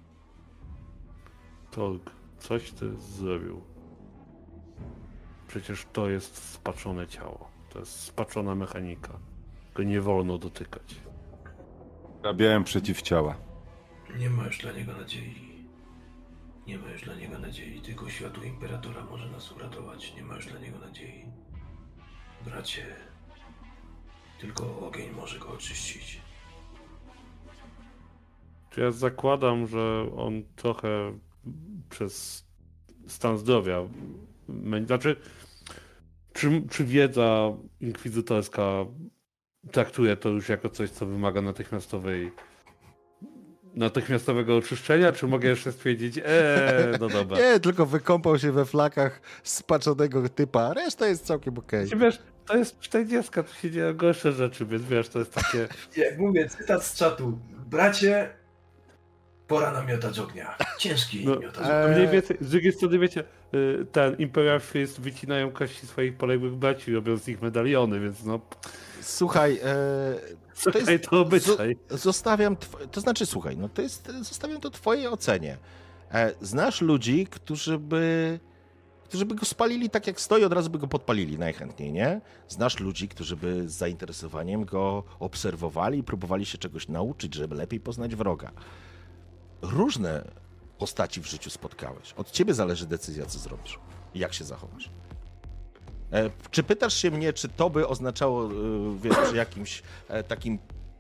Speaker 4: Torg, coś ty zrobił. Przecież to jest spaczone ciało. To jest spaczona mechanika. Go nie wolno dotykać.
Speaker 3: Rabiałem przeciwciała.
Speaker 5: Nie ma już dla niego nadziei. Nie ma już dla niego nadziei. Tylko światło Imperatora może nas uratować. Nie ma już dla niego nadziei. Bracie, tylko ogień może go oczyścić.
Speaker 4: Czy ja zakładam, że on trochę przez stan zdrowia, mę- znaczy, czy, czy wiedza inkwizytorska traktuje to już jako coś, co wymaga natychmiastowej, natychmiastowego oczyszczenia, czy mogę jeszcze stwierdzić, eee, no dobra.
Speaker 1: Nie, tylko wykąpał się we flakach spaczonego typa, reszta jest całkiem okej.
Speaker 4: Znaczy, wiesz, to jest czterdziestka, tu się dzieją gorsze rzeczy, więc wiesz, to jest takie...
Speaker 5: Jak mówię, cytat z czatu. Bracie, pora na miotacz ognia. Ciężki
Speaker 4: No,
Speaker 5: miotacz
Speaker 1: e-
Speaker 5: ognia.
Speaker 4: Mniej więcej, z drugiej strony, wiecie, y, ten Imperial Fist wycinają kości swoich poległych braci, robią z nich medaliony, więc no,
Speaker 1: Słuchaj, e, to
Speaker 4: słuchaj,
Speaker 1: jest...
Speaker 4: to obyczaj.
Speaker 1: zo- zostawiam, tw- to znaczy, słuchaj, no to jest, zostawiam to twojej ocenie. E, znasz ludzi, którzy by, którzy by go spalili tak jak stoi, od razu by go podpalili najchętniej, nie? Znasz ludzi, którzy by z zainteresowaniem go obserwowali i próbowali się czegoś nauczyć, żeby lepiej poznać wroga. Różne postaci w życiu spotkałeś. Od ciebie zależy decyzja, co zrobisz i jak się zachowasz. E, czy pytasz się mnie, czy to by oznaczało, e, wiesz, przy jakimś e, takim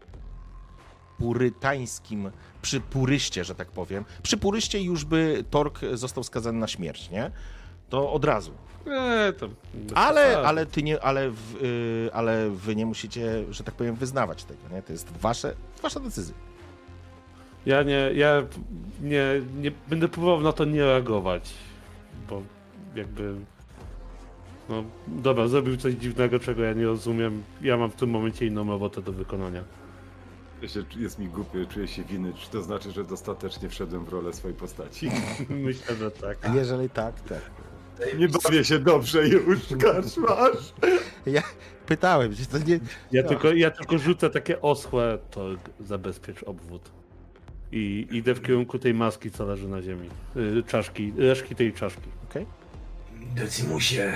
Speaker 1: purytańskim, przy puryście, że tak powiem, przy puryście już by Torg został skazany na śmierć, nie? To od razu.
Speaker 4: Eee, to bez
Speaker 1: Ale,
Speaker 4: przesady.
Speaker 1: ale ty nie, ale, w, y, ale wy nie musicie, że tak powiem, wyznawać tego, nie? To jest wasze, wasza decyzja.
Speaker 4: Ja nie, ja nie, nie będę próbował na to nie reagować, bo jakby, no dobra, zrobił coś dziwnego, czego ja nie rozumiem, ja mam w tym momencie inną robotę do wykonania.
Speaker 3: Jest mi głupio, czuję się winny. Czy to znaczy, że dostatecznie wszedłem w rolę swojej postaci?
Speaker 4: Myślę, że tak.
Speaker 1: Jeżeli tak, tak.
Speaker 3: Nie bawię się dobrze już, kaszmasz.
Speaker 1: Ja pytałem się, to nie...
Speaker 4: Ja, tylko, ja tylko rzucę takie oschłe, to zabezpiecz obwód. I idę w kierunku tej maski, co leży na ziemi. Yy, czaszki, reszki tej czaszki.
Speaker 1: Okej.
Speaker 5: Decimusie,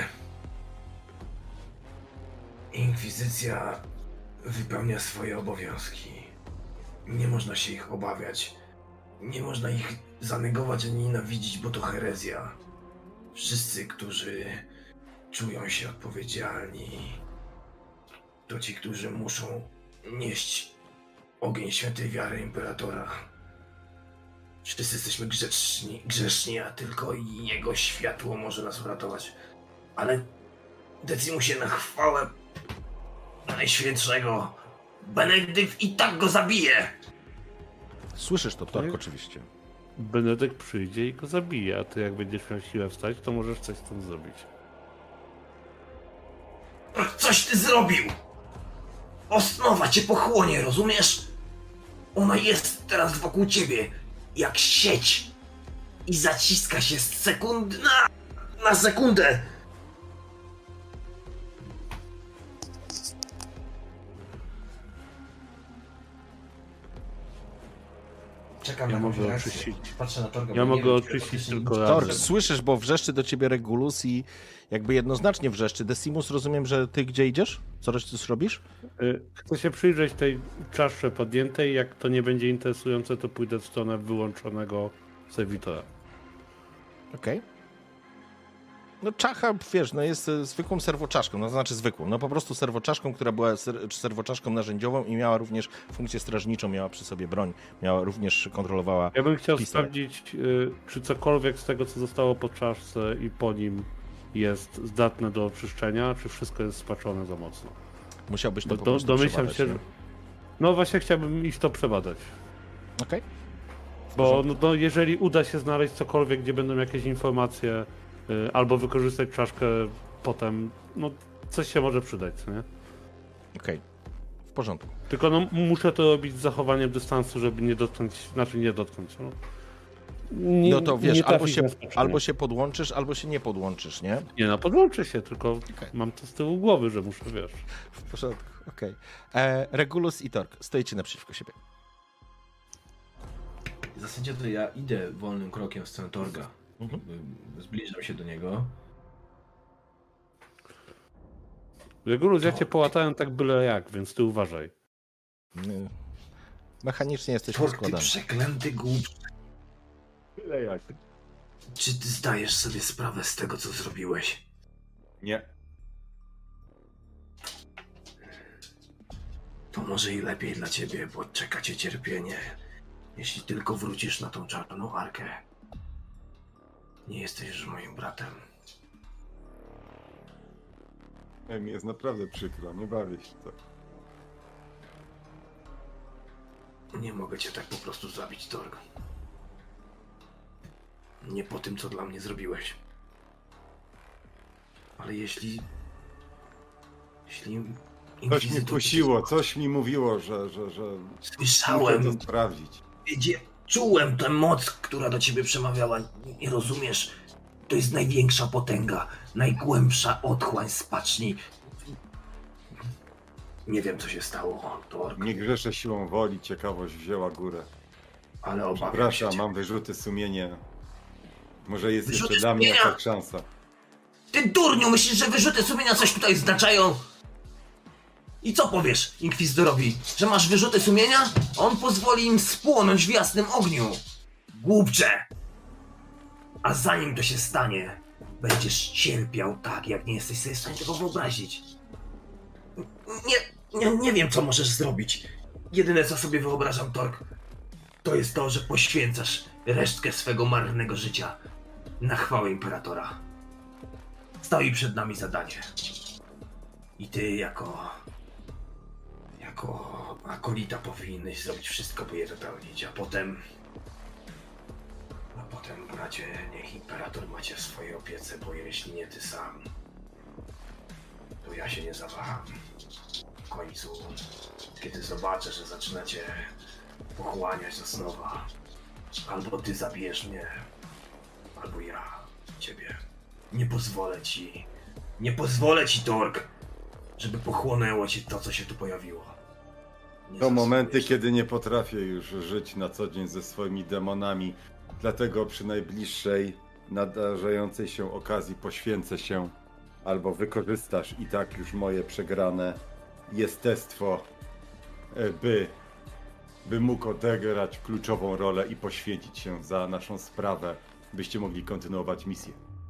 Speaker 5: Inkwizycja wypełnia swoje obowiązki. Nie można się ich obawiać. Nie można ich zanegować ani nienawidzić, bo to herezja. Wszyscy, którzy czują się odpowiedzialni, to ci, którzy muszą nieść ogień świętej wiary Imperatora. Wszyscy jesteśmy grzeczni, grzeszni, a tylko jego światło może nas uratować. Ale Decimusie, na chwałę Najświętszego, Benedykt i tak go zabije!
Speaker 1: Słyszysz to, Tork, oczywiście.
Speaker 4: Benedykt przyjdzie i go zabije, a ty jak będziesz miał siłę wstać, to możesz coś z tym zrobić.
Speaker 5: Coś ty zrobił! Osnowa cię pochłonie, rozumiesz? Ona jest teraz wokół ciebie, jak sieć. I zaciska się z sekundy na... na sekundę. Czekam
Speaker 4: Ja
Speaker 5: na
Speaker 4: mogę
Speaker 5: konferencję.
Speaker 4: oczyścić.
Speaker 5: Patrzę na Torga.
Speaker 4: Ja
Speaker 5: bo nie
Speaker 4: mogę
Speaker 5: wiem, czy
Speaker 4: oczyścić
Speaker 5: faktycznie
Speaker 4: tylko
Speaker 5: nic-
Speaker 1: Tork,
Speaker 4: razem.
Speaker 1: słyszysz, bo wrzeszczy do ciebie Regulus i jakby jednoznacznie wrzeszczy. Decimus, rozumiem, że ty gdzie idziesz? Co reszty robisz?
Speaker 4: Y, Chcę się przyjrzeć tej czasze podjętej, jak to nie będzie interesujące, to pójdę w stronę wyłączonego serwitora.
Speaker 1: Okej. No czacha, wiesz, no jest e, zwykłą serwoczaszką, no to znaczy zwykłą, no po prostu serwoczaszką, która była ser, serwoczaszką narzędziową i miała również funkcję strażniczą, miała przy sobie broń, miała również, kontrolowała...
Speaker 4: Ja bym chciał
Speaker 1: pistolet.
Speaker 4: sprawdzić, y, czy cokolwiek z tego, co zostało po czaszce i po nim jest zdatne do oczyszczenia, czy wszystko jest spaczone za mocno.
Speaker 1: Musiałbyś to
Speaker 4: Bo
Speaker 1: po
Speaker 4: do,
Speaker 1: prostu
Speaker 4: domyślam
Speaker 1: przebadać,
Speaker 4: się,
Speaker 1: nie?
Speaker 4: że... No właśnie chciałbym iść to przebadać.
Speaker 1: Okej.
Speaker 4: Bo no, no, jeżeli uda się znaleźć cokolwiek, gdzie będą jakieś informacje, y, albo wykorzystać czaszkę potem, no coś się może przydać, co nie?
Speaker 1: Okej. W porządku.
Speaker 4: Tylko no, muszę to robić z zachowaniem dystansu, żeby nie dotknąć, znaczy nie dotknąć. No, nie,
Speaker 1: No to wiesz,
Speaker 4: nie
Speaker 1: albo
Speaker 4: trafić
Speaker 1: się,
Speaker 4: na spaczenie.
Speaker 1: albo się podłączysz, albo się nie podłączysz, nie?
Speaker 4: Nie, no podłączę się, tylko
Speaker 1: Okej.
Speaker 4: mam to z tyłu głowy, że muszę, wiesz.
Speaker 1: W porządku, okej. E, Regulus i Tork, stoicie naprzeciwko siebie.
Speaker 2: W zasadzie to ja idę wolnym krokiem w stronę Torga.
Speaker 1: Mhm.
Speaker 2: Jakby Zbliżam się do niego.
Speaker 4: Regulus, ja cię połatałem tak byle jak, więc ty uważaj.
Speaker 1: Nie. Mechanicznie jesteś
Speaker 5: Torg, ty
Speaker 1: poskładany.
Speaker 5: przeklęty głupcze.
Speaker 4: Byle jak.
Speaker 5: Czy ty zdajesz sobie sprawę z tego, co zrobiłeś?
Speaker 3: Nie.
Speaker 5: To może i lepiej dla ciebie, bo czeka cię cierpienie. Jeśli tylko wrócisz na tą czarną arkę. Nie jesteś już moim bratem.
Speaker 3: Ej, mi jest naprawdę przykro, nie bawię się tak.
Speaker 5: Nie mogę cię tak po prostu zabić, Torg. Nie po tym, co dla mnie zrobiłeś. Ale jeśli... Jeśli...
Speaker 3: Coś mi
Speaker 5: Inkwizytor-
Speaker 3: kusiło, coś mi mówiło, że, że, że
Speaker 5: Słyszałem,
Speaker 3: muszę to sprawdzić.
Speaker 5: Wiedzie, czułem tę moc, która do ciebie przemawiała. Nie, nie rozumiesz? To jest największa potęga, najgłębsza otchłań spaczni. Nie wiem, co się stało, Torg,
Speaker 3: Nie grzeszę siłą woli, ciekawość wzięła górę.
Speaker 5: ale obawiam się
Speaker 3: Przepraszam,
Speaker 5: ciebie.
Speaker 3: mam wyrzuty sumienia. Może jest
Speaker 5: Wyrzuty
Speaker 3: jeszcze dla mnie
Speaker 5: sumienia?
Speaker 3: jakaś szansa.
Speaker 5: Ty durniu, myślisz, że wyrzuty sumienia coś tutaj znaczają? I co powiesz Inkwizytorowi? Że masz wyrzuty sumienia? On pozwoli im spłonąć w jasnym ogniu. Głupcze! A zanim to się stanie, będziesz cierpiał tak, jak nie jesteś sobie w stanie tego wyobrazić. Nie, nie, nie wiem, co możesz zrobić. Jedyne, co sobie wyobrażam, Torg, to jest to, że poświęcasz resztkę swego marnego życia na chwałę Imperatora. Stoi przed nami zadanie. I ty jako... jako akolita powinieneś zrobić wszystko, by je wypełnić, a potem... A potem, bracie, niech Imperator macie w swojej opiece, bo jeśli nie ty sam, to ja się nie zawaham. W końcu, kiedy zobaczę, że zaczynacie pochłaniać z nowa, albo ty zabijesz mnie, albo ja ciebie. Nie pozwolę ci, nie pozwolę ci, Torg, żeby pochłonęło ci to, co się tu pojawiło. Nie
Speaker 3: To momenty,
Speaker 5: zasługujesz.
Speaker 3: kiedy nie potrafię już żyć na co dzień ze swoimi demonami. Dlatego przy najbliższej nadarzającej się okazji poświęcę się, albo wykorzystasz i tak już moje przegrane jestestwo, e, by, by mógł odegrać kluczową rolę i poświęcić się za naszą sprawę, byście mogli kontynuować misję.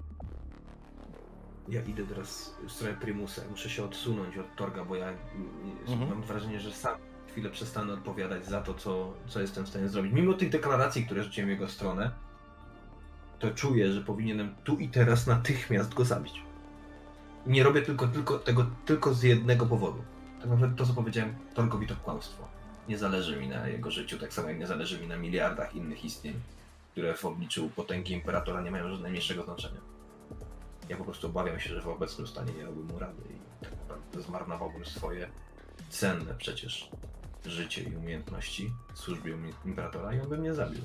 Speaker 2: Ja idę teraz w stronę Primusa. Muszę się odsunąć od Torga, bo ja mm,
Speaker 1: Mhm.
Speaker 2: mam wrażenie, że sam chwilę przestanę odpowiadać za to, co, co jestem w stanie zrobić. Mimo tych deklaracji, które rzuciłem w jego stronę, to czuję, że powinienem tu i teraz natychmiast go zabić. Nie robię tylko, tylko tego tylko z jednego powodu. Tak naprawdę to, co powiedziałem, Torgowi to kłamstwo. Nie zależy mi na jego życiu, tak samo jak nie zależy mi na miliardach innych istnień, które w obliczu potęgi Imperatora nie mają żadnego najmniejszego znaczenia. Ja po prostu obawiam się, że w obecnym stanie nie dałbym mu rady i tak naprawdę zmarnowałbym swoje cenne przecież życie i umiejętności w służbie Imperatora i on by mnie zabił.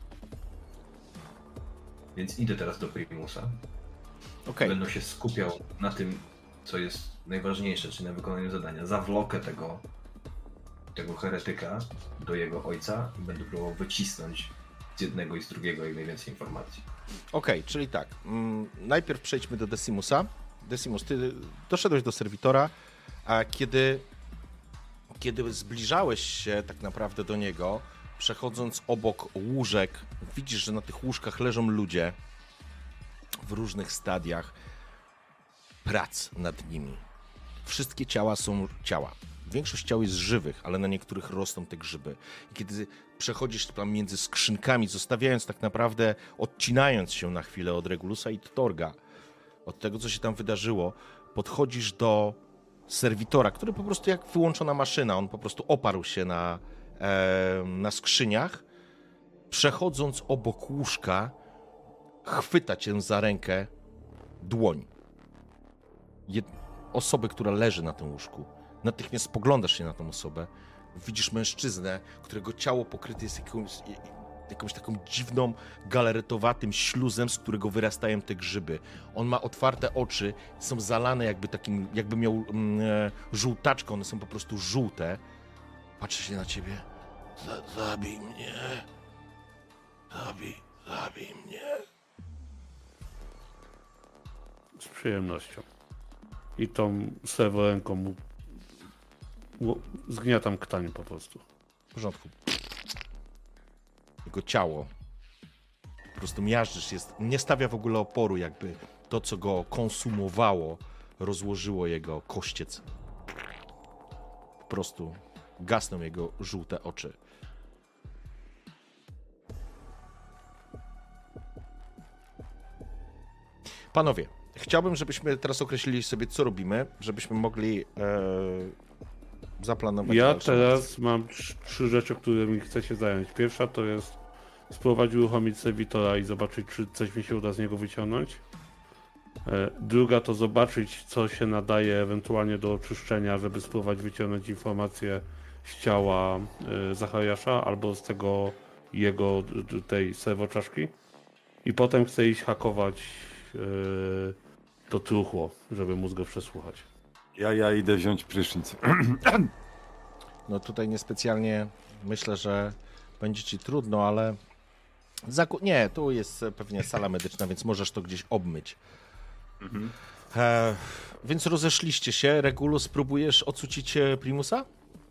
Speaker 2: Więc idę teraz do Primusa.
Speaker 1: Okej.
Speaker 2: Będę się skupiał na tym, co jest najważniejsze, czyli na wykonaniu zadania. Zawlokę tego, tego heretyka do jego ojca i będę próbował wycisnąć z jednego i z drugiego jak najwięcej informacji.
Speaker 1: Okej, czyli tak. Mm, najpierw przejdźmy do Decimusa. Decimus, ty doszedłeś do serwitora, a kiedy, kiedy zbliżałeś się tak naprawdę do niego, przechodząc obok łóżek, widzisz, że na tych łóżkach leżą ludzie w różnych stadiach prac nad nimi. Wszystkie ciała są ciała. Większość ciał jest żywych, ale na niektórych rosną te grzyby. I kiedy przechodzisz tam między skrzynkami, zostawiając tak naprawdę, odcinając się na chwilę od Regulusa i Torga, od tego, co się tam wydarzyło, podchodzisz do serwitora, który po prostu jak wyłączona maszyna, on po prostu oparł się na, e, na skrzyniach, przechodząc obok łóżka, chwyta cię za rękę dłoń. Jed... Osoby, która leży na tym łóżku. Natychmiast spoglądasz się na tą osobę. Widzisz mężczyznę, którego ciało pokryte jest jakąś, jakąś taką dziwną, galaretowatym śluzem, z którego wyrastają te grzyby. On ma otwarte oczy, są zalane jakby takim, jakby miał mm, żółtaczkę, one są po prostu żółte. Patrzy się na ciebie. Zabij mnie. Zabij, zabij mnie.
Speaker 4: Z przyjemnością. I tą sewą ręką mu zgniatam ktanie po prostu.
Speaker 1: W porządku. Jego ciało po prostu miażdżysz, jest, nie stawia w ogóle oporu, jakby to, co go konsumowało, rozłożyło jego kościec. Po prostu gasną jego żółte oczy. Panowie, chciałbym, żebyśmy teraz określili sobie, co robimy, żebyśmy mogli e, zaplanować.
Speaker 4: Ja teraz mam trzy rzeczy, którymi chcę się zająć. Pierwsza to jest spróbować uruchomić serwitora i zobaczyć, czy coś mi się uda z niego wyciągnąć. E, druga to zobaczyć, co się nadaje ewentualnie do oczyszczenia, żeby spróbować wyciągnąć informacje z ciała e, Zachariasza albo z tego jego, tej serwoczaszki. I potem chcę iść hakować e, to truchło, żeby móc go przesłuchać.
Speaker 3: Ja, ja idę wziąć prysznic.
Speaker 1: No tutaj niespecjalnie myślę, że będzie ci trudno, ale Zaku... nie, tu jest pewnie sala medyczna, więc możesz to gdzieś obmyć. Mhm. E, więc rozeszliście się. Regulus, próbujesz ocucić Primusa?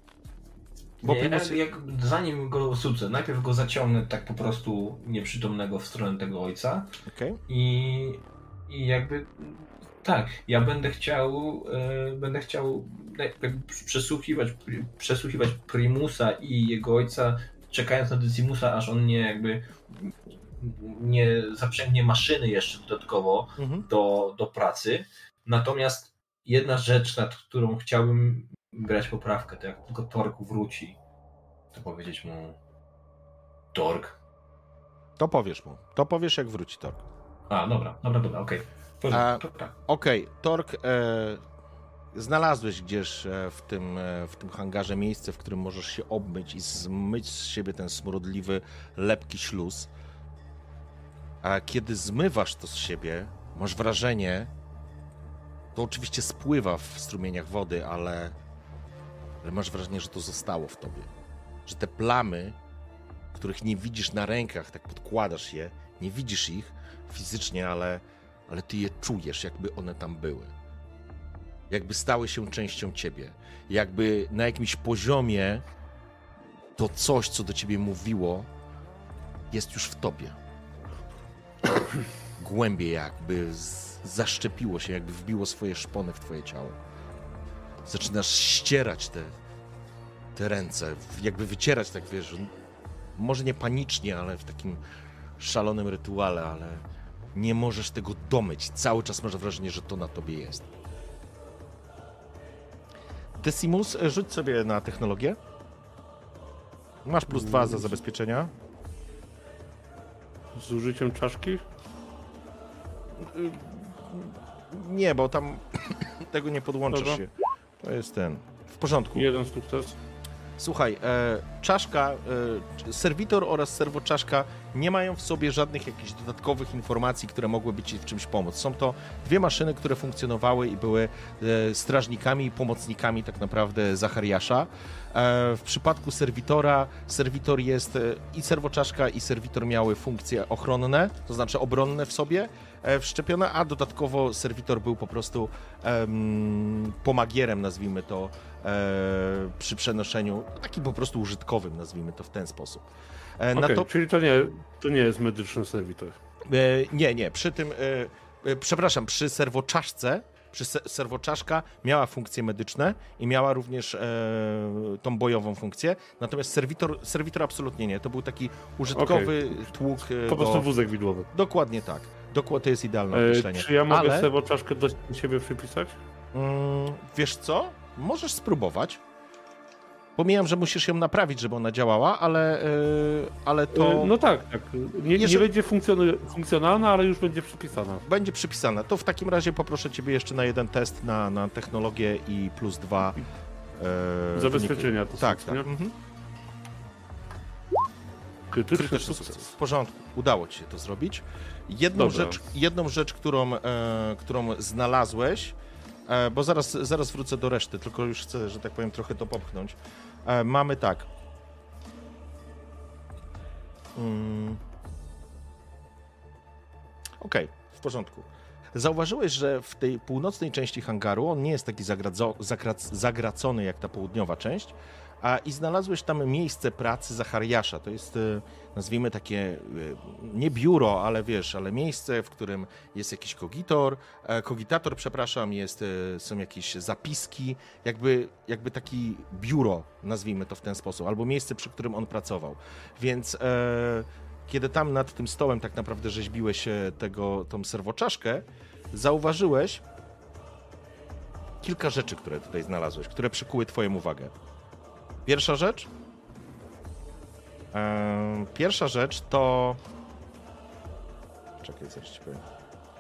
Speaker 2: Bo nie, Primus... jak, zanim go osucę, najpierw go zaciągnę tak po prostu nieprzytomnego w stronę tego ojca.
Speaker 1: Okay.
Speaker 2: I, i jakby tak, ja będę chciał e, będę chciał przesłuchiwać, przesłuchiwać Primusa i jego ojca, czekając na Decimusa, aż on nie jakby nie zaprzęgnie maszyny jeszcze dodatkowo mhm. do, do pracy. Natomiast jedna rzecz, nad którą chciałbym brać poprawkę, to jak tylko Torg wróci, to powiedzieć mu: Torg.
Speaker 1: To powiesz mu. To powiesz, jak wróci Torg.
Speaker 2: A, dobra, dobra, dobra, okej.
Speaker 1: Okay. Okej, okay. Torg, e, znalazłeś gdzieś e, w, tym, e, w tym hangarze miejsce, w którym możesz się obmyć i zmyć z siebie ten smrodliwy, lepki śluz. A kiedy zmywasz to z siebie, masz wrażenie, to oczywiście spływa w strumieniach wody, ale, ale masz wrażenie, że to zostało w tobie. Że te plamy, których nie widzisz na rękach, tak podkładasz je, nie widzisz ich fizycznie, ale, ale ty je czujesz, jakby one tam były. Jakby stały się częścią ciebie. Jakby na jakimś poziomie to coś, co do ciebie mówiło, jest już w tobie. Głębiej jakby z, zaszczepiło się, jakby wbiło swoje szpony w twoje ciało. Zaczynasz ścierać te, te ręce, jakby wycierać, tak wiesz, może nie panicznie, ale w takim szalonym rytuale, ale nie możesz tego domyć. Cały czas masz wrażenie, że to na tobie jest. Decimus, rzuć sobie na technologię. Masz plus dwa za zabezpieczenia.
Speaker 4: Z użyciem czaszki?
Speaker 1: Nie, bo tam tego nie podłączysz
Speaker 4: Dobra.
Speaker 1: się. To jest ten. W porządku.
Speaker 4: Jeden sukces.
Speaker 1: Słuchaj, e, czaszka, e, serwitor oraz serwoczaszka nie mają w sobie żadnych jakichś dodatkowych informacji, które mogłyby ci w czymś pomóc. Są to dwie maszyny, które funkcjonowały i były e, strażnikami i pomocnikami tak naprawdę Zachariasza. E, w przypadku serwitora, serwitor jest e, i serwoczaszka i serwitor miały funkcje ochronne, to znaczy obronne w sobie e, wszczepione, a dodatkowo serwitor był po prostu em, pomagierem, nazwijmy to, E, przy przenoszeniu, taki po prostu użytkowym, nazwijmy to w ten sposób. E, na
Speaker 4: Okay,
Speaker 1: to,
Speaker 4: czyli to nie, to nie jest medyczny serwitor.
Speaker 1: e, nie, nie, przy tym, e, e, przepraszam, przy serwoczaszce, przy se, serwoczaszka miała funkcje medyczne i miała również e, tą bojową funkcję, natomiast serwitor, serwitor absolutnie nie, to był taki użytkowy okay. tłuk. E,
Speaker 4: po prostu
Speaker 1: do...
Speaker 4: wózek widłowy.
Speaker 1: Dokładnie tak, dokładnie to jest idealne
Speaker 4: E,
Speaker 1: określenie.
Speaker 4: czy ja mogę
Speaker 1: Ale...
Speaker 4: serwoczaszkę do siebie przypisać?
Speaker 1: Mm, wiesz co? Możesz spróbować. Pomijam, że musisz ją naprawić, żeby ona działała, ale, yy, ale to...
Speaker 4: E, no tak, tak. Nie,
Speaker 1: Jeżeli...
Speaker 4: nie będzie funkcjon- funkcjonalna, ale już będzie przypisana.
Speaker 1: Będzie przypisana. To w takim razie poproszę ciebie jeszcze na jeden test na, na technologię i plus dwa... Yy,
Speaker 4: Zabezpieczenia to
Speaker 1: tak,
Speaker 4: są,
Speaker 1: tak.
Speaker 4: nie?
Speaker 1: Mhm.
Speaker 4: Krytyczny,
Speaker 1: Krytyczny
Speaker 4: sukces.
Speaker 1: sukces. W porządku. Udało ci się to zrobić. Jedną
Speaker 4: Dobra.
Speaker 1: rzecz, jedną rzecz którą, e, którą znalazłeś, e, bo zaraz, zaraz wrócę do reszty, tylko już chcę, że tak powiem, trochę to popchnąć. E, mamy tak. Mm. Okej, okay, w porządku. Zauważyłeś, że w tej północnej części hangaru on nie jest taki zagradzo, zagrac, zagracony jak ta południowa część, a i znalazłeś tam miejsce pracy Zachariasza. To jest, nazwijmy takie, nie biuro, ale wiesz, ale miejsce, w którym jest jakiś kogitor, kogitator, przepraszam, jest, są jakieś zapiski, jakby, jakby taki biuro, nazwijmy to w ten sposób, albo miejsce, przy którym on pracował. Więc e, kiedy tam nad tym stołem tak naprawdę rzeźbiłeś tego, tą serwoczaszkę, zauważyłeś kilka rzeczy, które tutaj znalazłeś, które przykuły twoją uwagę. Pierwsza rzecz. Eee, pierwsza rzecz to. Czekaj, coś ci powiem.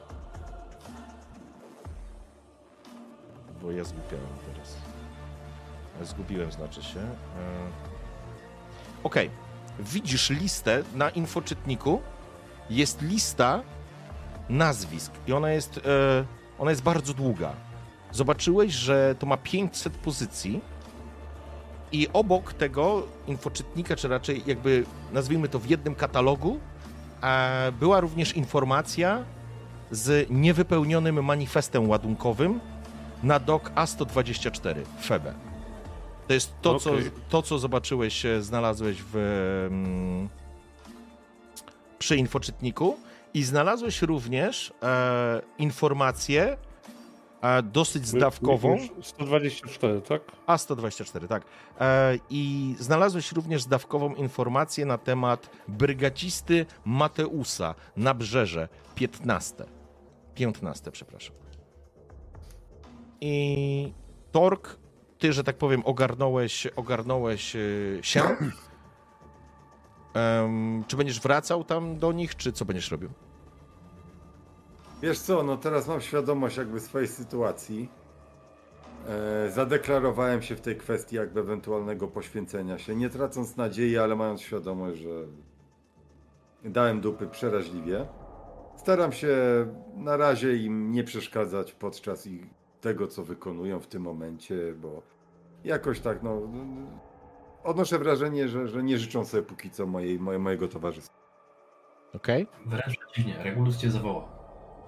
Speaker 1: Bo ja zgubiłem teraz. Zgubiłem, znaczy się. Eee... Okej. Okay. Widzisz listę na infoczytniku. Jest lista nazwisk i ona jest, e, ona jest bardzo długa. Zobaczyłeś, że to ma pięćset pozycji. I obok tego infoczytnika, czy raczej jakby nazwijmy to w jednym katalogu, e, była również informacja z niewypełnionym manifestem ładunkowym na dok A sto dwadzieścia cztery Febe. To jest to, okay. co, to co zobaczyłeś, znalazłeś w, mm, przy infoczytniku i znalazłeś również e, informację E, dosyć zdawkową.
Speaker 4: sto dwadzieścia cztery, tak?
Speaker 1: A sto dwadzieścia cztery, tak. E, I znalazłeś również zdawkową informację na temat brygacisty Mateusa na Brzeże piętnaste. piętnaste, przepraszam. I Tork, ty, że tak powiem, ogarnąłeś, ogarnąłeś się. Um, czy będziesz wracał tam do nich, czy co będziesz robił?
Speaker 3: Wiesz co, no teraz mam świadomość jakby swojej sytuacji. E, zadeklarowałem się w tej kwestii jakby ewentualnego poświęcenia się, nie tracąc nadziei, ale mając świadomość, że dałem dupy przeraźliwie. Staram się na razie im nie przeszkadzać podczas ich tego, co wykonują w tym momencie, bo jakoś tak, no, odnoszę wrażenie, że, że nie życzą sobie póki co mojej, moje, mojego towarzystwa.
Speaker 1: Okej. Okay.
Speaker 2: Wręcz przeciwnie, Regulus cię zawoła.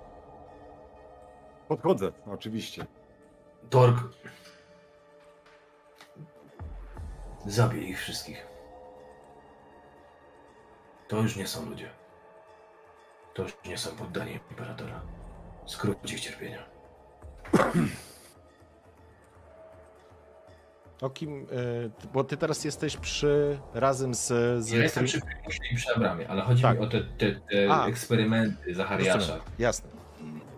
Speaker 3: Podchodzę, oczywiście.
Speaker 5: Torg. Zabij ich wszystkich. To już nie są ludzie. To już nie są poddani imperatora. Skróć ich cierpienia.
Speaker 1: O kim, y, bo ty teraz jesteś przy, razem z... z...
Speaker 2: Ja jestem przy Krymusie i przy Abramie, ale chodzi
Speaker 1: tak.
Speaker 2: mi o te, te, te eksperymenty Zachariasza.
Speaker 1: Jasne.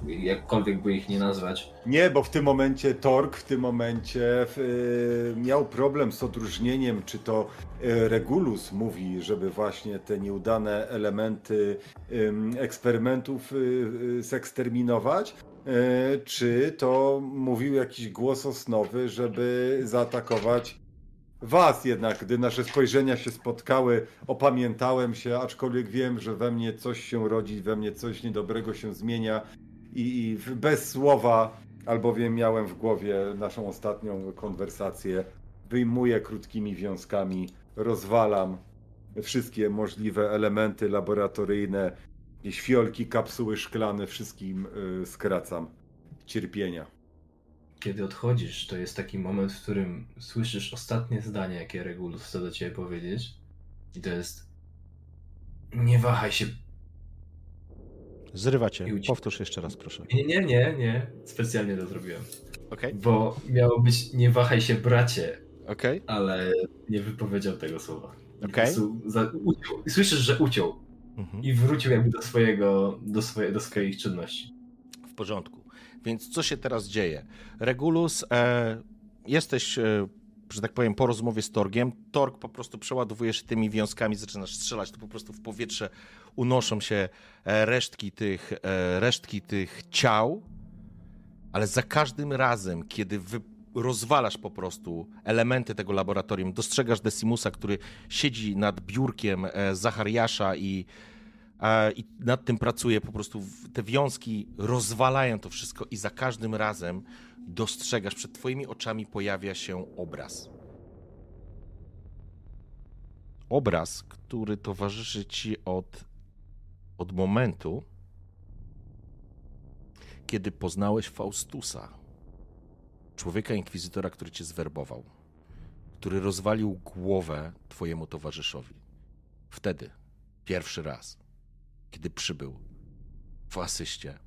Speaker 2: jakkolwiek by ich nie nazwać.
Speaker 3: Nie, bo w tym momencie Torg w tym momencie y, miał problem z odróżnieniem, czy to y, Regulus mówi, żeby właśnie te nieudane elementy y, eksperymentów y, y, zeksterminować, y, czy to mówił jakiś głos osnowy, żeby zaatakować was jednak. Gdy nasze spojrzenia się spotkały, opamiętałem się, aczkolwiek wiem, że we mnie coś się rodzi, we mnie coś niedobrego się zmienia i, i bez słowa, albowiem miałem w głowie naszą ostatnią konwersację, wyjmuję krótkimi wiązkami, rozwalam wszystkie możliwe elementy laboratoryjne, jakieś fiolki, kapsuły szklane, wszystkim y, skracam cierpienia.
Speaker 2: Kiedy odchodzisz, to jest taki moment, w którym słyszysz ostatnie zdanie, jakie Regulus chce do ciebie powiedzieć. I to jest: nie wahaj się.
Speaker 1: Zrywacie.
Speaker 2: I uciek-
Speaker 1: Powtórz jeszcze raz, proszę.
Speaker 2: Nie, nie, nie, nie. Specjalnie to zrobiłem.
Speaker 1: Okej,
Speaker 2: Bo miało być nie wahaj się, bracie,
Speaker 1: okej.
Speaker 2: ale nie wypowiedział tego słowa. I po
Speaker 1: Okej.
Speaker 2: prostu za- uciął. I słyszysz, że uciął.
Speaker 1: Mhm.
Speaker 2: I wrócił jakby do swojego, do, swoje, do swoich czynności.
Speaker 1: W porządku. Więc co się teraz dzieje? Regulus, e, jesteś, e, że tak powiem, po rozmowie z Torgiem. Torg po prostu przeładowuje się tymi wiązkami, zaczynasz strzelać, to po prostu w powietrze unoszą się e, resztki tych, e, resztki tych ciał, ale za każdym razem, kiedy wy rozwalasz po prostu elementy tego laboratorium, dostrzegasz Decimusa, który siedzi nad biurkiem e, Zachariasza i i nad tym pracuje, po prostu te wiązki rozwalają to wszystko i za każdym razem dostrzegasz, przed twoimi oczami pojawia się obraz. Obraz, który towarzyszy ci od, od momentu, kiedy poznałeś Faustusa, człowieka inkwizytora, który cię zwerbował, który rozwalił głowę twojemu towarzyszowi. Wtedy, pierwszy raz, kiedy przybył w asyście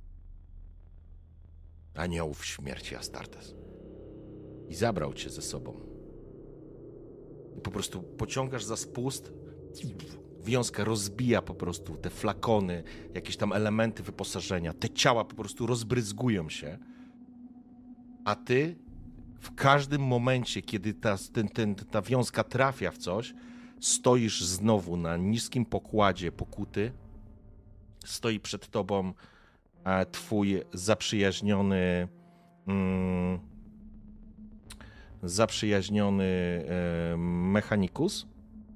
Speaker 1: aniołów śmierci Astartes i zabrał cię ze sobą. I po prostu pociągasz za spust, wiązka rozbija po prostu te flakony, jakieś tam elementy wyposażenia, te ciała po prostu rozbryzgują się, a ty w każdym momencie, kiedy ta, ten, ten, ta wiązka trafia w coś, stoisz znowu na niskim pokładzie pokuty. Stoi przed tobą e, twój zaprzyjaźniony mm, zaprzyjaźniony e, mechanikus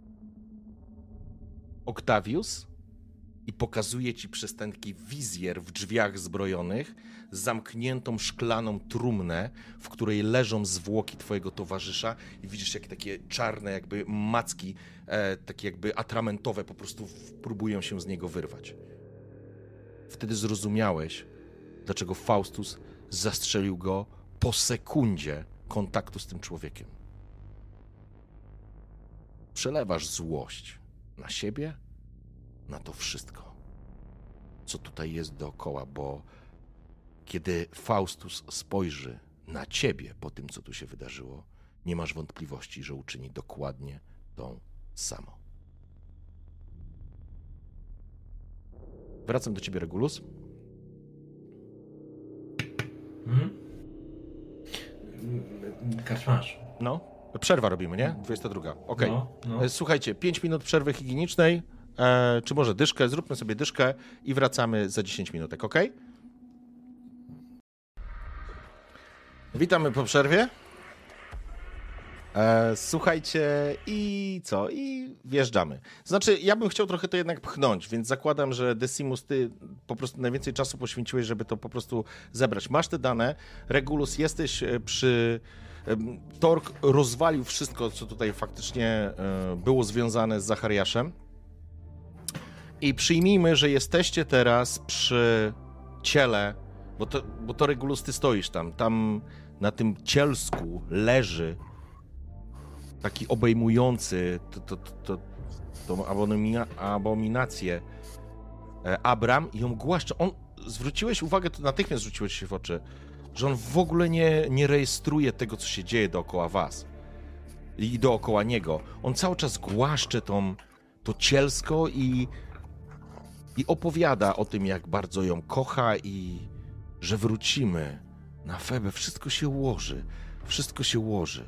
Speaker 1: Octavius i pokazuje ci przez ten taki wizjer w drzwiach zbrojonych zamkniętą szklaną trumnę, w której leżą zwłoki twojego towarzysza i widzisz, jak takie czarne jakby macki, e, takie jakby atramentowe po prostu próbują się z niego wyrwać. Wtedy zrozumiałeś, dlaczego Faustus zastrzelił go po sekundzie kontaktu z tym człowiekiem. Przelewasz złość na siebie, na to wszystko, co tutaj jest dookoła, bo kiedy Faustus spojrzy na ciebie po tym, co tu się wydarzyło, nie masz wątpliwości, że uczyni dokładnie to samo. Wracam do ciebie, Regulus.
Speaker 2: Mhm. Karczmasz.
Speaker 1: No, przerwa robimy, nie? dwudziesta druga. Okej.
Speaker 2: No, no.
Speaker 1: Słuchajcie, pięć minut przerwy higienicznej, e, czy może dyszkę, zróbmy sobie dyszkę i wracamy za dziesięć minutek, ok? Witamy po przerwie. E, słuchajcie, i co? I wjeżdżamy. Znaczy, ja bym chciał trochę to jednak pchnąć, więc zakładam, że Decimus, ty po prostu najwięcej czasu poświęciłeś, żeby to po prostu zebrać. Masz te dane, Regulus, jesteś przy... Torg rozwalił wszystko, co tutaj faktycznie było związane z Zachariaszem. I przyjmijmy, że jesteście teraz przy ciele, bo to, bo to Regulus, ty stoisz tam. Tam na tym cielsku leży taki obejmujący to, to, to, to, tą abomina, abominację Abram i ją głaszcze. On, zwróciłeś uwagę, to natychmiast rzuciłeś się w oczy, że on w ogóle nie, nie rejestruje tego, co się dzieje dookoła was i dookoła niego. On cały czas głaszcze tą, to cielsko i, i opowiada o tym, jak bardzo ją kocha i, że wrócimy na Febę, wszystko się ułoży, wszystko się ułoży.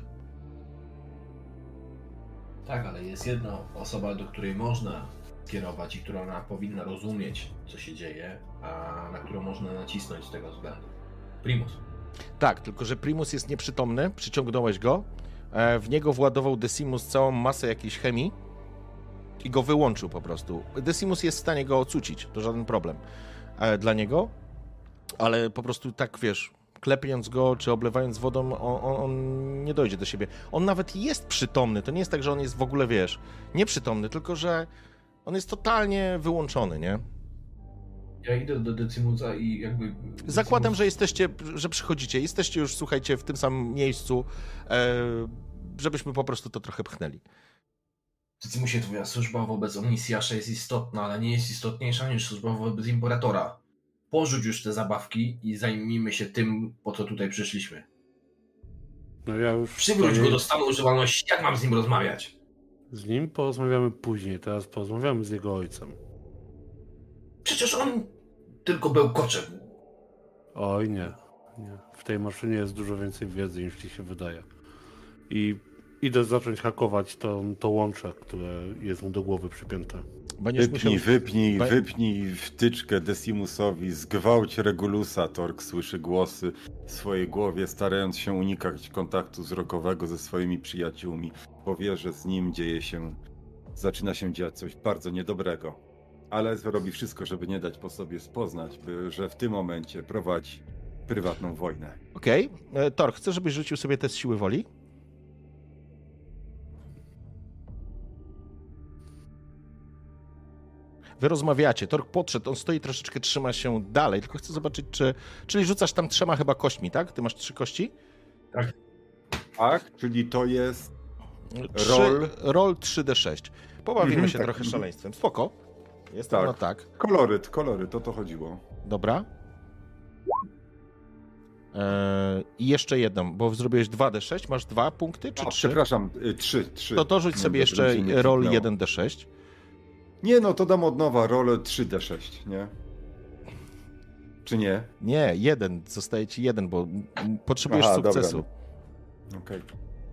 Speaker 2: Tak, ale jest jedna osoba, do której można skierować i która ona powinna rozumieć, co się dzieje, a na którą można nacisnąć z tego względu. Primus.
Speaker 1: Tak, tylko że Primus jest nieprzytomny, przyciągnąłeś go, w niego władował Decimus całą masę jakiejś chemii i go wyłączył po prostu. Decimus jest w stanie go ocucić, to żaden problem dla niego, ale po prostu tak, wiesz, klepiąc go czy oblewając wodą, on, on, on nie dojdzie do siebie. On nawet jest przytomny, to nie jest tak, że on jest w ogóle, wiesz, nieprzytomny, tylko że on jest totalnie wyłączony, nie?
Speaker 2: Ja idę do Decimusa i jakby...
Speaker 1: Zakładam, że jesteście, że przychodzicie, jesteście już, słuchajcie, w tym samym miejscu, e, żebyśmy po prostu to trochę pchnęli.
Speaker 2: Decimusie, twoja służba wobec Omnisjasza jest istotna, ale nie jest istotniejsza niż służba wobec Imperatora. Porzuć już te zabawki i zajmijmy się tym, po co tutaj przyszliśmy.
Speaker 4: No ja już...
Speaker 2: Przywróć go do stanu używalności, jak mam z nim rozmawiać?
Speaker 4: Z nim porozmawiamy później, teraz porozmawiamy z jego ojcem.
Speaker 2: Przecież on tylko bełkocze.
Speaker 4: Oj nie, nie. W tej maszynie jest dużo więcej wiedzy niż ci się wydaje. I idę zacząć hakować to, to łącze, które jest mu do głowy przypięte.
Speaker 1: Będziesz
Speaker 3: Wypnij,
Speaker 1: musiał...
Speaker 3: wypnij,
Speaker 1: Be-
Speaker 3: wypnij wtyczkę Decimusowi, zgwałć Regulusa. Tork słyszy głosy w swojej głowie, starając się unikać kontaktu wzrokowego ze swoimi przyjaciółmi, bo wie, że z nim dzieje się, zaczyna się dziać coś bardzo niedobrego. Ale zrobi wszystko, żeby nie dać po sobie spoznać, by, że w tym momencie prowadzi prywatną wojnę.
Speaker 1: Okej. Okay. Tork, chcę, żebyś rzucił sobie test siły woli? Wy rozmawiacie, Tork podszedł, on stoi troszeczkę, trzyma się dalej, tylko chcę zobaczyć, czy... Czyli rzucasz tam trzema chyba kośćmi, tak? Ty masz trzy kości?
Speaker 2: Tak.
Speaker 3: Tak, czyli to jest
Speaker 1: Trzy,
Speaker 3: roll...
Speaker 1: roll trzy d sześć. Pobawimy
Speaker 3: Mhm,
Speaker 1: się
Speaker 3: tak.
Speaker 1: trochę szaleństwem. Spoko. Jest
Speaker 3: Tak.
Speaker 1: no tak.
Speaker 3: Koloryt, koloryt, o to chodziło.
Speaker 1: Dobra. Eee, I jeszcze jedną, bo zrobiłeś dwa d sześć, masz dwa punkty, czy
Speaker 3: O,
Speaker 1: trzy?
Speaker 3: przepraszam, y, trzy, trzy.
Speaker 1: To to rzuć sobie
Speaker 3: No,
Speaker 1: jeszcze
Speaker 3: żeby się nie
Speaker 1: roll
Speaker 3: cofnęło.
Speaker 1: jeden d sześć.
Speaker 3: Nie, no to dam od nowa rolę trzy d sześć, nie? Czy nie?
Speaker 1: Nie, jeden, zostaje ci jeden, bo m, potrzebujesz
Speaker 3: Aha,
Speaker 1: sukcesu.
Speaker 3: Okej.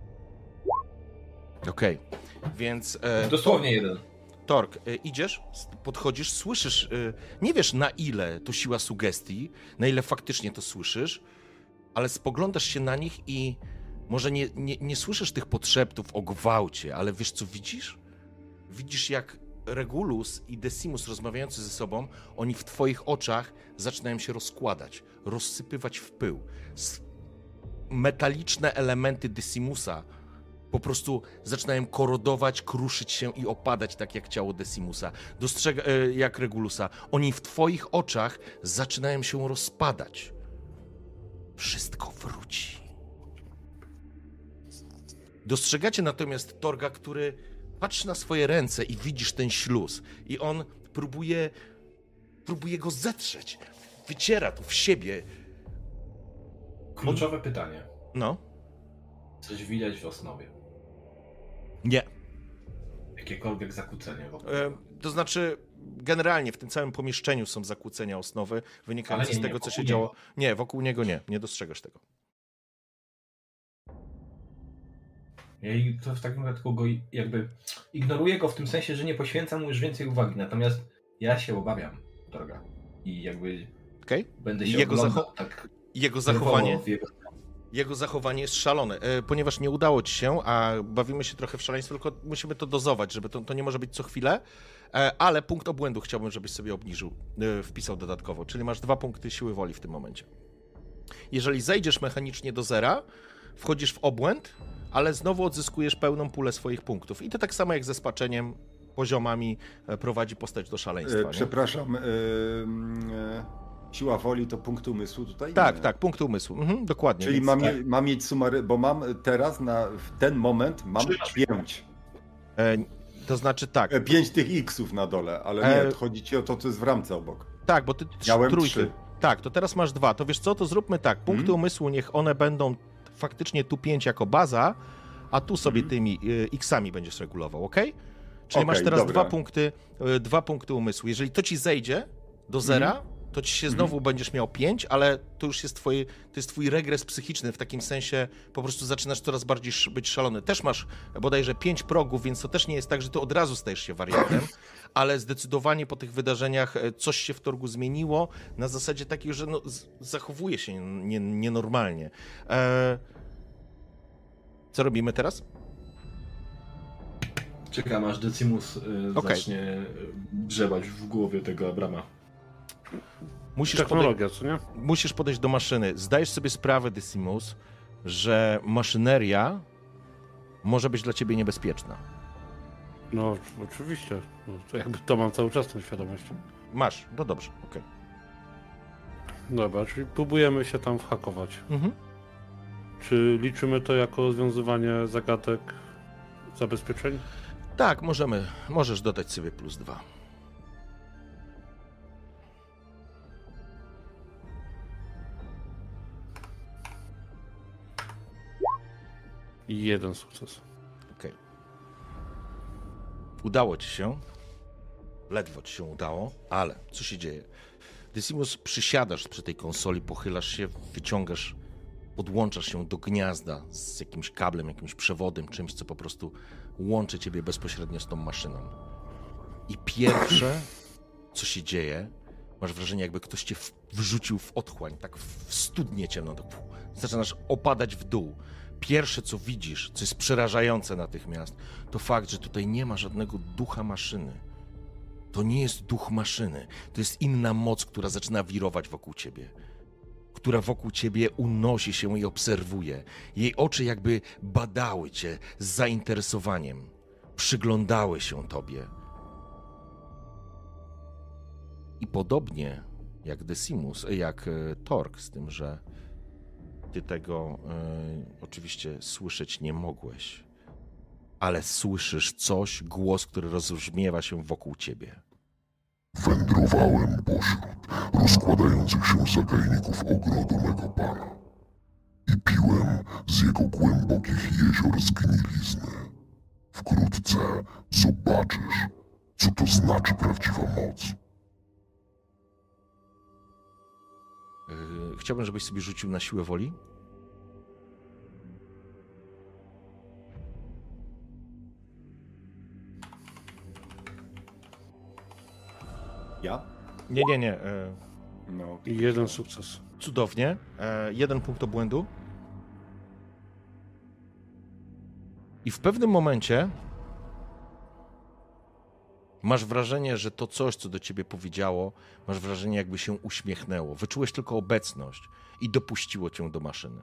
Speaker 1: Okej, więc e,
Speaker 2: Dosłownie jeden.
Speaker 1: Tork, e, idziesz, s- podchodzisz, słyszysz, e, nie wiesz na ile to siła sugestii, na ile faktycznie to słyszysz, ale spoglądasz się na nich i może nie, nie, nie słyszysz tych podszeptów o gwałcie, ale wiesz co widzisz? Widzisz jak Regulus i Decimus rozmawiający ze sobą, oni w twoich oczach zaczynają się rozkładać, rozsypywać w pył. S- Metaliczne elementy Decimusa po prostu zaczynają korodować, kruszyć się i opadać tak jak ciało Decimusa, Dostrzega, e, jak Regulusa. Oni w twoich oczach zaczynają się rozpadać. Wszystko wróci. Dostrzegacie natomiast Torga, który patrzy na swoje ręce i widzisz ten śluz. I on próbuje, próbuje go zetrzeć. Wyciera to w siebie.
Speaker 2: Kluczowe pytanie.
Speaker 1: No,
Speaker 2: Coś widać w osnowie.
Speaker 1: nie.
Speaker 2: Jakiekolwiek zakłócenie wokół.
Speaker 1: E, to znaczy, generalnie w tym całym pomieszczeniu są zakłócenia osnowy, wynikające
Speaker 2: Ale nie,
Speaker 1: z tego,
Speaker 2: nie,
Speaker 1: co się
Speaker 2: wokół
Speaker 1: działo.
Speaker 2: niego.
Speaker 1: Nie, wokół niego nie, nie dostrzegasz tego.
Speaker 2: Ja i to w takim wypadku go i- jakby ignoruję go w tym sensie, że nie poświęcam mu już więcej uwagi. Natomiast ja się obawiam droga. I jakby
Speaker 1: Okej?
Speaker 2: będę się
Speaker 1: Jego
Speaker 2: oglądał
Speaker 1: zacho-
Speaker 2: tak
Speaker 1: Jego zachowanie,
Speaker 2: nerwowo w jego...
Speaker 1: jego zachowanie jest szalone, e, ponieważ nie udało ci się, a bawimy się trochę w szaleństwo, tylko musimy to dozować, żeby to, to nie może być co chwilę, e, ale punkt obłędu chciałbym, żebyś sobie obniżył, e, wpisał dodatkowo, czyli masz dwa punkty siły woli w tym momencie. Jeżeli zejdziesz mechanicznie do zera, wchodzisz w obłęd, ale znowu odzyskujesz pełną pulę swoich punktów. I to tak samo jak ze spaczeniem, poziomami e, prowadzi postać do szaleństwa.
Speaker 3: E,
Speaker 1: nie?
Speaker 3: przepraszam, e, e, siła woli to punkt umysłu tutaj?
Speaker 1: Tak,
Speaker 3: Nie.
Speaker 1: tak, punkt umysłu. Mhm, dokładnie.
Speaker 3: Czyli
Speaker 1: więc
Speaker 3: mam,
Speaker 1: tak.
Speaker 3: je, mam mieć sumary, bo mam teraz na w ten moment mam pięć.
Speaker 1: E, to znaczy tak,
Speaker 3: E, pięć tych X-ów na dole, ale nie,
Speaker 1: E,
Speaker 3: chodzi ci o to, co jest w ramce obok.
Speaker 1: tak, bo ty trz-
Speaker 3: Miałem
Speaker 1: trójkę.
Speaker 3: trzy.
Speaker 1: Tak, to teraz masz dwa. To wiesz co, to zróbmy tak. Punkty
Speaker 3: Mhm.
Speaker 1: umysłu niech one będą faktycznie tu pięć jako baza, a tu sobie
Speaker 3: Mhm.
Speaker 1: tymi y, X-ami będziesz regulował, ok? Czyli
Speaker 3: Okej,
Speaker 1: masz teraz
Speaker 3: dobra.
Speaker 1: dwa punkty, y, dwa punkty umysłu. Jeżeli to ci zejdzie do zera,
Speaker 3: Mhm.
Speaker 1: to to ci się znowu mhm. będziesz miał pięć, ale to już jest twoje, to jest twój regres psychiczny, w takim sensie po prostu zaczynasz coraz bardziej być szalony. Też masz bodajże pięć progów, więc to też nie jest tak, że ty od razu stajesz się wariantem, ale zdecydowanie po tych wydarzeniach coś się w Torgu zmieniło na zasadzie takiej, że no, zachowuje się nie, nienormalnie. E... Co robimy teraz?
Speaker 2: Czekam, aż Decimus y,
Speaker 1: okay.
Speaker 2: zacznie grzebać w głowie tego Abrama.
Speaker 1: Musisz
Speaker 4: Technologia,
Speaker 1: podejść,
Speaker 4: co nie?
Speaker 1: musisz podejść do maszyny. Zdajesz sobie sprawę, Decimus, że maszyneria może być dla ciebie niebezpieczna.
Speaker 4: No, oczywiście. No, to jakby to mam cały czas tą świadomość.
Speaker 1: Masz, no dobrze, okej. Okay.
Speaker 4: Dobra, czyli próbujemy się tam whakować.
Speaker 1: Mhm.
Speaker 4: Czy liczymy to jako rozwiązywanie zagadek zabezpieczeń?
Speaker 1: Tak, możemy. Możesz dodać sobie plus dwa.
Speaker 4: I jeden sukces.
Speaker 1: Okej. Okay. Udało ci się. Ledwo ci się udało, ale co się dzieje? Decimus, przysiadasz przy tej konsoli, pochylasz się, wyciągasz, podłączasz się do gniazda z jakimś kablem, jakimś przewodem, czymś, co po prostu łączy ciebie bezpośrednio z tą maszyną. I pierwsze, co się dzieje, masz wrażenie, jakby ktoś cię wrzucił w otchłań, tak w studnię ciemną, tak zaczynasz opadać w dół. Pierwsze, co widzisz, co jest przerażające natychmiast, to fakt, że tutaj nie ma żadnego ducha maszyny. To nie jest duch maszyny, to jest inna moc, która zaczyna wirować wokół ciebie, która wokół ciebie unosi się i obserwuje. Jej oczy jakby badały cię z zainteresowaniem, przyglądały się tobie. I podobnie jak Decimus, jak Torg, z tym, że ty tego y, oczywiście słyszeć nie mogłeś, ale słyszysz coś, głos, który rozbrzmiewa się wokół ciebie.
Speaker 6: Wędrowałem pośród rozkładających się zagajników ogrodu mego pana i piłem z jego głębokich jezior zgnilizny. Wkrótce zobaczysz, co to znaczy prawdziwa moc.
Speaker 1: Yy, chciałbym, żebyś sobie rzucił na siłę woli.
Speaker 3: Ja?
Speaker 1: Nie, nie, nie. E...
Speaker 3: No.
Speaker 4: I jeden sukces.
Speaker 1: Cudownie. E... Jeden punkt obłędu. I w pewnym momencie masz wrażenie, że to coś, co do ciebie powiedziało, masz wrażenie, jakby się uśmiechnęło. Wyczułeś tylko obecność i dopuściło cię do maszyny.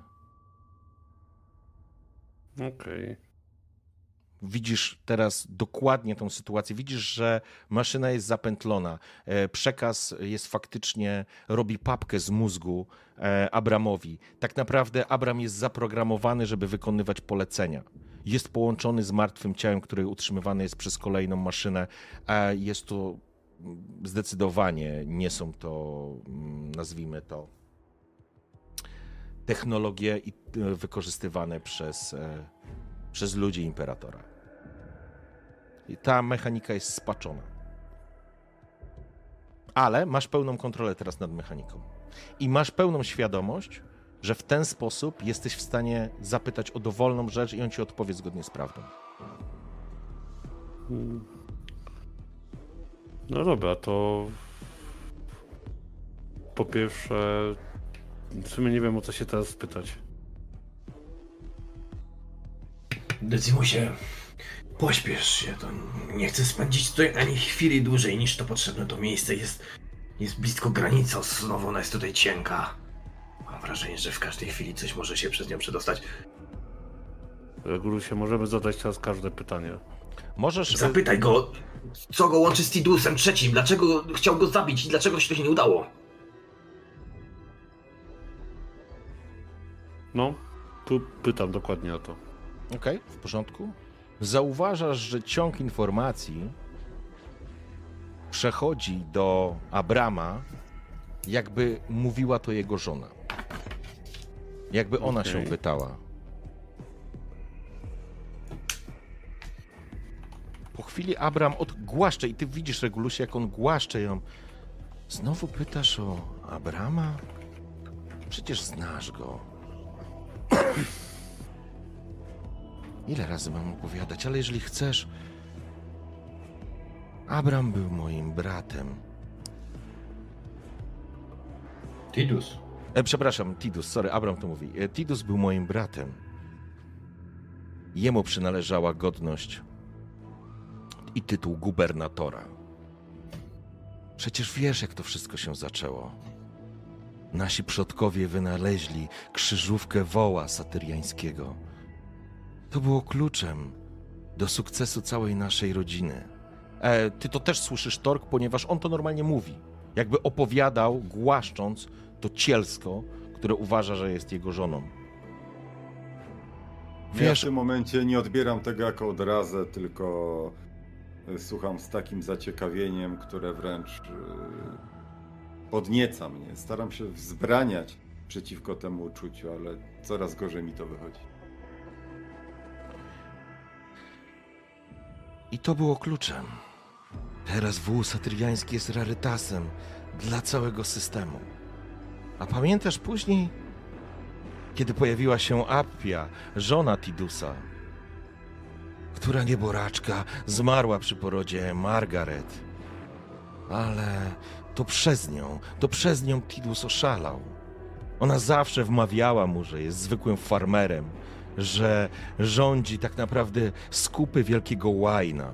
Speaker 4: Okej. Okay.
Speaker 1: Widzisz teraz dokładnie tą sytuację. Widzisz, że maszyna jest zapętlona. Przekaz jest faktycznie, robi papkę z mózgu Abramowi. Tak naprawdę Abram jest zaprogramowany, żeby wykonywać polecenia. Jest połączony z martwym ciałem, które utrzymywane jest przez kolejną maszynę. A jest to zdecydowanie, nie są to, nazwijmy to, technologie wykorzystywane przez, przez ludzi Imperatora. I ta mechanika jest spaczona. Ale masz pełną kontrolę teraz nad mechaniką. I masz pełną świadomość, że w ten sposób jesteś w stanie zapytać o dowolną rzecz i on ci odpowie zgodnie z prawdą.
Speaker 4: No dobra, to po pierwsze w sumie nie wiem, o co się teraz spytać.
Speaker 5: Decimusie, pośpiesz się, to nie chcę spędzić tutaj ani chwili dłużej niż to potrzebne. To miejsce jest, jest blisko granicy, znowu ona jest tutaj cienka. Mam wrażenie, że w każdej chwili coś może się przez nią przedostać.
Speaker 4: Regulusie, możemy zadać teraz każde pytanie.
Speaker 1: Możesz...
Speaker 5: Zapytaj go, co go łączy z Tidusem trzecim, dlaczego chciał go zabić i dlaczego się to nie udało.
Speaker 4: No, tu pytam dokładnie o to.
Speaker 1: Okej, okay, w porządku. Zauważasz, że ciąg informacji przechodzi do Abrama, jakby mówiła to jego żona. Jakby ona okay. się pytała. Po chwili Abram odgłaszcze i ty widzisz, Regulusie, jak on głaszcze ją. Znowu pytasz o Abrama? Przecież znasz go. Ile razy mam opowiadać, ale jeżeli chcesz... Abram był moim bratem.
Speaker 2: Tidus.
Speaker 1: E, przepraszam, Tidus, sorry, Abram to mówi. E, Tidus był moim bratem. Jemu przynależała godność i tytuł gubernatora. Przecież wiesz, jak to wszystko się zaczęło. Nasi przodkowie wynaleźli krzyżówkę woła satyriańskiego. To było kluczem do sukcesu całej naszej rodziny. E, ty to też słyszysz, Torg, ponieważ on to normalnie mówi. Jakby opowiadał, głaszcząc to cielsko, które uważa, że jest jego żoną.
Speaker 3: Wiesz, ja w tym momencie nie odbieram tego jako odrazę, tylko słucham z takim zaciekawieniem, które wręcz podnieca mnie. Staram się wzbraniać przeciwko temu uczuciu, ale coraz gorzej mi to wychodzi.
Speaker 1: I to było kluczem. Teraz wół satyriański jest rarytasem dla całego systemu. A pamiętasz później, kiedy pojawiła się Appia, żona Tidusa, która nieboraczka zmarła przy porodzie Margaret. Ale to przez nią, to przez nią Tidus oszalał. Ona zawsze wmawiała mu, że jest zwykłym farmerem, że rządzi tak naprawdę skupy wielkiego łajna.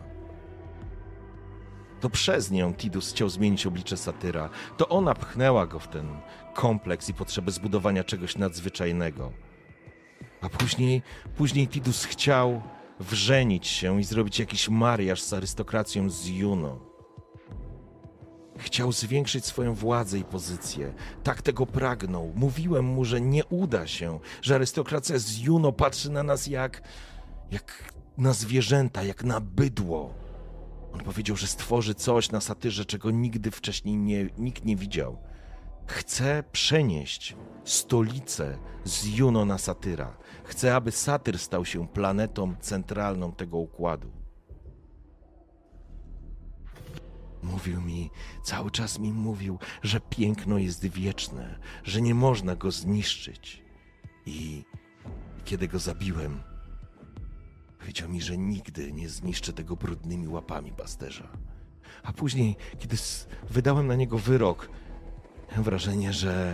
Speaker 1: To przez nią Tidus chciał zmienić oblicze satyra. To ona pchnęła go w ten kompleks i potrzebę zbudowania czegoś nadzwyczajnego. A później, później Tidus chciał wrzenić się i zrobić jakiś mariaż z arystokracją z Juno. Chciał zwiększyć swoją władzę i pozycję. Tak tego pragnął. Mówiłem mu, że nie uda się, że arystokracja z Juno patrzy na nas jak, jak na zwierzęta, jak na bydło. On powiedział, że stworzy coś na satyrze, czego nigdy wcześniej nie, nikt nie widział. Chce przenieść stolicę z Juno na Satyra. Chce, aby Satyr stał się planetą centralną tego układu. Mówił mi, cały czas mi mówił, że piękno jest wieczne, że nie można go zniszczyć. I kiedy go zabiłem, powiedział mi, że nigdy nie zniszczę tego brudnymi łapami pasterza. A później, kiedy wydałem na niego wyrok, miałem wrażenie, że...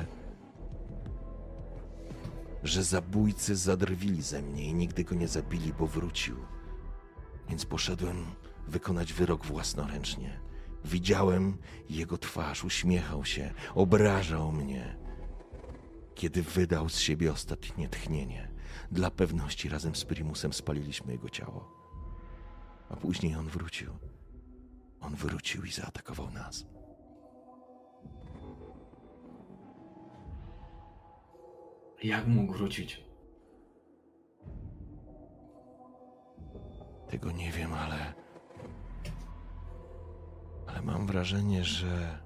Speaker 1: że zabójcy zadrwili ze mnie i nigdy go nie zabili, bo wrócił. Więc poszedłem wykonać wyrok własnoręcznie. Widziałem jego twarz, uśmiechał się, obrażał mnie, kiedy wydał z siebie ostatnie tchnienie. Dla pewności razem z Primusem spaliliśmy jego ciało. A później on wrócił. On wrócił i zaatakował nas.
Speaker 2: Jak mógł wrócić?
Speaker 1: Tego nie wiem, ale... Ale mam wrażenie, że...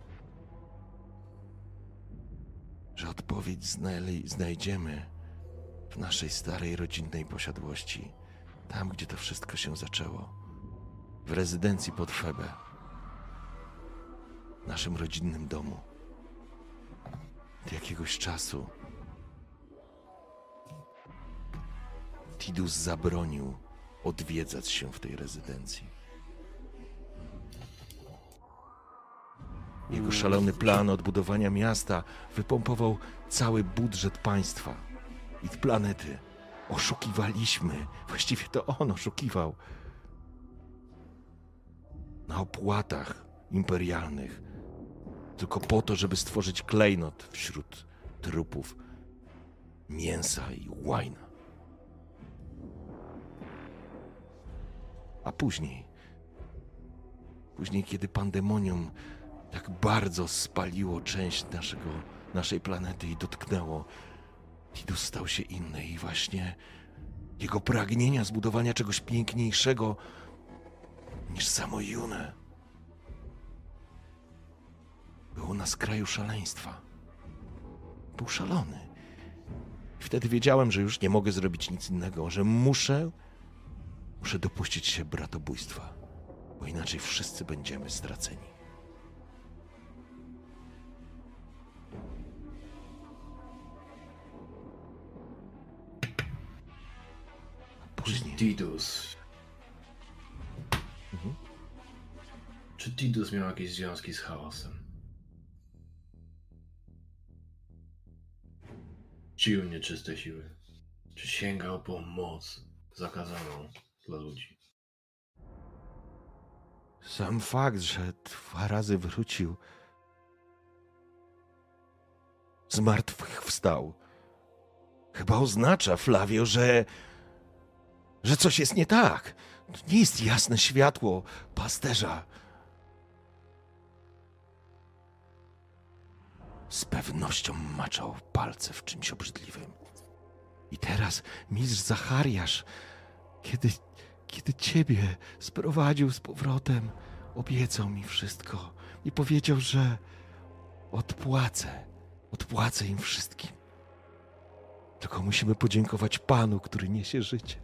Speaker 1: że odpowiedź znaj- znajdziemy w naszej starej rodzinnej posiadłości. Tam, gdzie to wszystko się zaczęło. W rezydencji pod Febę. W naszym rodzinnym domu. Od jakiegoś czasu Tidus zabronił odwiedzać się w tej rezydencji. Jego szalony plan odbudowania miasta wypompował cały budżet państwa i planety. Oszukiwaliśmy. Właściwie to on oszukiwał. Na opłatach imperialnych. Tylko po to, żeby stworzyć klejnot wśród trupów mięsa i łajna. A później, później kiedy pandemonium tak bardzo spaliło część naszego, naszej planety i dotknęło, Tidus stał się inny i właśnie jego pragnienia zbudowania czegoś piękniejszego niż samo Junę było na skraju szaleństwa. Był szalony. I wtedy wiedziałem, że już nie mogę zrobić nic innego, że muszę, muszę dopuścić się bratobójstwa, bo inaczej wszyscy będziemy straceni.
Speaker 5: Tidus.
Speaker 1: Mhm.
Speaker 5: Czy Tidus miał jakieś związki z chaosem? Siły nieczyste siły. Czy sięgał po moc zakazaną dla ludzi?
Speaker 1: Sam fakt, że dwa razy wrócił, z martwych wstał, chyba oznacza, Flavio, że, że coś jest nie tak. To nie jest jasne światło pasterza. Z pewnością maczał palce w czymś obrzydliwym. I teraz mistrz Zachariasz, kiedy, kiedy ciebie sprowadził z powrotem, obiecał mi wszystko i powiedział, że odpłacę, odpłacę im wszystkim. Tylko musimy podziękować Panu, który niesie życie.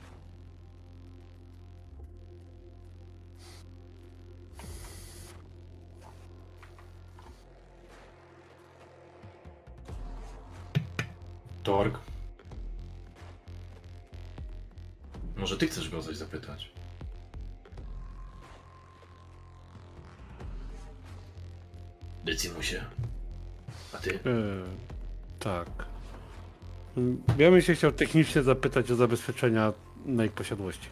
Speaker 5: Torg. Może ty chcesz go o coś zapytać? Decimusie. A ty?
Speaker 4: E, tak. Ja bym się chciał technicznie zapytać o zabezpieczenia na ich posiadłości.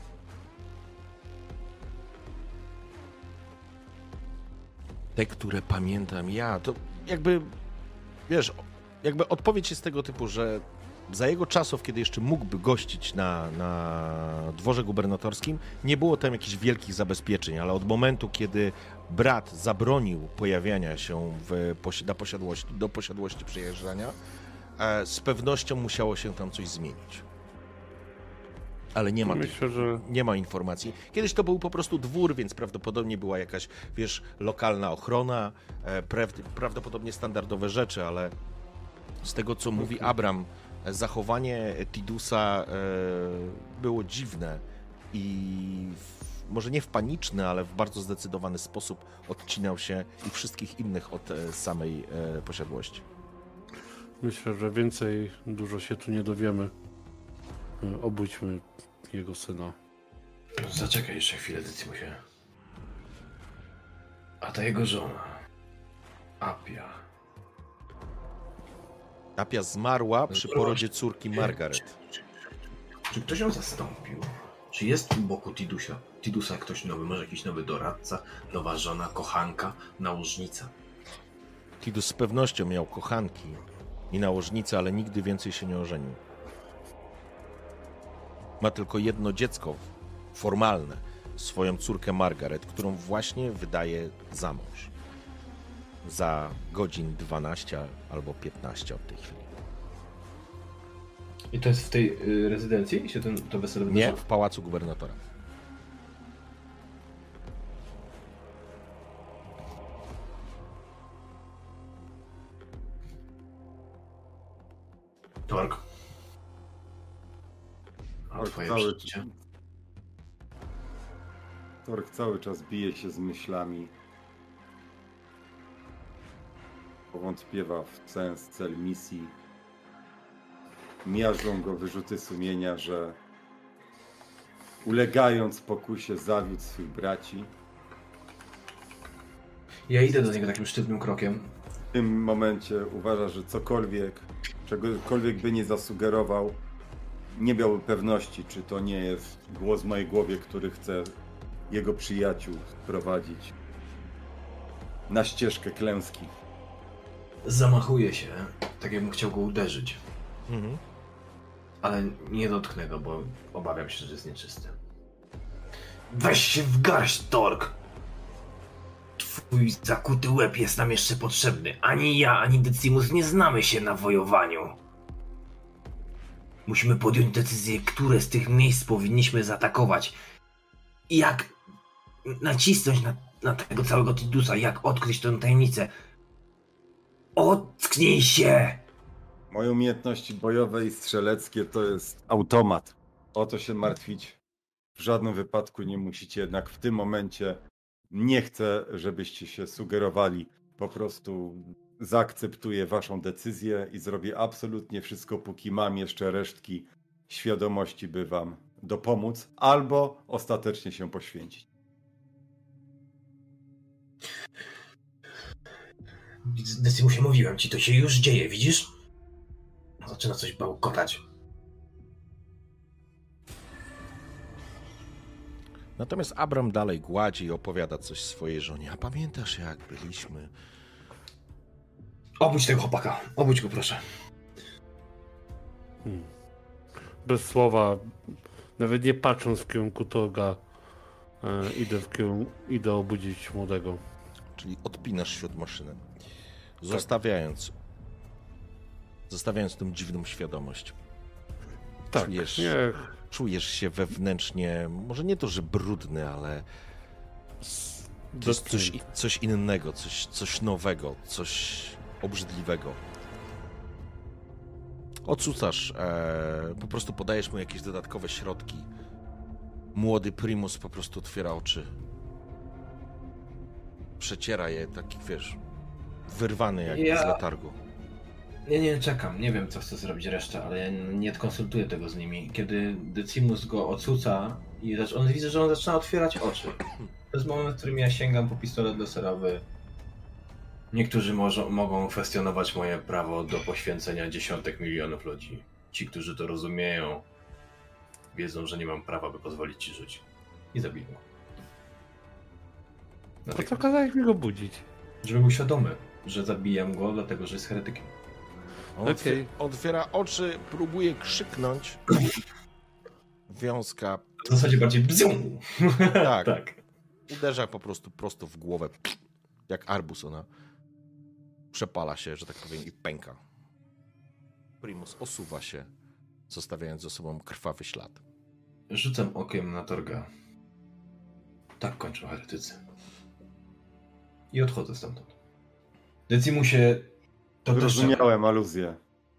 Speaker 1: Te, które pamiętam ja, to jakby, wiesz, jakby odpowiedź jest tego typu, że za jego czasów, kiedy jeszcze mógłby gościć na, na dworze gubernatorskim, nie było tam jakichś wielkich zabezpieczeń, ale od momentu, kiedy brat zabronił pojawiania się w, na posiadłości, do posiadłości przyjeżdżania, z pewnością musiało się tam coś zmienić. Ale nie ma,
Speaker 4: Myślę,
Speaker 1: tych,
Speaker 4: że...
Speaker 1: nie ma informacji. Kiedyś to był po prostu dwór, więc prawdopodobnie była jakaś, wiesz, lokalna ochrona, prawdopodobnie standardowe rzeczy, ale z tego, co mówi Abram, zachowanie Tidusa było dziwne i w, może nie w paniczny, ale w bardzo zdecydowany sposób odcinał się i wszystkich innych od samej posiadłości.
Speaker 4: Myślę, że więcej dużo się tu nie dowiemy. Obudźmy jego syna.
Speaker 5: Zaczekaj jeszcze chwilę, Decimusie. A ta jego żona, Apia.
Speaker 1: Apia zmarła przy porodzie córki Margaret.
Speaker 5: Czy, czy, czy ktoś ją zastąpił? Czy jest u boku Tidusa, Tidusa ktoś nowy? Może jakiś nowy doradca, nowa żona, kochanka, nałożnica?
Speaker 1: Tidus z pewnością miał kochanki i nałożnicę, ale nigdy więcej się nie ożenił. Ma tylko jedno dziecko formalne, swoją córkę Margaret, którą właśnie wydaje za mąż. Za godzin dwanaście albo piętnaście od tej chwili.
Speaker 5: I to jest w tej y, rezydencji? Się ten, to wesele
Speaker 1: Nie, w pałacu gubernatora.
Speaker 5: Torg. A
Speaker 3: Torg
Speaker 5: twoje
Speaker 3: cały,
Speaker 5: życie?
Speaker 3: Torg cały czas bije się z myślami. Powątpiewa w sens, cel misji. Miażdżą go wyrzuty sumienia, że ulegając pokusie zawiódł swych braci.
Speaker 5: Ja idę do niego takim sztywnym krokiem.
Speaker 3: W tym momencie uważa, że cokolwiek, czegokolwiek by nie zasugerował, nie miałby pewności, czy to nie jest głos w mojej głowie, który chce jego przyjaciół wprowadzić na ścieżkę klęski.
Speaker 5: Zamachuję się, tak jakbym chciał go uderzyć.
Speaker 1: Mhm.
Speaker 5: Ale nie dotknę go, bo obawiam się, że jest nieczysty. Weź się w garść, Torg! Twój zakuty łeb jest nam jeszcze potrzebny. Ani ja, ani Decimus nie znamy się na wojowaniu. Musimy podjąć decyzję, które z tych miejsc powinniśmy zaatakować. I jak nacisnąć na, na tego całego Tidusa, jak odkryć tę tajemnicę. Ocknij się!
Speaker 3: Moje umiejętności bojowe i strzeleckie to jest automat. O to się martwić w żadnym wypadku nie musicie, jednak w tym momencie nie chcę, żebyście się sugerowali. Po prostu zaakceptuję waszą decyzję i zrobię absolutnie wszystko, póki mam jeszcze resztki świadomości, by wam dopomóc, albo ostatecznie się poświęcić.
Speaker 5: Decimusie, mówiłem ci, to się już dzieje, widzisz? Zaczyna coś bełkotać.
Speaker 1: Natomiast Abram dalej gładzi i opowiada coś swojej żonie. A pamiętasz, jak byliśmy?
Speaker 5: Obudź tego chłopaka, obudź go proszę.
Speaker 4: Hmm. Bez słowa, nawet nie patrząc w kierunku Torga, e, idę, w kierunku, idę obudzić młodego.
Speaker 1: Czyli odpinasz śródmaszynę, zostawiając, zostawiając tą dziwną świadomość.
Speaker 4: Tak,
Speaker 1: Czujesz,
Speaker 4: nie.
Speaker 1: czujesz się wewnętrznie, może nie to, że brudny, ale to jest coś, coś innego, coś, coś nowego, coś obrzydliwego. Odsucasz, e, po prostu podajesz mu jakieś dodatkowe środki. Młody Primus po prostu otwiera oczy. Przeciera je, taki, wiesz, wyrwany jak
Speaker 5: Ja-
Speaker 1: z letargu.
Speaker 5: Ja nie czekam, nie wiem co chce zrobić reszta, ale ja nie konsultuję tego z nimi. Kiedy Decimus go odsuca i zac- on widzę, że on zaczyna otwierać oczy. To jest moment, w którym ja sięgam po pistolet laserowy. Niektórzy może, mogą kwestionować moje prawo do poświęcenia dziesiątek milionów ludzi. Ci, którzy to rozumieją, wiedzą, że nie mam prawa, by pozwolić ci żyć. I zabiję go.
Speaker 4: Po
Speaker 5: Dlatego,
Speaker 4: co kazałeś mi go budzić?
Speaker 5: żeby był świadomy, że zabijam go, dlatego że jest heretykiem.
Speaker 1: On
Speaker 4: Okej.
Speaker 1: otwiera oczy, próbuje krzyknąć. Wiązka,
Speaker 5: W zasadzie bardziej bzium.
Speaker 1: tak,
Speaker 5: tak.
Speaker 1: uderza po prostu prosto w głowę. Jak arbus ona przepala się, że tak powiem, i pęka. Primus osuwa się, zostawiając za sobą krwawy ślad.
Speaker 5: Rzucam okiem na Torga. Tak kończą heretycy. I odchodzę stamtąd. Decimusie, to też trzeba.
Speaker 3: Zrozumiałem aluzję.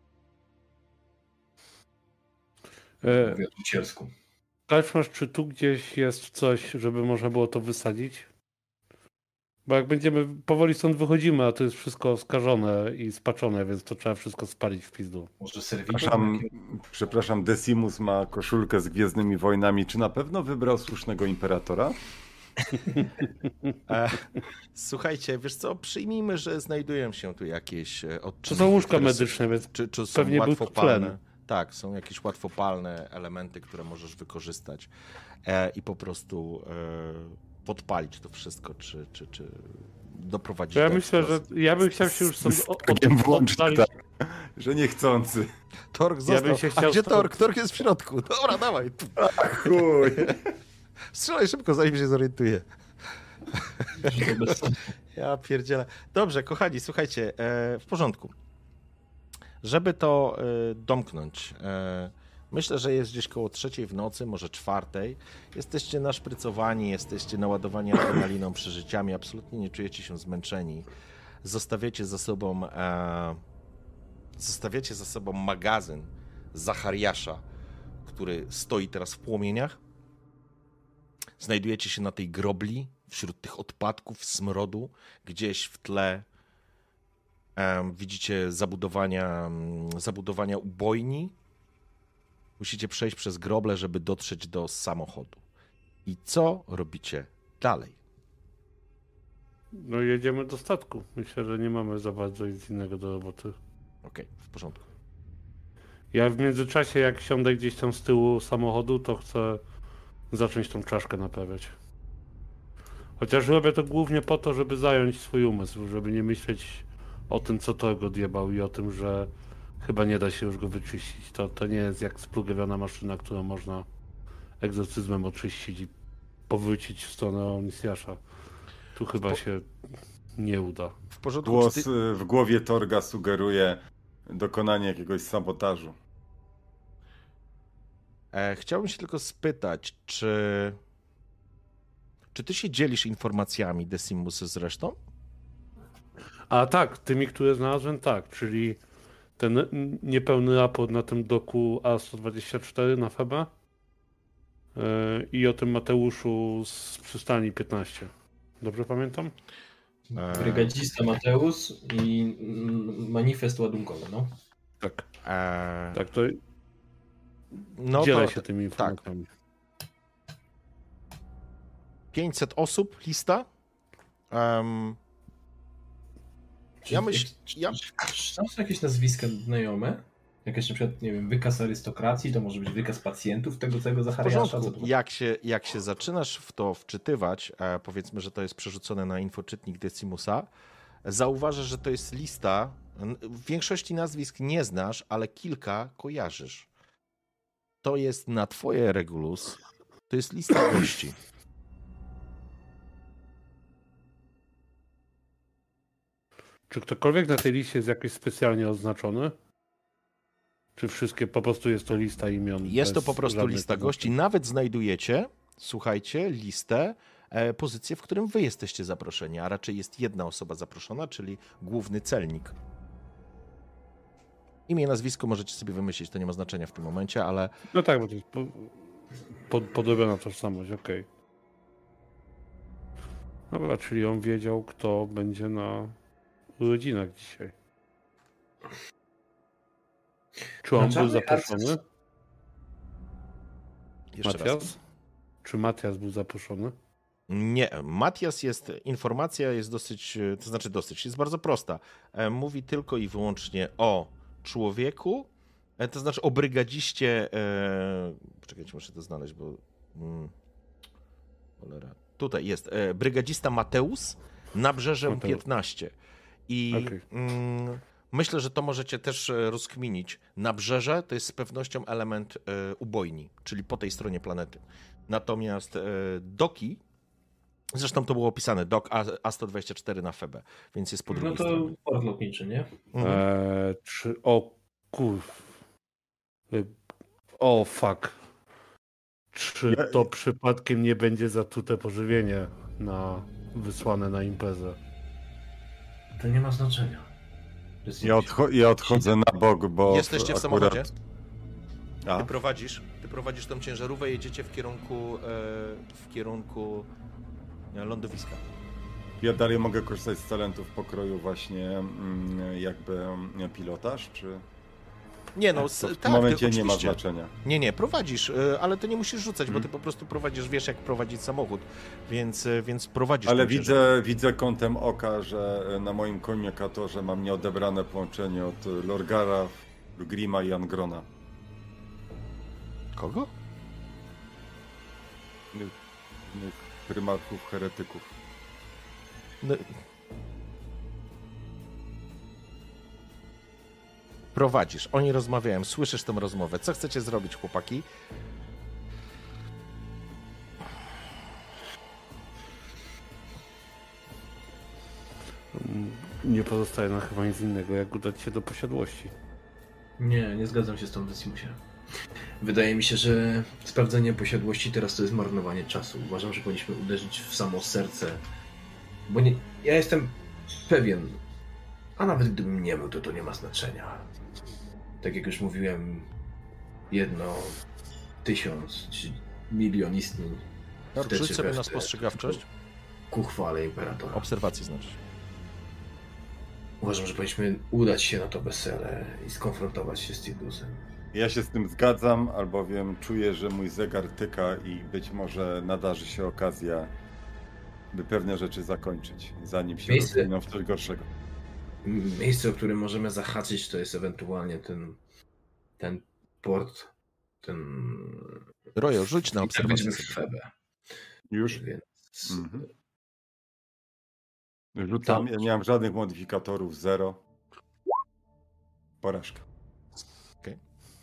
Speaker 4: E,
Speaker 5: Mówię po cielsku.
Speaker 4: Kaczmarz, czy tu gdzieś jest coś, żeby można było to wysadzić? Bo jak będziemy, powoli stąd wychodzimy, a to jest wszystko skażone i spaczone, więc to trzeba wszystko spalić w pizdu.
Speaker 5: Może serwitor?
Speaker 3: Przepraszam, przepraszam, Decimus ma koszulkę z Gwiezdnymi Wojnami. Czy na pewno wybrał słusznego imperatora?
Speaker 1: E, słuchajcie, wiesz co, przyjmijmy, że znajdują się tu jakieś e,
Speaker 4: To
Speaker 1: odczynniki,
Speaker 4: są łóżka
Speaker 1: które są-
Speaker 4: medyczne, więc
Speaker 1: Czy, czy są
Speaker 4: pewnie był
Speaker 1: łatwopalne?
Speaker 4: tlen.
Speaker 1: Tak, są jakieś łatwopalne elementy, które możesz wykorzystać e, i po prostu e, podpalić to wszystko, czy, czy, czy doprowadzić
Speaker 4: to ja
Speaker 1: do
Speaker 4: myślę, że
Speaker 1: eksplozji.
Speaker 4: ja bym chciał się już stąd
Speaker 3: Z
Speaker 4: od-
Speaker 3: Torgiem włączyć,
Speaker 4: oddalić.
Speaker 3: tak, że niechcący.
Speaker 1: Torg
Speaker 4: Ja
Speaker 1: został.
Speaker 4: bym się
Speaker 1: A
Speaker 4: chciał
Speaker 1: gdzie
Speaker 4: stąd-
Speaker 1: Torg? Torg jest w środku. Dobra, dawaj.
Speaker 3: Chuj.
Speaker 1: Strzelaj szybko, zanim się zorientuje. Ja pierdzielę. Dobrze, kochani, słuchajcie, e, w porządku. Żeby to e, domknąć, e, myślę, że jest gdzieś koło trzeciej w nocy, może czwartej. Jesteście naszprycowani, jesteście naładowani adrenaliną, przeżyciami, absolutnie nie czujecie się zmęczeni. Zostawiacie za sobą, e, zostawiacie za sobą magazyn Zachariasza, który stoi teraz w płomieniach. Znajdujecie się na tej grobli, wśród tych odpadków, smrodu, gdzieś w tle em, widzicie zabudowania, em, zabudowania ubojni. Musicie przejść przez groble, żeby dotrzeć do samochodu. I co robicie dalej?
Speaker 4: No jedziemy do statku. Myślę, że nie mamy za bardzo nic innego do roboty.
Speaker 1: Okej, w porządku.
Speaker 4: Ja w międzyczasie, jak siądę gdzieś tam z tyłu samochodu, to chcę zacząć tą czaszkę naprawiać. Chociaż robię to głównie po to, żeby zająć swój umysł, żeby nie myśleć o tym, co to go odjebał i o tym, że chyba nie da się już go wyczyścić. To, to nie jest jak splugawiona maszyna, którą można egzorcyzmem oczyścić i powrócić w stronę Onisjasza. Tu chyba
Speaker 1: Po-
Speaker 4: się nie uda.
Speaker 1: W porządku.
Speaker 3: Głos
Speaker 1: Czy ty...
Speaker 3: y, w głowie Torga sugeruje dokonanie jakiegoś sabotażu.
Speaker 1: e, chciałbym się tylko spytać, czy... Czy ty się dzielisz informacjami Decimus z resztą?
Speaker 4: A tak, tymi, które znalazłem, tak, czyli ten n- niepełny raport na tym doku A sto dwadzieścia cztery na Febe yy, i o tym Mateuszu z przystani piętnaście. Dobrze pamiętam?
Speaker 5: Brygadzista Mateusz i mm, manifest ładunkowy, no.
Speaker 4: Tak.
Speaker 1: E...
Speaker 4: Tak, to
Speaker 1: No
Speaker 4: dzielę
Speaker 1: to,
Speaker 4: się tymi informacjami. Tak.
Speaker 1: pięćset osób, lista. Um, ja myślę... Ja...
Speaker 2: Czy tam są jakieś nazwiska znajome? Jakaś na przykład, nie wiem, wykaz arystokracji, to może być wykaz pacjentów tego całego Zachariasza?
Speaker 1: W porządku. Jak się, jak się zaczynasz w to wczytywać, e, powiedzmy, że to jest przerzucone na infoczytnik Decimusa, zauważasz, że to jest lista, w większości nazwisk nie znasz, ale kilka kojarzysz. To jest na twoje Regulus, to jest lista gości.
Speaker 4: Czy ktokolwiek na tej liście jest jakoś specjalnie oznaczony? Czy wszystkie po prostu jest to lista imion?
Speaker 1: Jest to po prostu lista gości. Nawet znajdujecie, słuchajcie, listę, e, pozycję, w którym wy jesteście zaproszeni, a raczej jest jedna osoba zaproszona, czyli główny celnik. Imię, nazwisko możecie sobie wymyślić, to nie ma znaczenia w tym momencie, ale...
Speaker 4: No tak, bo to jest po, po, podobna tożsamość, okej. Okay. Dobra, czyli on wiedział, kto będzie na urodzinach dzisiaj. Czy on był zaproszony?
Speaker 1: Jeszcze
Speaker 4: Matias?
Speaker 1: raz.
Speaker 4: Czy Matias był zaproszony?
Speaker 1: Nie, Matias jest, informacja jest dosyć, to znaczy dosyć, jest bardzo prosta. Mówi tylko i wyłącznie o człowieku, to znaczy o brygadziście, e, poczekajcie, muszę to znaleźć, bo hmm, cholera. Tutaj jest, e, brygadzista Mateus, Nabrzeżem
Speaker 4: Mateusz.
Speaker 1: piętnaście. I okay. mm, myślę, że to możecie też rozkminić. Nabrzeże to jest z pewnością element e, ubojni, czyli po tej stronie planety. Natomiast e, doki, zresztą to było opisane, dok A sto dwadzieścia cztery na Febę, więc jest po drugiej
Speaker 2: No to
Speaker 1: stronie.
Speaker 2: port lotniczy, nie?
Speaker 4: Mhm. Eee, czy, o kur... O fuck. Czy to przypadkiem nie będzie zatute pożywienie na wysłane na imprezę?
Speaker 2: To nie ma znaczenia.
Speaker 3: Ja, odcho ja odchodzę na bok, bo...
Speaker 1: Jesteście w
Speaker 3: akurat...
Speaker 1: samochodzie?
Speaker 3: A?
Speaker 1: Ty prowadzisz, ty prowadzisz tą ciężarówkę, jedziecie w kierunku, e, w kierunku lądowiska.
Speaker 3: Ja dalej mogę korzystać z talentów pokroju właśnie jakby pilotaż, czy...
Speaker 1: Nie no,
Speaker 3: to w tym
Speaker 1: tak,
Speaker 3: momencie
Speaker 1: ty,
Speaker 3: nie ma znaczenia.
Speaker 1: Nie, nie, prowadzisz, ale ty nie musisz rzucać, hmm. bo ty po prostu prowadzisz, wiesz jak prowadzić samochód, więc, więc prowadzisz.
Speaker 3: Ale widzę, widzę kątem oka, że na moim komunikatorze mam nieodebrane połączenie od Lorgara, Grima i Angrona.
Speaker 1: Kogo?
Speaker 3: Prymarchów heretyków.
Speaker 1: No. Prowadzisz, oni rozmawiają, słyszysz tę rozmowę. Co chcecie zrobić, chłopaki?
Speaker 4: Nie pozostaje nam chyba nic innego, jak udać się do posiadłości.
Speaker 2: Nie, nie zgadzam się z tą Decimusie. Wydaje mi się, że sprawdzenie posiadłości teraz to jest marnowanie czasu. Uważam, że powinniśmy uderzyć w samo serce. Bo nie, ja jestem pewien, a nawet gdybym nie był, to to nie ma znaczenia. Tak jak już mówiłem, jedno, tysiąc czy milion istnień.
Speaker 1: No, rzuć sobie na spostrzegawczość.
Speaker 2: Ku chwale Imperatora.
Speaker 1: Obserwacji znaczy.
Speaker 2: Uważam, że powinniśmy udać się na to wesele i skonfrontować się z Tidusem.
Speaker 3: Ja się z tym zgadzam, albowiem czuję, że mój zegar tyka i być może nadarzy się okazja, by pewne rzeczy zakończyć, zanim się
Speaker 2: Miejsce...
Speaker 3: rozwiną w coś gorszego.
Speaker 2: Miejsce, o którym możemy zahaczyć, to jest ewentualnie ten, ten port, ten...
Speaker 1: Rojo, rzuć na obserwację.
Speaker 2: Będziemy w Febę.
Speaker 3: Już?
Speaker 2: Więc...
Speaker 3: Mhm. Rzucam, ja nie mam żadnych modyfikatorów, zero. Porażka.
Speaker 1: Okay.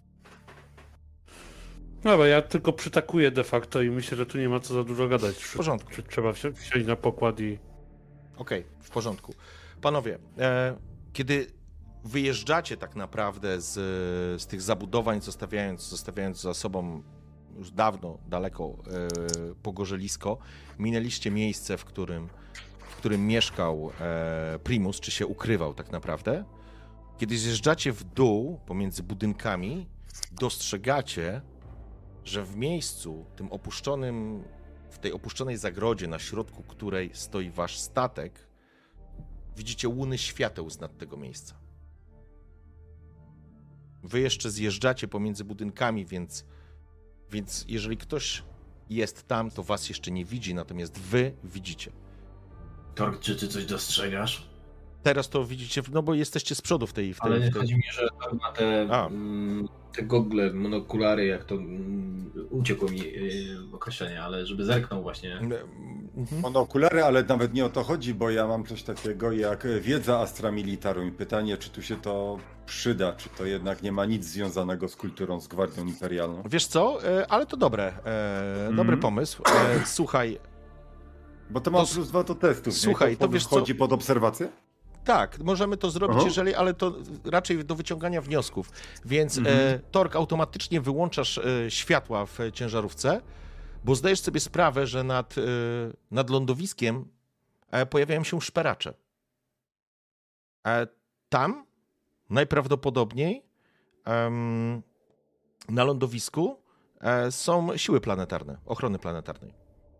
Speaker 4: Dobra, ja tylko przytakuję de facto i myślę, że tu nie ma co za dużo gadać.
Speaker 1: W porządku.
Speaker 4: Trzeba wsiąść na pokład i...
Speaker 1: Okej, okay, w porządku. Panowie, e, kiedy wyjeżdżacie tak naprawdę z, z tych zabudowań, zostawiając, zostawiając za sobą już dawno, daleko e, pogorzelisko, minęliście miejsce, w którym, w którym mieszkał e, Primus, czy się ukrywał tak naprawdę. Kiedy zjeżdżacie w dół pomiędzy budynkami, dostrzegacie, że w miejscu, tym opuszczonym, w tej opuszczonej zagrodzie, na środku której stoi wasz statek, widzicie łuny świateł z nad tego miejsca. Wy jeszcze zjeżdżacie pomiędzy budynkami, więc, więc jeżeli ktoś jest tam, to was jeszcze nie widzi, natomiast wy widzicie.
Speaker 5: Tork, czy ty coś dostrzegasz?
Speaker 1: Teraz to widzicie, no bo jesteście z przodu w tej... W tej
Speaker 2: Ale nie
Speaker 1: w tej...
Speaker 2: chodzi mi, że tam ma te,
Speaker 1: A.
Speaker 2: mm, te gogle, monokulary, jak to mm, uciekło mi yy, określenie, ale żeby zerknął właśnie.
Speaker 1: Mhm.
Speaker 3: Monokulary, ale nawet nie o to chodzi, bo ja mam coś takiego jak wiedza Astra Militarum i pytanie, czy tu się to przyda, czy to jednak nie ma nic związanego z kulturą, z Gwardią Imperialną.
Speaker 1: Wiesz co, e, ale to dobre, e, dobry
Speaker 3: Mhm.
Speaker 1: pomysł. E, słuchaj,
Speaker 3: Bo to mam
Speaker 1: To-
Speaker 3: plus dwa do testów.
Speaker 1: Słuchaj,
Speaker 3: nie?
Speaker 1: to wiesz co-
Speaker 3: wchodzi pod obserwację?
Speaker 1: tak, możemy to zrobić,
Speaker 3: Aha.
Speaker 1: jeżeli, ale to raczej do wyciągania wniosków. Więc
Speaker 3: Mhm.
Speaker 1: e, Tork, automatycznie wyłączasz e, światła w ciężarówce, bo zdajesz sobie sprawę, że nad, e, nad lądowiskiem e, pojawiają się szperacze. E, tam najprawdopodobniej em, na lądowisku e, są siły planetarne, ochrony planetarnej.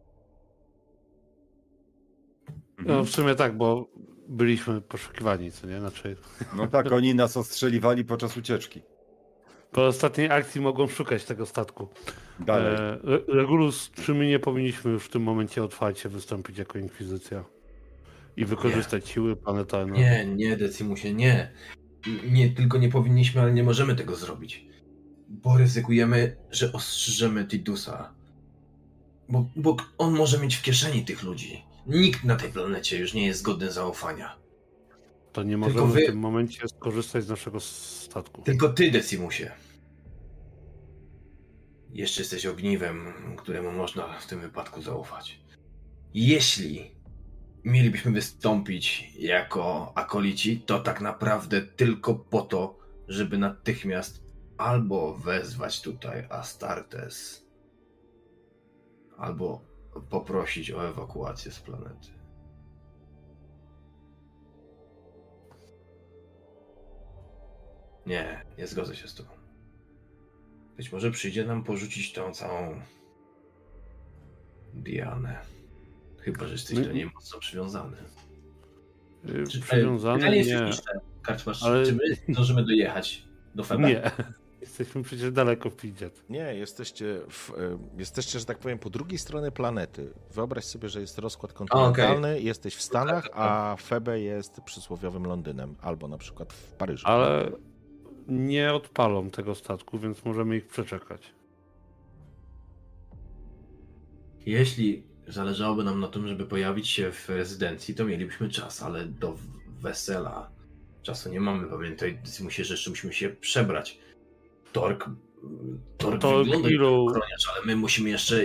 Speaker 4: No w sumie tak, bo byliśmy poszukiwani, co nie? Znaczy,
Speaker 3: No tak, oni nas ostrzeliwali podczas ucieczki.
Speaker 4: po ostatniej akcji mogą szukać tego statku.
Speaker 3: Dalej.
Speaker 4: E, Re- Regulus, czy my nie powinniśmy już w tym momencie otwarcie wystąpić jako inkwizycja i wykorzystać siły planetarne?
Speaker 5: Nie, nie, Decimusie, nie. Nie, tylko nie powinniśmy, ale nie możemy tego zrobić. Bo ryzykujemy, że ostrzyżemy Tidusa. Bo, bo on może mieć w kieszeni tych ludzi. Nikt na tej planecie już nie jest godny zaufania.
Speaker 4: To nie
Speaker 5: Tylko
Speaker 4: możemy
Speaker 5: wy-
Speaker 4: w tym momencie skorzystać z naszego statku.
Speaker 5: Tylko ty, Decimusie. Jeszcze jesteś ogniwem, któremu można w tym wypadku zaufać. Jeśli mielibyśmy wystąpić jako akolici, to tak naprawdę tylko po to, żeby natychmiast albo wezwać tutaj Astartes, albo poprosić o ewakuację z planety. Nie, nie zgodzę się z tobą. Być może przyjdzie nam porzucić tą całą Dianę. Chyba że jesteś
Speaker 4: My-
Speaker 5: do niej mocno przywiązany.
Speaker 4: Y,
Speaker 5: Czy-
Speaker 4: Przywiązany?
Speaker 5: Pytanie jest
Speaker 4: Nie.
Speaker 5: techniczne. Karczmasz,
Speaker 4: Ale-
Speaker 5: czy my zdążymy dojechać do Feba?
Speaker 4: Nie. Jesteśmy przecież daleko w Pidget.
Speaker 1: Nie, jesteście, w, e, jesteście, że tak powiem, po drugiej stronie planety. Wyobraź sobie, że jest rozkład kontynentalny, jesteś w Stanach, a Febe jest przysłowiowym Londynem, albo na przykład w Paryżu.
Speaker 4: Ale nie odpalą tego statku, więc możemy ich przeczekać.
Speaker 5: Jeśli zależałoby nam na tym, żeby pojawić się w rezydencji, to mielibyśmy czas, ale do w- wesela czasu nie mamy. Pamiętaj, musi, że jeszcze musimy się przebrać. Tork, Tork
Speaker 4: To
Speaker 5: wygląda jak
Speaker 4: ilu...
Speaker 5: ochroniarz, ale my musimy jeszcze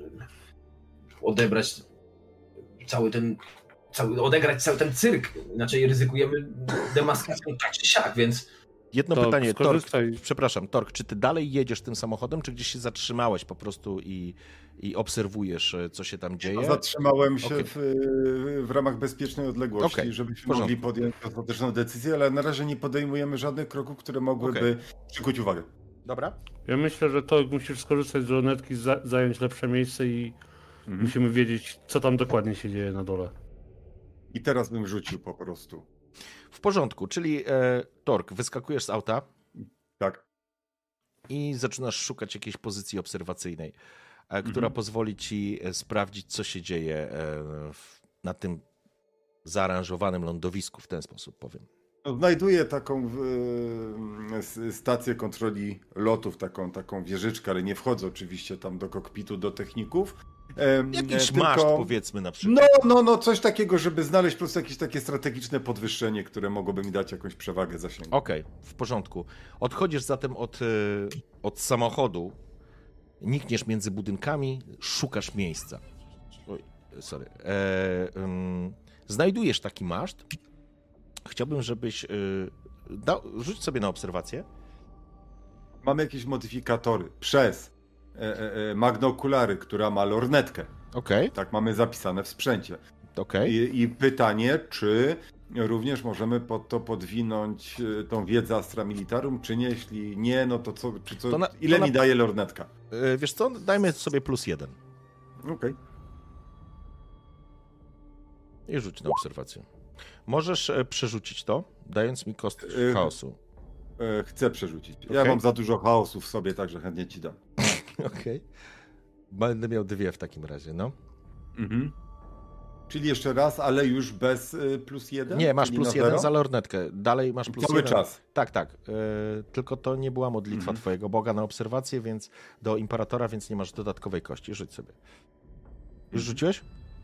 Speaker 5: odebrać cały ten, cały, odegrać cały ten cyrk. Inaczej ryzykujemy demaskacją tak czy siak, więc
Speaker 1: Jedno
Speaker 4: To
Speaker 1: pytanie, Tork,
Speaker 4: skorzystaj.
Speaker 1: przepraszam, Tork, czy ty dalej jedziesz tym samochodem, czy gdzieś się zatrzymałeś po prostu i, i obserwujesz, e, co się tam dzieje?
Speaker 3: Zatrzymałem się
Speaker 1: Okej.
Speaker 3: w, w ramach bezpiecznej odległości,
Speaker 1: Okej, w
Speaker 3: żebyśmy
Speaker 1: porządku.
Speaker 3: mogli podjąć ostateczną decyzję, ale na razie nie podejmujemy żadnych kroków, które mogłyby
Speaker 1: Okej.
Speaker 3: przykuć uwagę.
Speaker 1: Dobra?
Speaker 4: Ja myślę, że to musisz skorzystać z lornetki, za zająć lepsze miejsce i
Speaker 3: Mhm.
Speaker 4: musimy wiedzieć, co tam dokładnie się dzieje na dole.
Speaker 3: I teraz bym rzucił po prostu.
Speaker 1: W porządku, czyli e, Tork, wyskakujesz z auta
Speaker 3: Tak.
Speaker 1: i zaczynasz szukać jakiejś pozycji obserwacyjnej, e, która
Speaker 3: Mhm.
Speaker 1: pozwoli ci e, sprawdzić, co się dzieje e, w, na tym zaaranżowanym lądowisku, w ten sposób powiem.
Speaker 3: No, znajduję taką e, s- stację kontroli lotów, taką, taką wieżyczkę, ale nie wchodzę oczywiście tam do kokpitu, do techników. E,
Speaker 1: Jakiś
Speaker 3: e,
Speaker 1: maszt,
Speaker 3: tylko-
Speaker 1: powiedzmy na przykład.
Speaker 3: No, no, no, coś takiego, żeby znaleźć po prostu jakieś takie strategiczne podwyższenie, które mogłoby mi dać jakąś przewagę zasięgu.
Speaker 1: Okej, w porządku. Odchodzisz zatem od, e, od samochodu, nikniesz między budynkami, szukasz miejsca. Oj, sorry. E, ym, znajdujesz taki maszt. Chciałbym, żebyś... E, dał, rzuć sobie na obserwację.
Speaker 3: Mamy jakieś modyfikatory przez e, e, e, magnokulary, która ma lornetkę.
Speaker 1: Okej,
Speaker 3: Tak mamy zapisane w sprzęcie.
Speaker 1: okej.
Speaker 3: I, I pytanie, czy również możemy pod to podwinąć e, tą wiedzę Astra Militarum, czy nie? Jeśli nie, no to co, czy co
Speaker 1: To na-
Speaker 3: ile
Speaker 1: to
Speaker 3: mi
Speaker 1: na-
Speaker 3: daje lornetka?
Speaker 1: E, Wiesz co, dajmy sobie plus jeden.
Speaker 3: Okej.
Speaker 1: I rzuć na obserwację. Możesz e, przerzucić to, dając mi kostkę
Speaker 3: E,
Speaker 1: chaosu.
Speaker 3: E, chcę przerzucić. Ja
Speaker 1: Okej.
Speaker 3: mam za dużo chaosu w sobie, także chętnie ci dam.
Speaker 1: Okej. Okay. Będę miał dwie w takim razie, no.
Speaker 3: Mhm. Czyli jeszcze raz, ale już bez y, plus jeden?
Speaker 1: Nie, masz
Speaker 3: Czyli
Speaker 1: plus
Speaker 3: na
Speaker 1: jeden
Speaker 3: zero?
Speaker 1: za lornetkę. Dalej masz plus
Speaker 3: Cały
Speaker 1: jeden.
Speaker 3: czas.
Speaker 1: Tak, tak. Yy, tylko to nie była modlitwa
Speaker 3: Mhm.
Speaker 1: twojego Boga na obserwację, więc do Imperatora, więc nie masz dodatkowej kości. Rzuć sobie. Już rzuciłeś?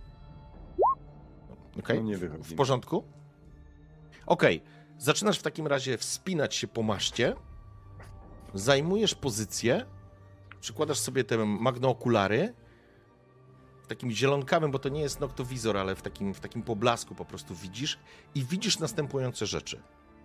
Speaker 1: Okej.
Speaker 3: No nie wychodzi.
Speaker 1: W porządku? Okej. Zaczynasz w takim razie wspinać się po maszcie. Zajmujesz pozycję. Przykładasz sobie te magnookulary. W takim zielonkawym, bo to nie jest noktowizor, ale w takim, w takim poblasku po prostu widzisz i widzisz następujące rzeczy.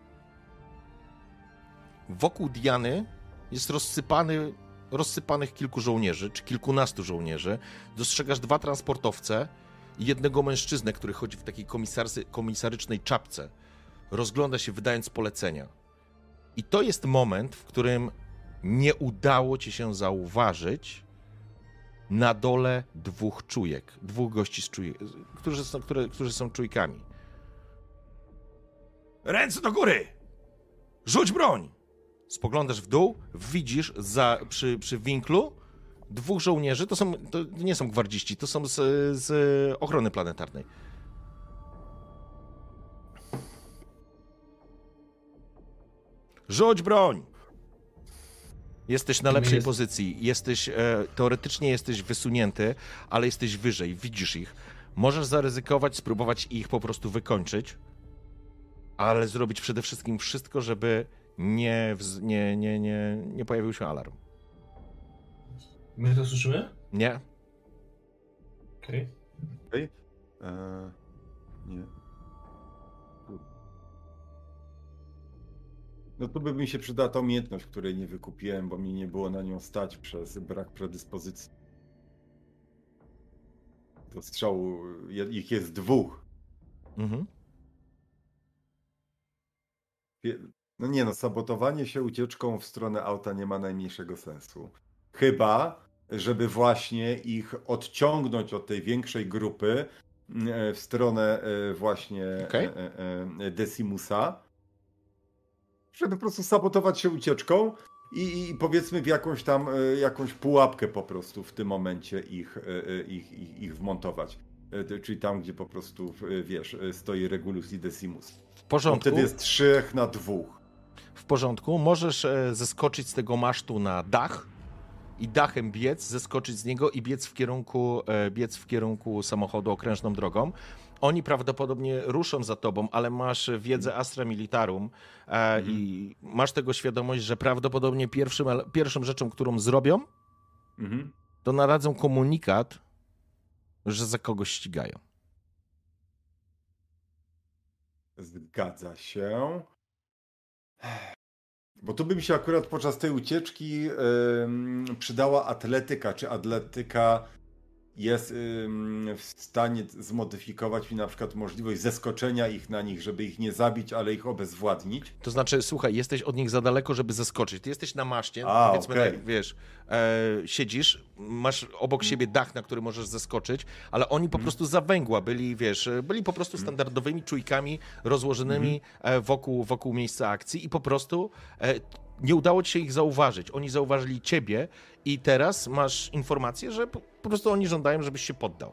Speaker 1: Wokół Diany jest rozsypany, rozsypanych kilku żołnierzy, czy kilkunastu żołnierzy. Dostrzegasz dwa transportowce i jednego mężczyznę, który chodzi w takiej komisarsy, komisarycznej czapce. Rozgląda się, wydając polecenia. I to jest moment, w którym nie udało ci się zauważyć na dole dwóch czujek, dwóch gości, z czujek, którzy, są, które, którzy są czujkami. Ręce do góry! Rzuć broń! Spoglądasz w dół, widzisz za, przy, przy winklu dwóch żołnierzy, to, są, to nie są gwardziści, to są z, z ochrony planetarnej. Rzuć broń! Jesteś na lepszej
Speaker 2: jest...
Speaker 1: pozycji, jesteś, e, teoretycznie jesteś wysunięty, ale jesteś wyżej, widzisz ich. Możesz zaryzykować, spróbować ich po prostu wykończyć, ale zrobić przede wszystkim wszystko, żeby nie, wz- nie, nie, nie, nie pojawił się alarm.
Speaker 2: My to słyszymy?
Speaker 1: Nie?
Speaker 2: Okej.
Speaker 3: Okej. Eee, nie. No tu by mi się przydała ta umiejętność, której nie wykupiłem, bo mi nie było na nią stać przez brak predyspozycji. Do strzału je- ich jest dwóch.
Speaker 1: Mhm.
Speaker 3: Wie- No nie no, sabotowanie się ucieczką w stronę auta nie ma najmniejszego sensu. Chyba, żeby właśnie ich odciągnąć od tej większej grupy e, w stronę e, właśnie
Speaker 1: Okej.
Speaker 3: e, e, e, Decimusa, żeby po prostu sabotować się ucieczką i, i powiedzmy w jakąś tam, e, jakąś pułapkę po prostu w tym momencie ich, e, e, ich, ich, ich wmontować. E, to- Czyli tam, gdzie po prostu, e, wiesz, e, stoi Regulus i Decimus.
Speaker 1: W
Speaker 3: Bo
Speaker 1: porządku.
Speaker 3: wtedy jest trzech na dwóch.
Speaker 1: W porządku. Możesz e, zeskoczyć z tego masztu na dach i dachem biec, zeskoczyć z niego i biec w kierunku, e, biec w kierunku samochodu okrężną drogą. Oni prawdopodobnie ruszą za tobą, ale masz wiedzę Astra Militarum e, i masz tego świadomość, że prawdopodobnie pierwszym, ele- pierwszą rzeczą, którą zrobią,
Speaker 3: Mhm.
Speaker 1: to nadadzą komunikat, że za kogoś ścigają.
Speaker 3: Zgadza się. Bo tu by mi się akurat podczas tej ucieczki ym, przydała atletyka. Czy atletyka jest ym, w stanie zmodyfikować mi na przykład możliwość zeskoczenia ich na nich, żeby ich nie zabić, ale ich obezwładnić?
Speaker 1: To znaczy, słuchaj, jesteś od nich za daleko, żeby zeskoczyć. Ty jesteś na maszcie,
Speaker 3: A,
Speaker 1: powiedzmy,
Speaker 3: okej.
Speaker 1: na, wiesz, e, siedzisz, masz obok siebie dach, na który możesz zeskoczyć, ale oni po prostu za węgła byli, wiesz, byli po prostu standardowymi czujkami rozłożonymi e, wokół, wokół miejsca akcji i po prostu e, nie udało ci się ich zauważyć. Oni zauważyli ciebie i teraz masz informację, że po, po prostu oni żądają, żebyś się poddał.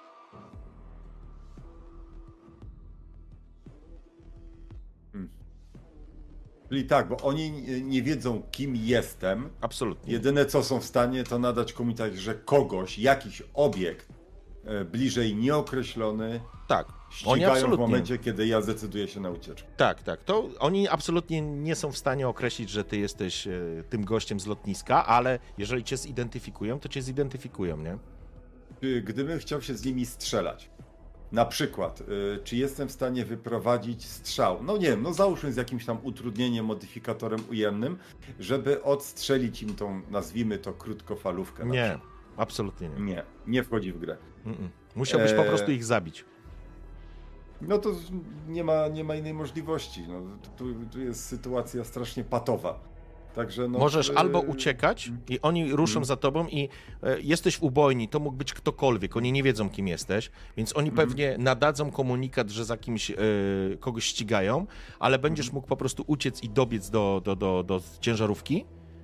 Speaker 3: Czyli tak, bo oni nie- nie wiedzą, kim jestem.
Speaker 1: Absolutnie.
Speaker 3: Jedyne, co są w stanie, to nadać komunikat, że kogoś, jakiś obiekt e, bliżej nieokreślony
Speaker 1: Tak. Oni
Speaker 3: ścigają w
Speaker 1: absolutnie.
Speaker 3: momencie, kiedy ja zdecyduję się na ucieczkę.
Speaker 1: Tak, tak. To oni absolutnie nie są w stanie określić, że ty jesteś e, tym gościem z lotniska, ale jeżeli cię zidentyfikują, to cię zidentyfikują, nie?
Speaker 3: Czy gdybym chciał się z nimi strzelać, na przykład, y, czy jestem w stanie wyprowadzić strzał, no nie wiem, no załóżmy z jakimś tam utrudnieniem, modyfikatorem ujemnym, żeby odstrzelić im tą, nazwijmy to, krótkofalówkę. na
Speaker 1: Nie,
Speaker 3: przykład.
Speaker 1: absolutnie nie.
Speaker 3: Nie, nie wchodzi w grę.
Speaker 1: Mm-mm. Musiałbyś po
Speaker 3: Eee.
Speaker 1: prostu ich zabić.
Speaker 3: No to nie ma, nie ma innej możliwości. No, tu, tu jest sytuacja strasznie patowa. Także no,
Speaker 1: Możesz
Speaker 3: y...
Speaker 1: albo uciekać i oni ruszą
Speaker 3: mm.
Speaker 1: za tobą i e, jesteś w ubojni, to mógł być ktokolwiek, oni nie wiedzą, kim jesteś, więc oni
Speaker 3: Mm.
Speaker 1: pewnie nadadzą komunikat, że za kimś e, kogoś ścigają, ale będziesz
Speaker 3: Mm.
Speaker 1: mógł po prostu uciec i dobiec do, do, do, do ciężarówki,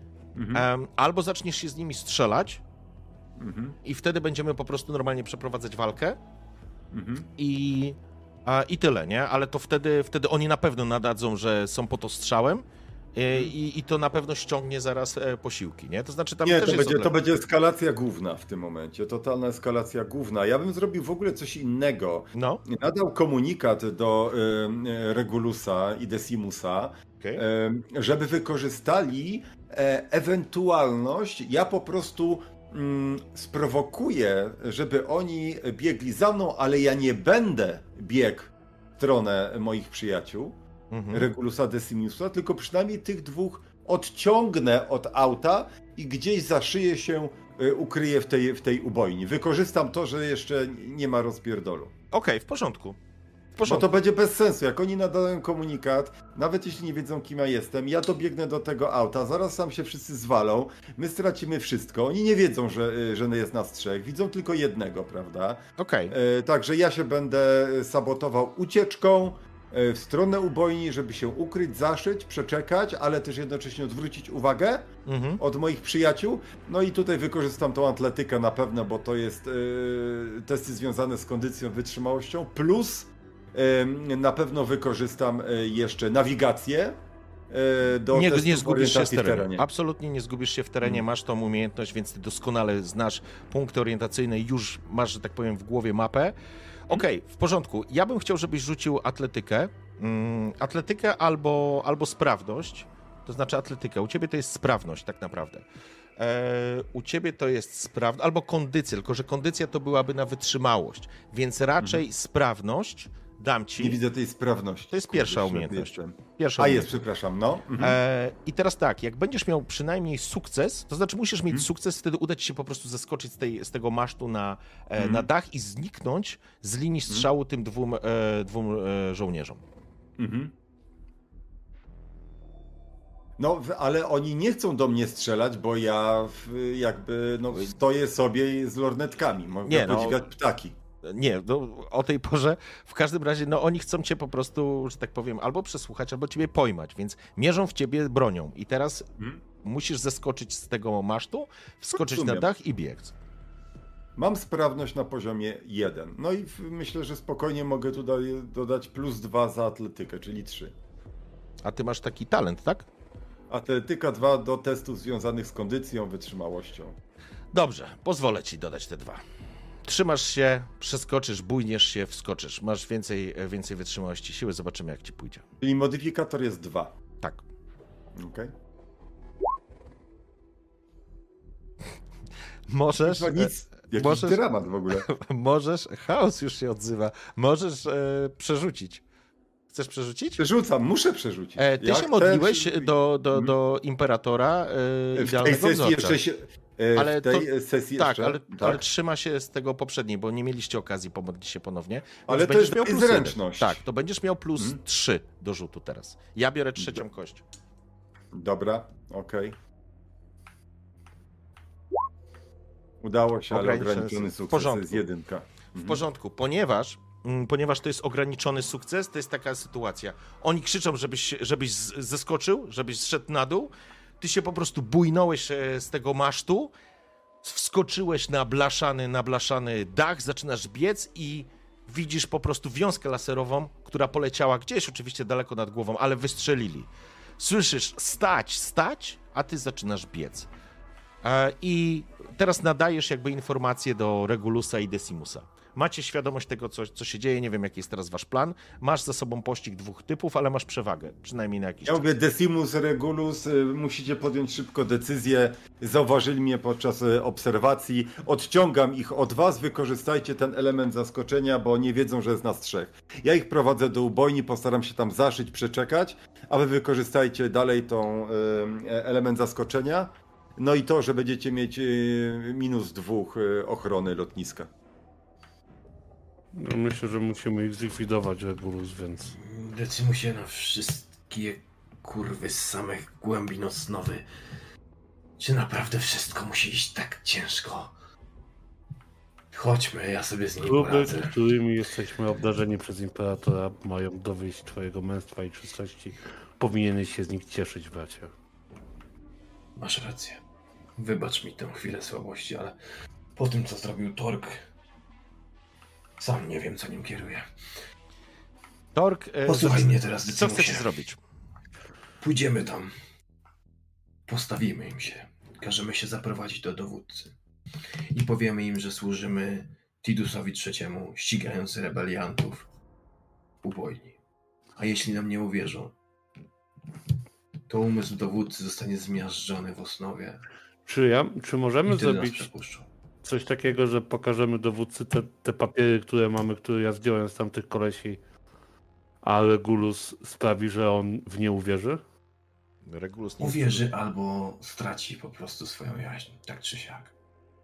Speaker 3: Mhm.
Speaker 1: e, albo zaczniesz się z nimi strzelać
Speaker 3: Mhm.
Speaker 1: i wtedy będziemy po prostu normalnie przeprowadzać walkę
Speaker 3: Mhm.
Speaker 1: i, a, i tyle, nie? Ale to wtedy, wtedy oni na pewno nadadzą, że są po to strzałem. I, I to na pewno ściągnie zaraz e, posiłki, nie? To znaczy tam
Speaker 3: Nie,
Speaker 1: też
Speaker 3: to
Speaker 1: jest
Speaker 3: będzie, to
Speaker 1: odle-
Speaker 3: będzie eskalacja główna w tym momencie, totalna eskalacja główna. Ja bym zrobił w ogóle coś innego.
Speaker 1: No,
Speaker 3: Nadał komunikat do y, Regulusa i Decimusa,
Speaker 1: okej.
Speaker 3: y, żeby wykorzystali e, ewentualność, ja po prostu mm, sprowokuję, żeby oni biegli za mną, ale ja nie będę biegł w stronę moich przyjaciół.
Speaker 1: Mhm.
Speaker 3: Regulusa, Decimusa, tylko przynajmniej tych dwóch odciągnę od auta i gdzieś za szyję się y, ukryję w tej, w tej ubojni. Wykorzystam to, że jeszcze nie ma rozpierdolu.
Speaker 1: Okej, w porządku. W
Speaker 3: Bo
Speaker 1: porządku.
Speaker 3: to będzie bez sensu. Jak oni nadają komunikat, nawet jeśli nie wiedzą, kim ja jestem, ja dobiegnę do tego auta, zaraz tam się wszyscy zwalą, my stracimy wszystko. Oni nie wiedzą, że, y, że jest nas trzech, widzą tylko jednego, prawda?
Speaker 1: Okej.
Speaker 3: E, Także ja się będę sabotował ucieczką e, w stronę ubojni, żeby się ukryć, zaszyć, przeczekać, ale też jednocześnie odwrócić uwagę
Speaker 1: Mhm.
Speaker 3: od moich przyjaciół. No i tutaj wykorzystam tą atletykę na pewno, bo to jest e, testy związane z kondycją, wytrzymałością, plus e, na pewno wykorzystam e, jeszcze nawigację e, do
Speaker 1: Nie,
Speaker 3: testów
Speaker 1: nie zgubisz się w
Speaker 3: orientacji w
Speaker 1: terenie.
Speaker 3: terenie.
Speaker 1: Absolutnie nie zgubisz się w terenie,
Speaker 3: Mm.
Speaker 1: masz tą umiejętność, więc ty doskonale znasz punkty orientacyjne, już masz, że tak powiem, w głowie mapę. Okej, w porządku. Ja bym chciał, żebyś rzucił atletykę. Mm, atletykę albo, albo sprawność. To znaczy atletykę. U ciebie to jest sprawność tak naprawdę. E, u ciebie to jest sprawność, albo kondycja, tylko że kondycja to byłaby na wytrzymałość, więc raczej sprawność dam ci.
Speaker 3: Nie widzę tej sprawności.
Speaker 1: To jest
Speaker 3: Kurde,
Speaker 1: pierwsza
Speaker 3: ślepy
Speaker 1: umiejętność.
Speaker 3: jestem.
Speaker 1: Pierwsza
Speaker 3: A
Speaker 1: umiejętność.
Speaker 3: jest, przepraszam, no. Mhm.
Speaker 1: E, I teraz tak, jak będziesz miał przynajmniej sukces, to znaczy musisz mieć
Speaker 3: Mhm.
Speaker 1: sukces, wtedy uda ci się po prostu zeskoczyć z, tej, z tego masztu na, e,
Speaker 3: Mhm.
Speaker 1: na dach i zniknąć z linii strzału tym dwóm, e, dwóm e, żołnierzom.
Speaker 3: Mhm. No, w- ale oni nie chcą do mnie strzelać, bo ja w, jakby no, stoję sobie z lornetkami. Mogę
Speaker 1: Nie, no.
Speaker 3: podziwiać ptaki.
Speaker 1: Nie, no, o tej porze w każdym razie, no oni chcą cię po prostu, że tak powiem, albo przesłuchać, albo ciebie pojmać, więc mierzą w ciebie bronią i teraz
Speaker 3: Mhm.
Speaker 1: musisz zeskoczyć z tego masztu, wskoczyć na
Speaker 3: Rozumiem.
Speaker 1: dach i biec.
Speaker 3: Mam sprawność na poziomie jeden. No i w, myślę, że spokojnie mogę tutaj dodać plus dwa za atletykę, czyli trzy.
Speaker 1: A ty masz taki talent, tak?
Speaker 3: Atletyka dwa do testów związanych z kondycją, wytrzymałością.
Speaker 1: Dobrze, pozwolę ci dodać te dwa. Trzymasz się, przeskoczysz, bujniesz się, wskoczysz. Masz więcej, więcej wytrzymałości siły, zobaczymy jak ci pójdzie.
Speaker 3: Czyli modyfikator jest dwa.
Speaker 1: Tak.
Speaker 3: Okej.
Speaker 1: Możesz...
Speaker 3: Chyba nic. Jakiś
Speaker 1: możesz-
Speaker 3: dramat w ogóle.
Speaker 1: Możesz... Chaos już się odzywa. Możesz e, przerzucić. Chcesz przerzucić?
Speaker 3: Przerzucam, muszę przerzucić.
Speaker 1: E, ty
Speaker 3: Ja
Speaker 1: się
Speaker 3: chcę
Speaker 1: modliłeś
Speaker 3: przerzucić.
Speaker 1: do, do, do Imperatora e,
Speaker 3: W tej
Speaker 1: idealnego
Speaker 3: sesji
Speaker 1: wzorca.
Speaker 3: jeszcze się... e,
Speaker 1: Ale
Speaker 3: w tej
Speaker 1: to-
Speaker 3: sesji
Speaker 1: Tak,
Speaker 3: jeszcze...
Speaker 1: ale,
Speaker 3: tak.
Speaker 1: ale trzyma się z tego poprzedniej, bo nie mieliście okazji pomodlić się ponownie. Więc
Speaker 3: Ale to
Speaker 1: będziesz
Speaker 3: jest
Speaker 1: miał
Speaker 3: daje
Speaker 1: plus jeden.
Speaker 3: zręczność.
Speaker 1: Tak, to będziesz miał plus
Speaker 3: Mhm.
Speaker 1: trzy do rzutu teraz. Ja biorę trzecią kość.
Speaker 3: Dobra, okej. Udało się, ale
Speaker 1: Ograniczony
Speaker 3: ograniczony
Speaker 1: sukces. W
Speaker 3: sukces,
Speaker 1: porządku.
Speaker 3: to jest jedynka.
Speaker 1: W porządku, ponieważ, mm, ponieważ to jest ograniczony sukces, to jest taka sytuacja. Oni krzyczą, żebyś, żebyś z- zeskoczył, żebyś zszedł na dół. Ty się po prostu bujnąłeś e, z tego masztu, wskoczyłeś na blaszany, na blaszany dach, zaczynasz biec i widzisz po prostu wiązkę laserową, która poleciała gdzieś oczywiście daleko nad głową, ale wystrzelili. Słyszysz stać, stać, a ty zaczynasz biec. E, I teraz nadajesz jakby informacje do Regulusa i Decimusa. Macie świadomość tego, co, co się dzieje, nie wiem jaki jest teraz wasz plan. Masz za sobą pościg dwóch typów, ale masz przewagę, przynajmniej na jakiś
Speaker 3: Ja
Speaker 1: czas.
Speaker 3: mówię, Decimus, Regulus, y, musicie podjąć szybko decyzję. Zauważyli mnie podczas y, obserwacji. Odciągam ich od was, wykorzystajcie ten element zaskoczenia, bo nie wiedzą, że jest nas trzech. Ja ich prowadzę do ubojni, postaram się tam zaszyć, przeczekać, a wy wykorzystajcie dalej tą y, element zaskoczenia. No i to, że będziecie mieć y, minus dwóch y, ochrony lotniska.
Speaker 4: No, myślę, że musimy ich zlikwidować, Regulus, więc...
Speaker 5: Decimusie na wszystkie kurwy z samych głębi nocnowy. Czy naprawdę wszystko musi iść tak ciężko? Chodźmy, ja sobie z nim
Speaker 4: Próby,
Speaker 5: poradzę.
Speaker 4: którymi jesteśmy obdarzeni przez Imperatora, mają dowieść twojego męstwa i czystości. Powinieneś się z nich cieszyć, bracie.
Speaker 5: Masz rację. Wybacz mi tę chwilę słabości, ale po tym, co zrobił Torg, sam nie wiem, co nim kieruje.
Speaker 1: Torg, e,
Speaker 5: Posłuchaj
Speaker 1: co-
Speaker 5: mnie teraz,
Speaker 1: Co
Speaker 5: Decimusie.
Speaker 1: chcecie zrobić?
Speaker 5: Pójdziemy tam. Postawimy im się. Każemy się zaprowadzić do dowódcy. I powiemy im, że służymy Tidusowi trzeciemu, ścigając rebeliantów w ubojni. A jeśli nam nie uwierzą, to umysł dowódcy zostanie zmiażdżony w osnowie.
Speaker 4: Czy, ja, czy możemy
Speaker 5: I wtedy nas
Speaker 4: zrobić
Speaker 5: przepuszczą.
Speaker 4: coś takiego, że pokażemy dowódcy te, te papiery, które mamy, które ja zdjąłem z tamtych kolesi, a Regulus sprawi, że on w nie uwierzy?
Speaker 1: Regulus nie
Speaker 5: Uwierzy albo straci po prostu swoją jaźń, tak czy siak.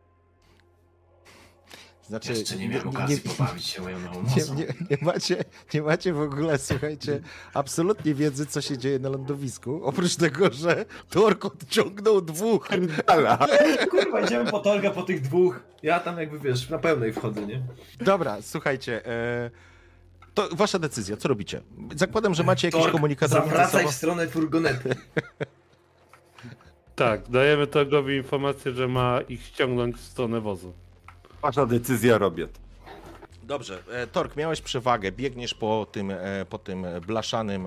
Speaker 1: Znaczy,
Speaker 5: Jeszcze nie miałem okazji pobawić się moją nową
Speaker 1: nie,
Speaker 5: mocą.
Speaker 1: nie, nie, macie, nie macie w ogóle, słuchajcie, absolutnie wiedzy, co się dzieje na lądowisku, oprócz tego, że Torg odciągnął dwóch.
Speaker 2: Kurwa, idziemy po Torga po tych dwóch. Ja tam jakby, wiesz, na pełnej wchodzę, nie?
Speaker 1: Dobra, słuchajcie, e, to wasza decyzja, co robicie? Zakładam, że macie jakiś
Speaker 2: Torg,
Speaker 1: komunikator między
Speaker 2: zawracaj
Speaker 1: sobą.
Speaker 2: w stronę furgonety.
Speaker 4: Tak, dajemy Torgowi informację, że ma ich ściągnąć w stronę wozu.
Speaker 3: Wasza decyzja, robię to.
Speaker 1: Dobrze, e, Torg, miałeś przewagę, biegniesz po tym, e, po tym blaszanym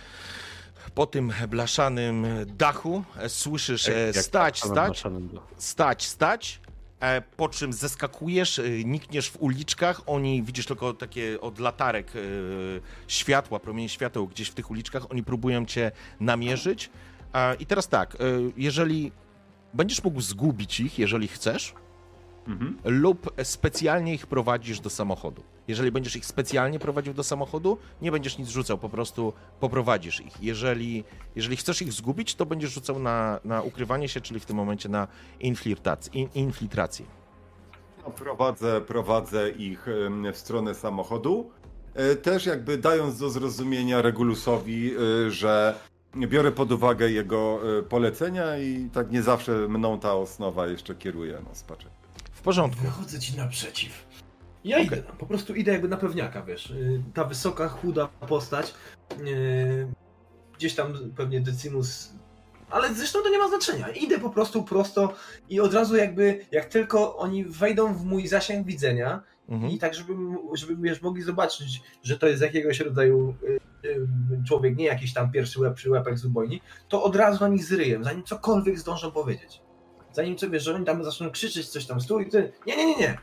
Speaker 1: po tym blaszanym dachu, e, słyszysz e,
Speaker 4: Jak- jak
Speaker 1: stać,
Speaker 4: na
Speaker 1: stać,
Speaker 4: blaszanym dachu.
Speaker 1: stać, stać, e, po czym zeskakujesz, e, nikniesz w uliczkach, oni, widzisz tylko takie od latarek e, światła, promienie świateł gdzieś w tych uliczkach, oni próbują cię namierzyć. E, I teraz tak, e, jeżeli będziesz mógł zgubić ich, jeżeli chcesz,
Speaker 3: Mhm.
Speaker 1: lub specjalnie ich prowadzisz do samochodu. Jeżeli będziesz ich specjalnie prowadził do samochodu, nie będziesz nic rzucał, po prostu poprowadzisz ich. Jeżeli, jeżeli chcesz ich zgubić, to będziesz rzucał na, na ukrywanie się, czyli w tym momencie na infiltrację. In, infiltrację.
Speaker 3: No, prowadzę, prowadzę ich em, w stronę samochodu, e, też jakby dając do zrozumienia Regulusowi, e, że biorę pod uwagę jego e, polecenia i tak nie zawsze mną ta osnowa jeszcze kieruje. No, spaczę.
Speaker 1: W porządku.
Speaker 5: Wychodzę ci naprzeciw.
Speaker 2: Ja idę, tam, po prostu idę jakby na pewniaka, wiesz. Y, Ta wysoka, chuda postać. y, Gdzieś tam pewnie Decimus. Ale zresztą to nie ma znaczenia. Idę po prostu prosto i od razu jakby, jak tylko oni wejdą w mój zasięg widzenia
Speaker 1: Mhm.
Speaker 2: i tak, żeby, żeby wiesz, mogli zobaczyć, że to jest jakiegoś rodzaju y, y, człowiek, nie jakiś tam pierwszy łeb przy łepek z ubojni, to od razu na nich zryjem, zanim cokolwiek zdążą powiedzieć. Zanim co wiesz, że oni tam zaczną krzyczeć coś tam, stój, ty. Nie, nie, nie, nie.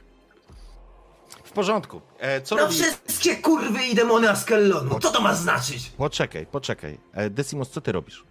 Speaker 1: W porządku. E, co
Speaker 5: Na
Speaker 1: robi...
Speaker 5: wszystkie kurwy i demony Askellonu, co to ma znaczyć?
Speaker 1: Poczekaj, poczekaj. E, Decimus, co ty robisz?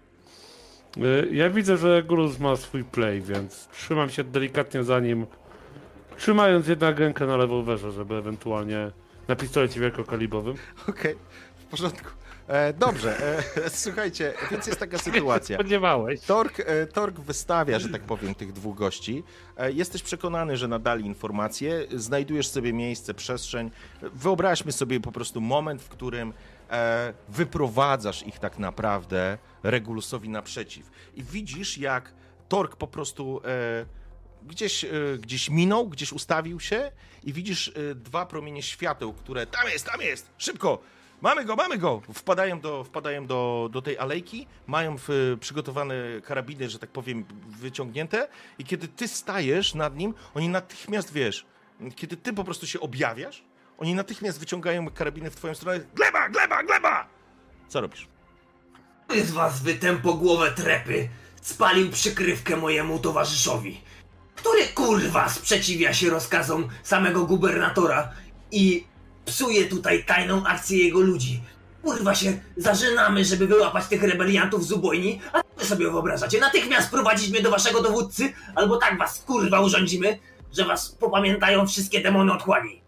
Speaker 4: Y, Ja widzę, że Regulus ma swój play, więc trzymam się delikatnie za nim, trzymając jednak rękę na rewolwerze, żeby ewentualnie na pistolecie wielkokalibrowym.
Speaker 1: Okej, w porządku. E, dobrze, e, słuchajcie, więc jest taka sytuacja.
Speaker 4: Spodziewałeś.
Speaker 1: Torg, e, Torg wystawia, że tak powiem, tych dwóch gości. E, Jesteś przekonany, że nadali informacje, znajdujesz sobie miejsce, przestrzeń. Wyobraźmy sobie po prostu moment, w którym e, wyprowadzasz ich tak naprawdę Regulusowi naprzeciw. I widzisz, jak Torg po prostu e, gdzieś, e, gdzieś minął, gdzieś ustawił się i widzisz e, dwa promienie świateł, które tam jest, tam jest, szybko! Mamy go, mamy go! Wpadają do, wpadają do, do tej alejki, mają w, przygotowane karabiny, że tak powiem, wyciągnięte i kiedy ty stajesz nad nim, oni natychmiast, wiesz, kiedy ty po prostu się objawiasz, oni natychmiast wyciągają karabiny w twoją stronę. Gleba, gleba, gleba! Co robisz?
Speaker 5: Który z was wy tępogłowe trepy spalił przykrywkę mojemu towarzyszowi? Który kurwa sprzeciwia się rozkazom samego gubernatora i psuje tutaj tajną akcję jego ludzi? Kurwa się zażynamy, żeby wyłapać tych rebeliantów z ubojni, a wy sobie wyobrażacie natychmiast prowadzić mnie do waszego dowódcy, albo tak was kurwa urządzimy, że was popamiętają wszystkie demony otchłani.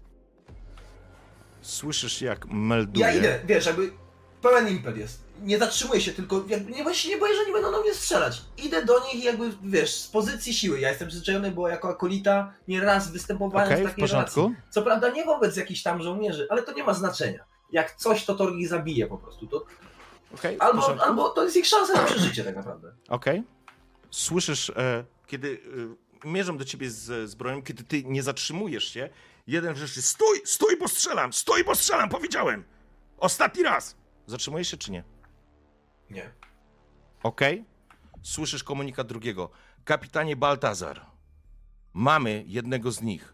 Speaker 1: Słyszysz, jak melduje.
Speaker 2: Ja idę, wiesz, jakby pełen impet jest. Nie zatrzymuję się, tylko jakby nie, właśnie nie boję, że nie będą na mnie strzelać. Idę do nich jakby, wiesz, z pozycji siły. Ja jestem przyzwyczajony, bo jako akolita nieraz występowałem
Speaker 1: Okej,
Speaker 2: w
Speaker 1: w
Speaker 2: takiej
Speaker 1: porządku.
Speaker 2: relacji. Co prawda nie wobec jakichś tam żołnierzy, ale to nie ma znaczenia. Jak coś, to Torgi zabije po prostu. To
Speaker 1: Okay,
Speaker 5: albo, albo to jest ich szansa na przeżycie tak naprawdę.
Speaker 1: Okej. Okay. Słyszysz, e, kiedy e, mierzą do ciebie z, z bronią, kiedy ty nie zatrzymujesz się, jeden wreszcie, stój, stój, bo strzelam, stój, bo strzelam, powiedziałem. Ostatni raz. Zatrzymujesz się czy nie?
Speaker 5: Nie.
Speaker 1: Okej. Okay. Słyszysz komunikat drugiego. Kapitanie Baltazar, mamy jednego z nich.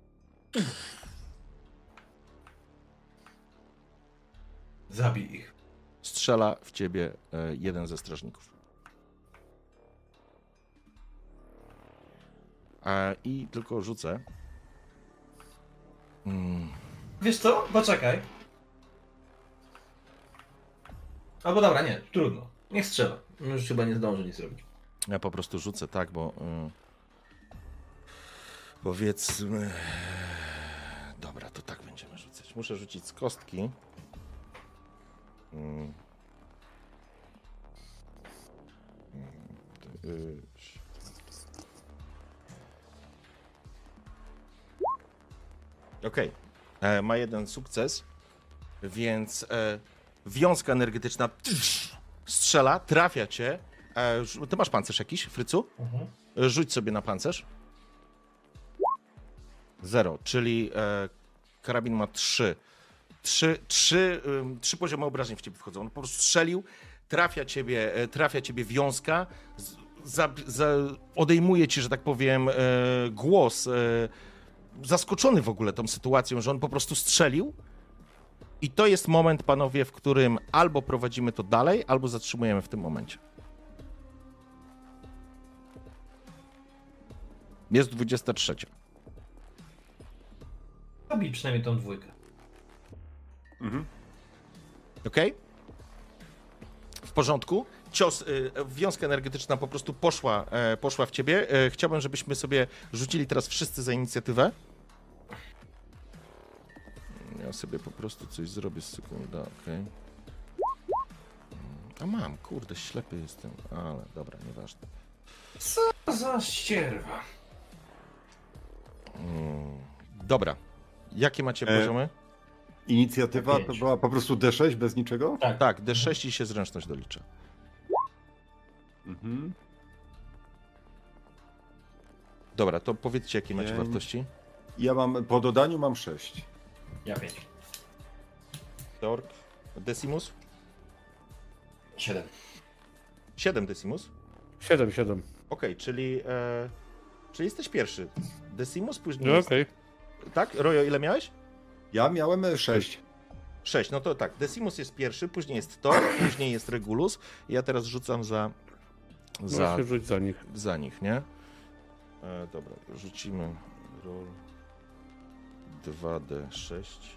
Speaker 5: Zabij ich.
Speaker 1: Strzela w ciebie e, jeden ze strażników. E, I tylko rzucę. Mm.
Speaker 5: Wiesz co? Poczekaj. Albo dobra, nie, trudno. Niech strzela. Już chyba nie zdąży nic robić.
Speaker 1: Ja po prostu rzucę tak, bo y, powiedzmy... Dobra, to tak będziemy rzucać. Muszę rzucić z kostki. Mm. Y, Okej. Okay. Ma jeden sukces, więc e, wiązka energetyczna strzela, trafia cię. E, ty masz pancerz jakiś, Frycu?
Speaker 5: Mhm.
Speaker 1: Rzuć sobie na pancerz. Zero, czyli e, karabin ma trzy. Trzy, trzy, y, trzy poziomy obrażeń w ciebie wchodzą. On po prostu strzelił, trafia ciebie, e, trafia ciebie wiązka, z, za, za, odejmuje ci, że tak powiem, e, głos. E, zaskoczony w ogóle tą sytuacją, że on po prostu strzelił. I to jest moment, panowie, w którym albo prowadzimy to dalej, albo zatrzymujemy w tym momencie. Jest dwudziesta trzecia.
Speaker 5: Zabij przynajmniej tą dwójkę.
Speaker 3: Mhm.
Speaker 1: Okej? Okay? W porządku. Cios, y, wiązka energetyczna po prostu poszła, e, poszła w ciebie. E, chciałbym, żebyśmy sobie rzucili teraz wszyscy za inicjatywę. Ja sobie po prostu coś zrobię z sekundę, okej. Okay. A mam, kurde, ślepy jestem, ale dobra, nieważne.
Speaker 5: Co za ścierwa.
Speaker 1: Hmm. Dobra. Jakie macie
Speaker 3: E,
Speaker 1: poziomy?
Speaker 3: Inicjatywa to była po prostu D sześć bez niczego?
Speaker 5: Tak.
Speaker 1: Tak, D sześć i się zręczność dolicza.
Speaker 3: Mhm.
Speaker 1: Dobra, to powiedzcie, jakie macie
Speaker 3: Pięć.
Speaker 1: wartości.
Speaker 3: Ja mam, po dodaniu mam sześć.
Speaker 5: Ja pięć.
Speaker 1: Tork. Decimus?
Speaker 5: Siedem.
Speaker 1: siedem Decimus.
Speaker 4: siedem, siedem.
Speaker 1: Okej, okay, czyli, e, czyli jesteś pierwszy. Decimus, później
Speaker 4: No
Speaker 1: jest...
Speaker 4: okej. Okay.
Speaker 1: Tak? Rojo, ile miałeś?
Speaker 3: Ja miałem sześć.
Speaker 1: sześć, no to tak. Decimus jest pierwszy, później jest Thor, później jest Regulus. Ja teraz rzucam za... Za,
Speaker 4: No rzuć za nich.
Speaker 1: za nich, nie? E, dobra, rzucimy roll dwa D sześć.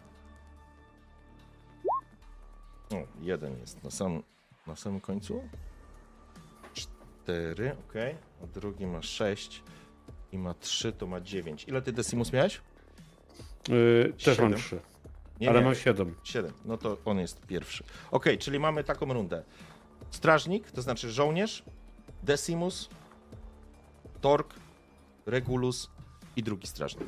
Speaker 1: O, jeden jest na samym, na samym końcu. cztery, ok. A drugi ma sześć i ma trzy, to ma dziewięć. Ile ty Decimus miałeś?
Speaker 4: Yy, też
Speaker 1: Siedem.
Speaker 4: mam trzy.
Speaker 1: Nie,
Speaker 4: ale
Speaker 1: nie.
Speaker 4: mam siedem.
Speaker 1: siedem, no to on jest pierwszy. Ok, czyli mamy taką rundę. Strażnik, to znaczy żołnierz, Decimus, Tork, Regulus i drugi strażnik.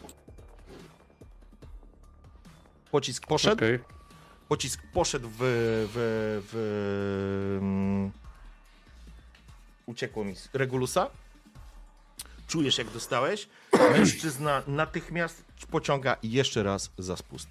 Speaker 1: Pocisk poszedł.
Speaker 4: Okay.
Speaker 1: Pocisk poszedł w... w, w um, uciekło mi z Regulusa. Czujesz, jak dostałeś. Mężczyzna natychmiast pociąga jeszcze raz za spust.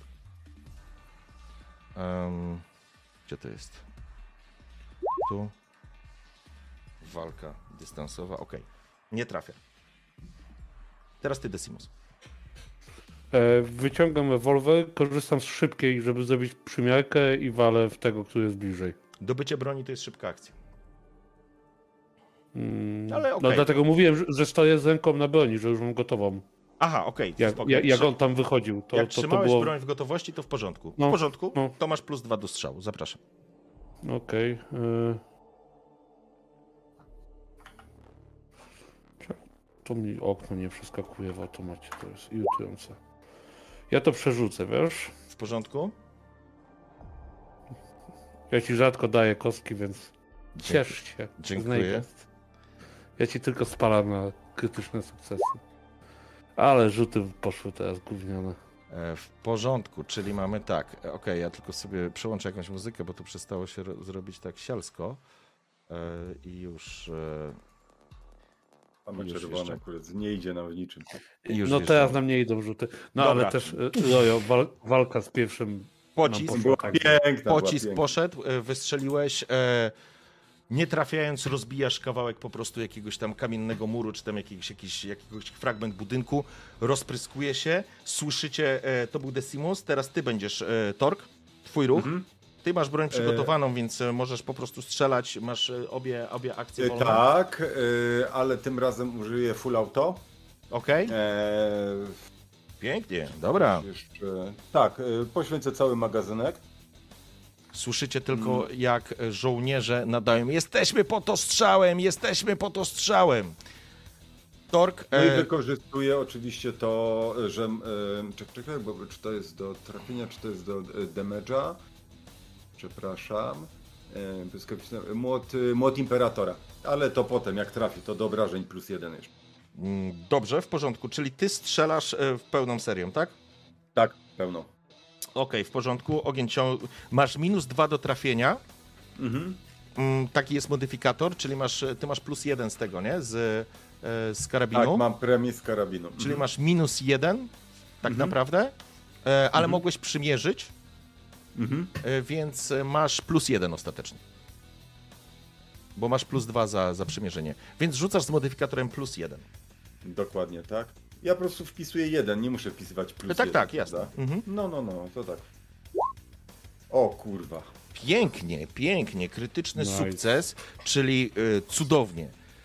Speaker 1: Um, gdzie to jest? Tu. Walka dystansowa. Ok. Nie trafia. Teraz ty, Decimus.
Speaker 4: E, wyciągam rewolwer, korzystam z szybkiej, żeby zrobić przymiarkę i walę w tego, który jest bliżej.
Speaker 1: Dobycie broni to jest szybka akcja.
Speaker 4: Mm,
Speaker 1: Ale okej.
Speaker 4: No dlatego mówiłem, że, że stoję z ręką na broni, że już mam gotową.
Speaker 1: Aha, okej.
Speaker 4: Jak, jak, jak on tam wychodził, to,
Speaker 1: Jak
Speaker 4: to, to
Speaker 1: trzymałeś
Speaker 4: było...
Speaker 1: broń w gotowości, to w porządku. W
Speaker 4: No,
Speaker 1: porządku,
Speaker 4: no.
Speaker 1: to masz plus dwa do strzału. Zapraszam.
Speaker 4: Okej. Okay. To mi okno nie przeskakuje w automacie, to jest irytujące. Ja to przerzucę, wiesz?
Speaker 1: W porządku?
Speaker 4: Ja ci rzadko daję kostki, więc ciesz się.
Speaker 1: Dziękuję.
Speaker 4: Ja ci tylko spalam na krytyczne sukcesy. Ale rzuty poszły teraz gówniane.
Speaker 1: E, w porządku, czyli mamy tak. Okej, okay, ja tylko sobie przełączę jakąś muzykę, bo tu przestało się ro- zrobić tak sialsko. E, I już... E,
Speaker 3: Mamy
Speaker 1: Już
Speaker 3: czerwone
Speaker 1: jeszcze.
Speaker 3: akurat, nie idzie nam w niczym.
Speaker 1: i już
Speaker 4: No
Speaker 1: jeszcze-
Speaker 4: teraz na mnie idą rzuty. No
Speaker 1: Dobra.
Speaker 4: ale też, y, Lojo, wal, walka z pierwszym...
Speaker 1: Pocisk,
Speaker 4: nam
Speaker 3: Była
Speaker 4: poszła tak.
Speaker 3: piękna, była
Speaker 1: pocisk
Speaker 3: piękna.
Speaker 1: poszedł, e, wystrzeliłeś, e, nie trafiając rozbijasz kawałek po prostu jakiegoś tam kamiennego muru, czy tam jakiegoś, jakiś, jakiegoś fragment budynku, rozpryskuje się, słyszycie, e, to był Decimus, teraz ty będziesz e, Tork, twój ruch.
Speaker 3: Mhm.
Speaker 1: Ty masz broń przygotowaną, więc e, możesz po prostu strzelać, masz e, obie, obie akcje
Speaker 3: E,
Speaker 1: wolne.
Speaker 3: Tak, e, ale tym razem użyję full auto.
Speaker 1: Okej,
Speaker 3: E,
Speaker 1: pięknie, dobra.
Speaker 3: Jeszcze, tak, e, poświęcę cały magazynek.
Speaker 1: Słyszycie tylko, jak żołnierze nadają: jesteśmy pod ostrzałem, jesteśmy pod ostrzałem. Tork,
Speaker 3: No i
Speaker 1: e,
Speaker 3: wykorzystuję oczywiście to, że... E, czekaj, czekaj, bo czy to jest do trafienia, czy to jest do e, damage'a? Przepraszam. E, błyskawiczny- młot, e, młot Imperatora. Ale to potem, jak trafi, to do obrażeń plus jeden jeszcze.
Speaker 1: mm, dobrze, w porządku, czyli ty strzelasz e, w pełną serią, tak?
Speaker 3: Tak, pełno.
Speaker 1: Okej, w porządku, ogień cią... Masz minus dwa do trafienia,
Speaker 3: Mhm.
Speaker 1: mm, taki jest modyfikator, czyli masz, ty masz plus jeden z tego, nie? Z, e, z karabinu.
Speaker 3: Tak, mam premię z karabinu.
Speaker 1: Czyli
Speaker 3: Mhm.
Speaker 1: masz minus jeden, tak
Speaker 3: Mhm.
Speaker 1: naprawdę, e, ale mogłeś przymierzyć,
Speaker 3: Mhm.
Speaker 1: e, więc masz plus jeden ostatecznie. Bo masz plus dwa za, za przymierzenie. Więc rzucasz z modyfikatorem plus jeden.
Speaker 3: Dokładnie, tak. Ja po prostu wpisuję jeden, nie muszę wpisywać plus
Speaker 1: tak,
Speaker 3: jeden.
Speaker 1: tak, jasne.
Speaker 3: prawda?
Speaker 1: Mhm.
Speaker 3: No, no, no, to tak. O kurwa.
Speaker 1: Pięknie, pięknie, krytyczny
Speaker 4: Nice.
Speaker 1: sukces, czyli y, cudownie.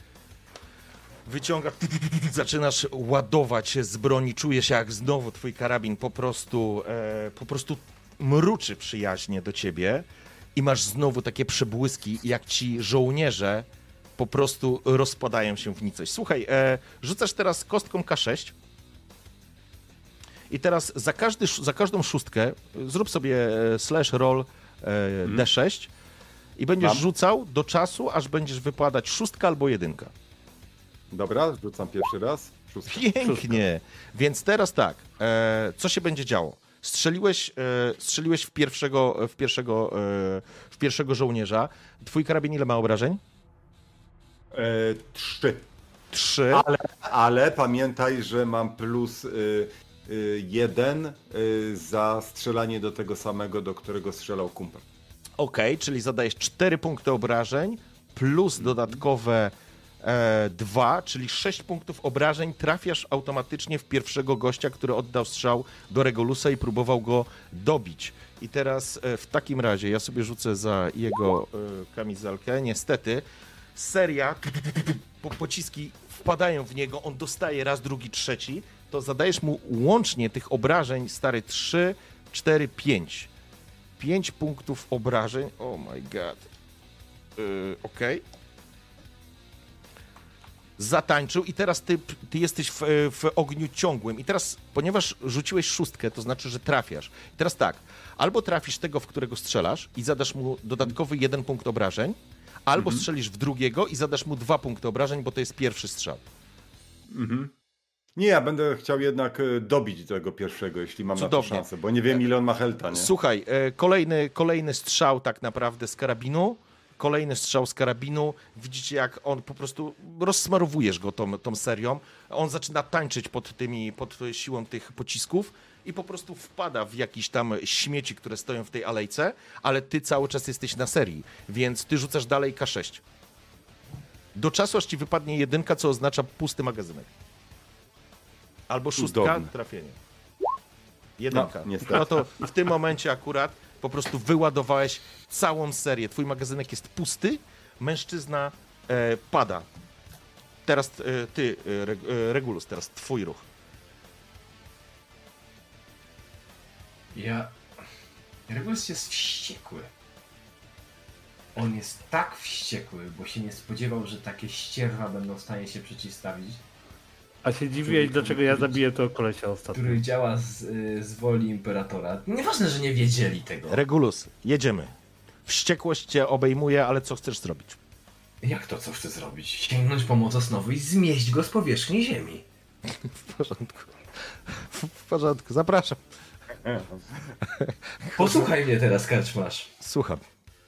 Speaker 1: Wyciąga, zaczynasz ładować się z broni, czujesz jak znowu twój karabin po prostu, e, po prostu mruczy przyjaźnie do ciebie i masz znowu takie przebłyski, jak ci żołnierze po prostu rozpadają się w nicość. Słuchaj, e, rzucasz teraz kostką K sześć i teraz za, każdy, za każdą szóstkę zrób sobie e, slash roll e, D sześć i będziesz
Speaker 3: Mam.
Speaker 1: rzucał do czasu, aż będziesz wypadać szóstka albo jedynka.
Speaker 3: Dobra, rzucam pierwszy raz. Szóstka.
Speaker 1: Pięknie. Więc teraz tak, e, co się będzie działo? Strzeliłeś, e, strzeliłeś w pierwszego, w, pierwszego, e, w pierwszego żołnierza. Twój karabin ile ma obrażeń?
Speaker 3: E, trzy.
Speaker 1: Trzy.
Speaker 3: Ale, ale pamiętaj, że mam plus y, y, jeden y, za strzelanie do tego samego, do którego strzelał kumpel.
Speaker 1: Okej, czyli zadajesz cztery punkty obrażeń plus dodatkowe e, dwa, czyli sześć punktów obrażeń. Trafiasz automatycznie w pierwszego gościa, który oddał strzał do Regulusa i próbował go dobić. I teraz e, w takim razie ja sobie rzucę za jego e, kamizelkę. Niestety seria, po, pociski wpadają w niego, on dostaje raz, drugi, trzeci, to zadajesz mu łącznie tych obrażeń, stary, trzy, cztery, pięć. pięć punktów obrażeń. Oh my god. Yy, Okej. Zatańczył i teraz ty, ty jesteś w, w ogniu ciągłym. I teraz, ponieważ rzuciłeś szóstkę, to znaczy, że trafiasz. I teraz tak, albo trafisz tego, w którego strzelasz i zadasz mu dodatkowy jeden punkt obrażeń, albo strzelisz w drugiego i zadasz mu dwa punkty obrażeń, bo to jest pierwszy strzał.
Speaker 3: Mhm. Nie, ja będę chciał jednak y, dobić tego pierwszego, jeśli mam na
Speaker 1: Cudownie.
Speaker 3: to szansę, bo nie wiem ile on ma helta, nie?
Speaker 1: Słuchaj, e, kolejny, kolejny strzał tak naprawdę z karabinu. Kolejny strzał z karabinu. Widzicie, jak on po prostu rozsmarowujesz go tą, tą serią. On zaczyna tańczyć pod, tymi, pod siłą tych pocisków i po prostu wpada w jakieś tam śmieci, które stoją w tej alejce, ale ty cały czas jesteś na serii, więc ty rzucasz dalej K sześć. Do czasu, aż ci wypadnie jedynka, co oznacza pusty magazynek. Albo szóstka,
Speaker 3: Cudowne.
Speaker 1: trafienie. Jedynka.
Speaker 3: No, niestety.
Speaker 1: No to w tym momencie akurat po prostu wyładowałeś całą serię. Twój magazynek jest pusty, mężczyzna e, pada. Teraz e, ty, e, Reg, e, Regulus, teraz twój ruch.
Speaker 5: Ja... Regulus jest wściekły. On jest tak wściekły, bo się nie spodziewał, że takie ścierwa będą w stanie się przeciwstawić.
Speaker 4: A się dziwiłeś, dlaczego ja zabiję tego kolesia ostatnio.
Speaker 5: Który działa z, y, z woli Imperatora. Nieważne, że nie wiedzieli tego.
Speaker 1: Regulus, jedziemy. Wściekłość cię obejmuje, ale co chcesz zrobić?
Speaker 5: Jak to, co chce zrobić? Sięgnąć po moc osnowy i zmieść go z powierzchni ziemi.
Speaker 1: W porządku. W porządku, zapraszam.
Speaker 2: Posłuchaj mnie teraz, karczmasz.
Speaker 1: Słucham.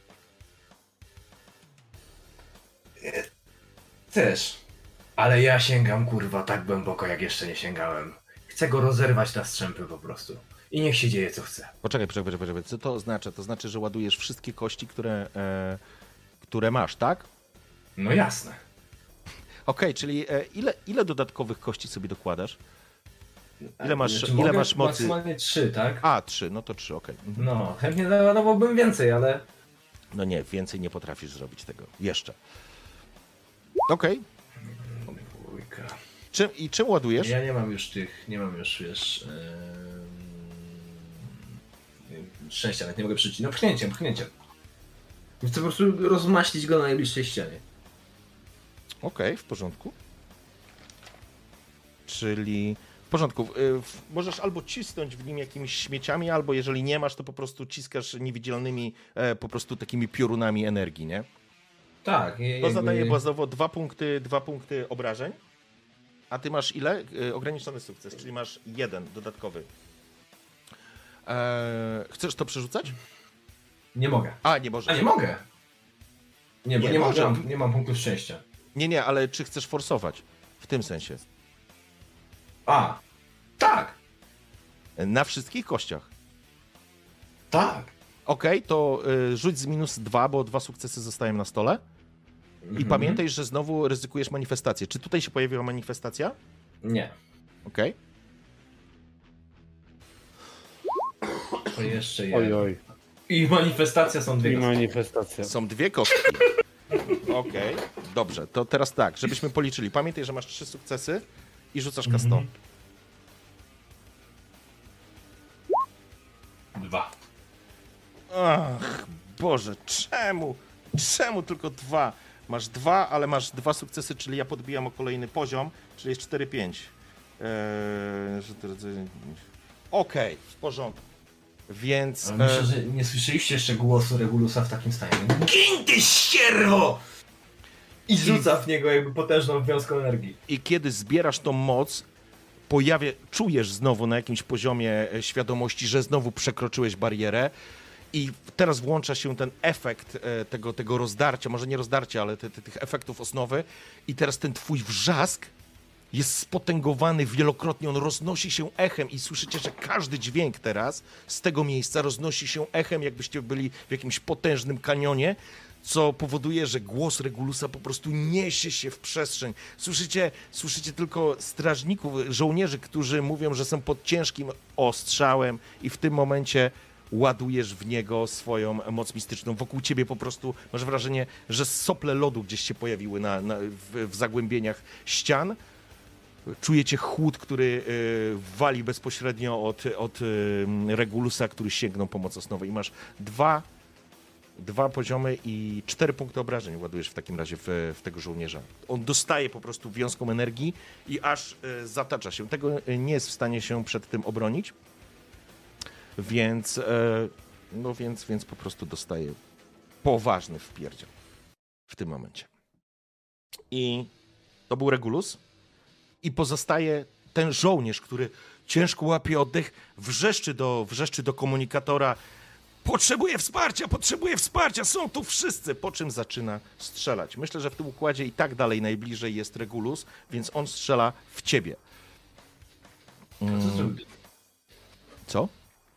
Speaker 5: Też. Ale ja sięgam, kurwa, tak głęboko, jak jeszcze nie sięgałem. Chcę go rozerwać na strzępy po prostu. I niech się dzieje, co chce.
Speaker 1: Poczekaj, poczekaj, poczekaj. Co to oznacza? To znaczy, że ładujesz wszystkie kości, które, e, które masz, tak?
Speaker 5: No jasne.
Speaker 1: Okej, okay, czyli e, ile, ile dodatkowych kości sobie dokładasz? Ile masz,
Speaker 2: Znaczy,
Speaker 1: ile
Speaker 2: mogę
Speaker 1: masz mocy?
Speaker 2: maksymalnie trzy, tak?
Speaker 1: A, trzy, no to trzy, okej. Okay.
Speaker 2: No.
Speaker 5: Chętnie załadowałbym więcej, ale...
Speaker 1: No nie, więcej nie potrafisz zrobić tego. Jeszcze. Okej.
Speaker 5: Dwójka.
Speaker 1: Czym, I czym ładujesz?
Speaker 2: Ja nie mam już tych, nie mam już, wiesz... Yy... Szczęścia, nawet nie mogę przyciąć. No pchnięciem, pchnięciem. Chcę po prostu rozmaścić go na najbliższej ścianie.
Speaker 1: Okej, okay, w porządku. Czyli w porządku. Y, w, możesz albo cisnąć w nim jakimiś śmieciami, albo jeżeli nie masz, to po prostu ciskasz niewidzialnymi e, po prostu takimi piorunami energii, nie?
Speaker 2: Tak.
Speaker 1: To
Speaker 2: jakby...
Speaker 1: zadaje bazowo dwa punkty, dwa punkty obrażeń. A ty masz ile? Y, ograniczony sukces, czyli masz jeden dodatkowy. E, chcesz to przerzucać?
Speaker 2: Nie mogę.
Speaker 1: A, nie możesz.
Speaker 2: A nie mogę! Nie, bo
Speaker 1: Nie
Speaker 2: nie,
Speaker 1: może.
Speaker 2: mam, nie mam punktu szczęścia.
Speaker 1: Nie, nie, ale czy chcesz forsować? W tym sensie.
Speaker 2: A! Tak!
Speaker 1: Na wszystkich kościach.
Speaker 2: Tak!
Speaker 1: Okej, okay, to y, rzuć z minus dwa, bo dwa sukcesy zostają na stole. I
Speaker 2: Mhm.
Speaker 1: pamiętaj, że znowu ryzykujesz manifestację. Czy tutaj się pojawiła manifestacja?
Speaker 2: Nie.
Speaker 1: Okej.
Speaker 2: To jeszcze
Speaker 4: Oj,
Speaker 2: jeden.
Speaker 4: oj.
Speaker 2: I manifestacja są dwie.
Speaker 4: I manifestacja.
Speaker 1: Są dwie kostki. Okej, dobrze. To teraz tak, żebyśmy policzyli. Pamiętaj, że masz trzy sukcesy i rzucasz K sto.
Speaker 2: Mhm. Dwa.
Speaker 1: Ach, Boże, czemu? Czemu tylko dwa? Masz dwa, ale masz dwa sukcesy, czyli ja podbijam o kolejny poziom, czyli jest cztery pięć. Eee, Okej, okay, w porządku. Więc...
Speaker 2: Ale myślę,
Speaker 1: e...
Speaker 2: że nie słyszeliście jeszcze głosu Regulusa w takim stanie.
Speaker 5: Gin ty ścierwo!
Speaker 2: I rzuca w niego jakby potężną wiązką energii.
Speaker 1: I kiedy zbierasz tą moc, pojawia, czujesz znowu na jakimś poziomie świadomości, że znowu przekroczyłeś barierę i teraz włącza się ten efekt tego, tego rozdarcia, może nie rozdarcia, ale te, te, tych efektów osnowy i teraz ten twój wrzask jest spotęgowany wielokrotnie, on roznosi się echem i słyszycie, że każdy dźwięk teraz z tego miejsca roznosi się echem, jakbyście byli w jakimś potężnym kanionie, co powoduje, że głos Regulusa po prostu niesie się w przestrzeń. Słyszycie, słyszycie tylko strażników, żołnierzy, którzy mówią, że są pod ciężkim ostrzałem i w tym momencie ładujesz w niego swoją moc mistyczną. Wokół ciebie po prostu masz wrażenie, że sople lodu gdzieś się pojawiły na, na, w, w zagłębieniach ścian. Czujecie chłód, który y, wali bezpośrednio od, od y, Regulusa, który sięgnął pomoc osnowej. I masz dwa Dwa poziomy i cztery punkty obrażeń ładujesz w takim razie w, w tego żołnierza. On dostaje po prostu wiązką energii i aż y, zatacza się. Tego nie jest w stanie się przed tym obronić, więc, y, no więc, więc po prostu dostaje poważny wpierdziel w tym momencie. I to był Regulus i pozostaje ten żołnierz, który ciężko łapie oddech, wrzeszczy do, wrzeszczy do komunikatora: potrzebuję wsparcia, potrzebuję wsparcia, są tu wszyscy, po czym zaczyna strzelać. Myślę, że w tym układzie i tak dalej najbliżej jest Regulus, więc on strzela w ciebie.
Speaker 2: A co zrobił?
Speaker 1: Co?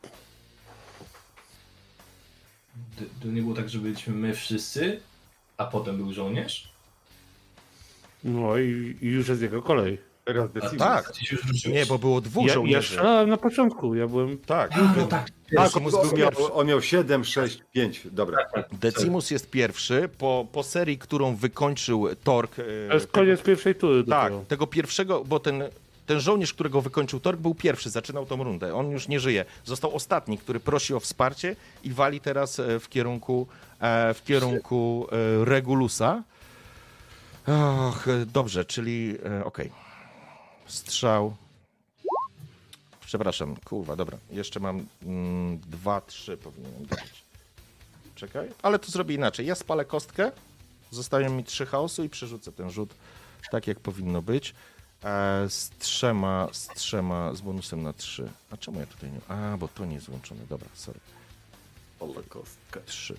Speaker 2: To, to nie było tak, że byliśmy my wszyscy, a potem był żołnierz?
Speaker 4: No i, i już jest jego kolej.
Speaker 3: Teraz
Speaker 2: A
Speaker 3: Decimus.
Speaker 1: tak.
Speaker 2: Ty się już ruszyłeś.
Speaker 1: Nie, bo było dwóch
Speaker 4: Ja, ja
Speaker 1: żołnierzy.
Speaker 4: strzelałem na początku, ja byłem...
Speaker 1: Tak,
Speaker 2: A, no tak.
Speaker 3: Tak,
Speaker 1: Decimus
Speaker 3: on,
Speaker 1: był miał...
Speaker 3: miał, on miał siedem, sześć, pięć. Dobra.
Speaker 1: Decimus jest pierwszy. Po, po serii, którą wykończył Tork... e,
Speaker 4: To jest koniec pierwszej tury.
Speaker 1: Tak,
Speaker 4: dopiero.
Speaker 1: tego pierwszego, bo ten, ten żołnierz, którego wykończył Tork, był pierwszy, zaczynał tą rundę. On już nie żyje. Został ostatni, który prosi o wsparcie i wali teraz e, w kierunku, e, w kierunku e, Regulusa. Och, e, dobrze, czyli e, okej. Okay. Strzał. Przepraszam, kurwa, dobra. Jeszcze mam mm, dwa, trzy powinienem dać. Czekaj, ale to zrobię inaczej. Ja spalę kostkę, zostają mi trzy chaosu i przerzucę ten rzut tak, jak powinno być. E, z trzema, z trzema, z bonusem na trzy. A czemu ja tutaj nie... A, bo to nie jest złączone. Dobra, sorry.
Speaker 3: Ole kostkę.
Speaker 1: Trzy.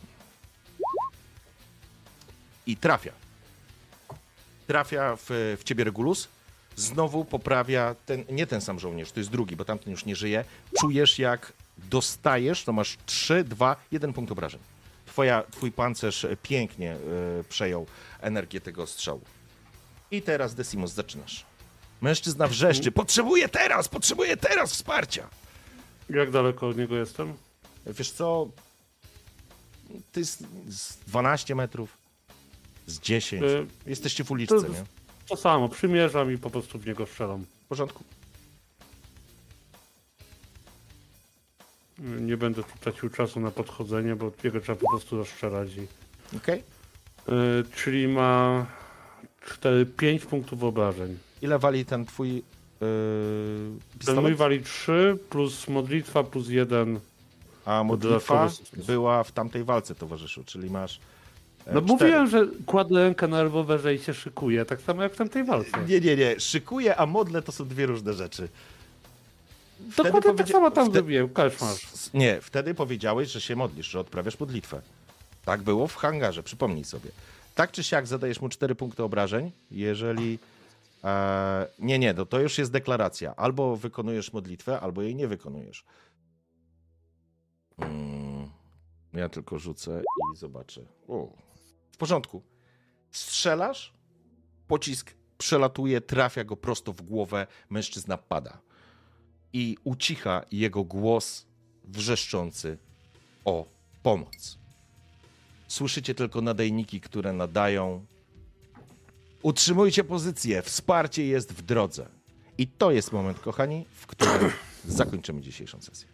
Speaker 1: I trafia. Trafia w, w ciebie Regulus. Znowu poprawia ten, nie ten sam żołnierz, to jest drugi, bo tamten już nie żyje. Czujesz, jak dostajesz, to masz trzy, dwa, jeden punkt obrażeń. Twoja, twój pancerz pięknie y, przejął energię tego strzału. I teraz, Desimos, zaczynasz. Mężczyzna wrzeszczy. Potrzebuję teraz, potrzebuję teraz wsparcia.
Speaker 4: Jak daleko od niego jestem?
Speaker 1: Wiesz co? To jest z dwanaście metrów, z dziesięć.
Speaker 4: Y,
Speaker 1: Jesteście w uliczce,
Speaker 4: to-
Speaker 1: nie?
Speaker 4: To samo, przymierzam i po prostu w niego strzelam.
Speaker 1: W porządku.
Speaker 4: Nie będę tu tracił czasu na podchodzenie, bo jego trzeba po prostu zastrzelać. I...
Speaker 1: Okej.
Speaker 4: Yy, czyli ma cztery, pięć punktów obrażeń.
Speaker 1: Ile wali ten twój yy,
Speaker 4: Ten mój
Speaker 1: pistolet?
Speaker 4: wali trzy, plus modlitwa, plus jeden.
Speaker 1: A modlitwa
Speaker 4: dodatkowo sukces.
Speaker 1: była w tamtej walce, towarzyszu, czyli masz e,
Speaker 4: No
Speaker 1: cztery.
Speaker 4: mówiłem, że kładę rękę na rewolwerze i się szykuję, tak samo jak w tamtej walce.
Speaker 1: Nie, nie, nie. Szykuję, a modlę to są dwie różne rzeczy. Wtedy
Speaker 4: Dokładnie tak
Speaker 1: powiedzia-
Speaker 4: samo tam
Speaker 1: wte-
Speaker 4: zrobiłem, koszmarz.
Speaker 1: S- Nie, wtedy powiedziałeś, że się modlisz, że odprawiasz modlitwę. Tak było w hangarze, przypomnij sobie. Tak czy siak zadajesz mu cztery punkty obrażeń, jeżeli... E, nie, nie, no to już jest deklaracja. Albo wykonujesz modlitwę, albo jej nie wykonujesz. Mm, ja tylko rzucę i zobaczę. O, w porządku. Strzelasz, pocisk przelatuje, trafia go prosto w głowę, mężczyzna pada. I ucicha jego głos wrzeszczący o pomoc. Słyszycie tylko nadajniki, które nadają: utrzymujcie pozycję, wsparcie jest w drodze. I to jest moment, kochani, w którym zakończymy dzisiejszą sesję.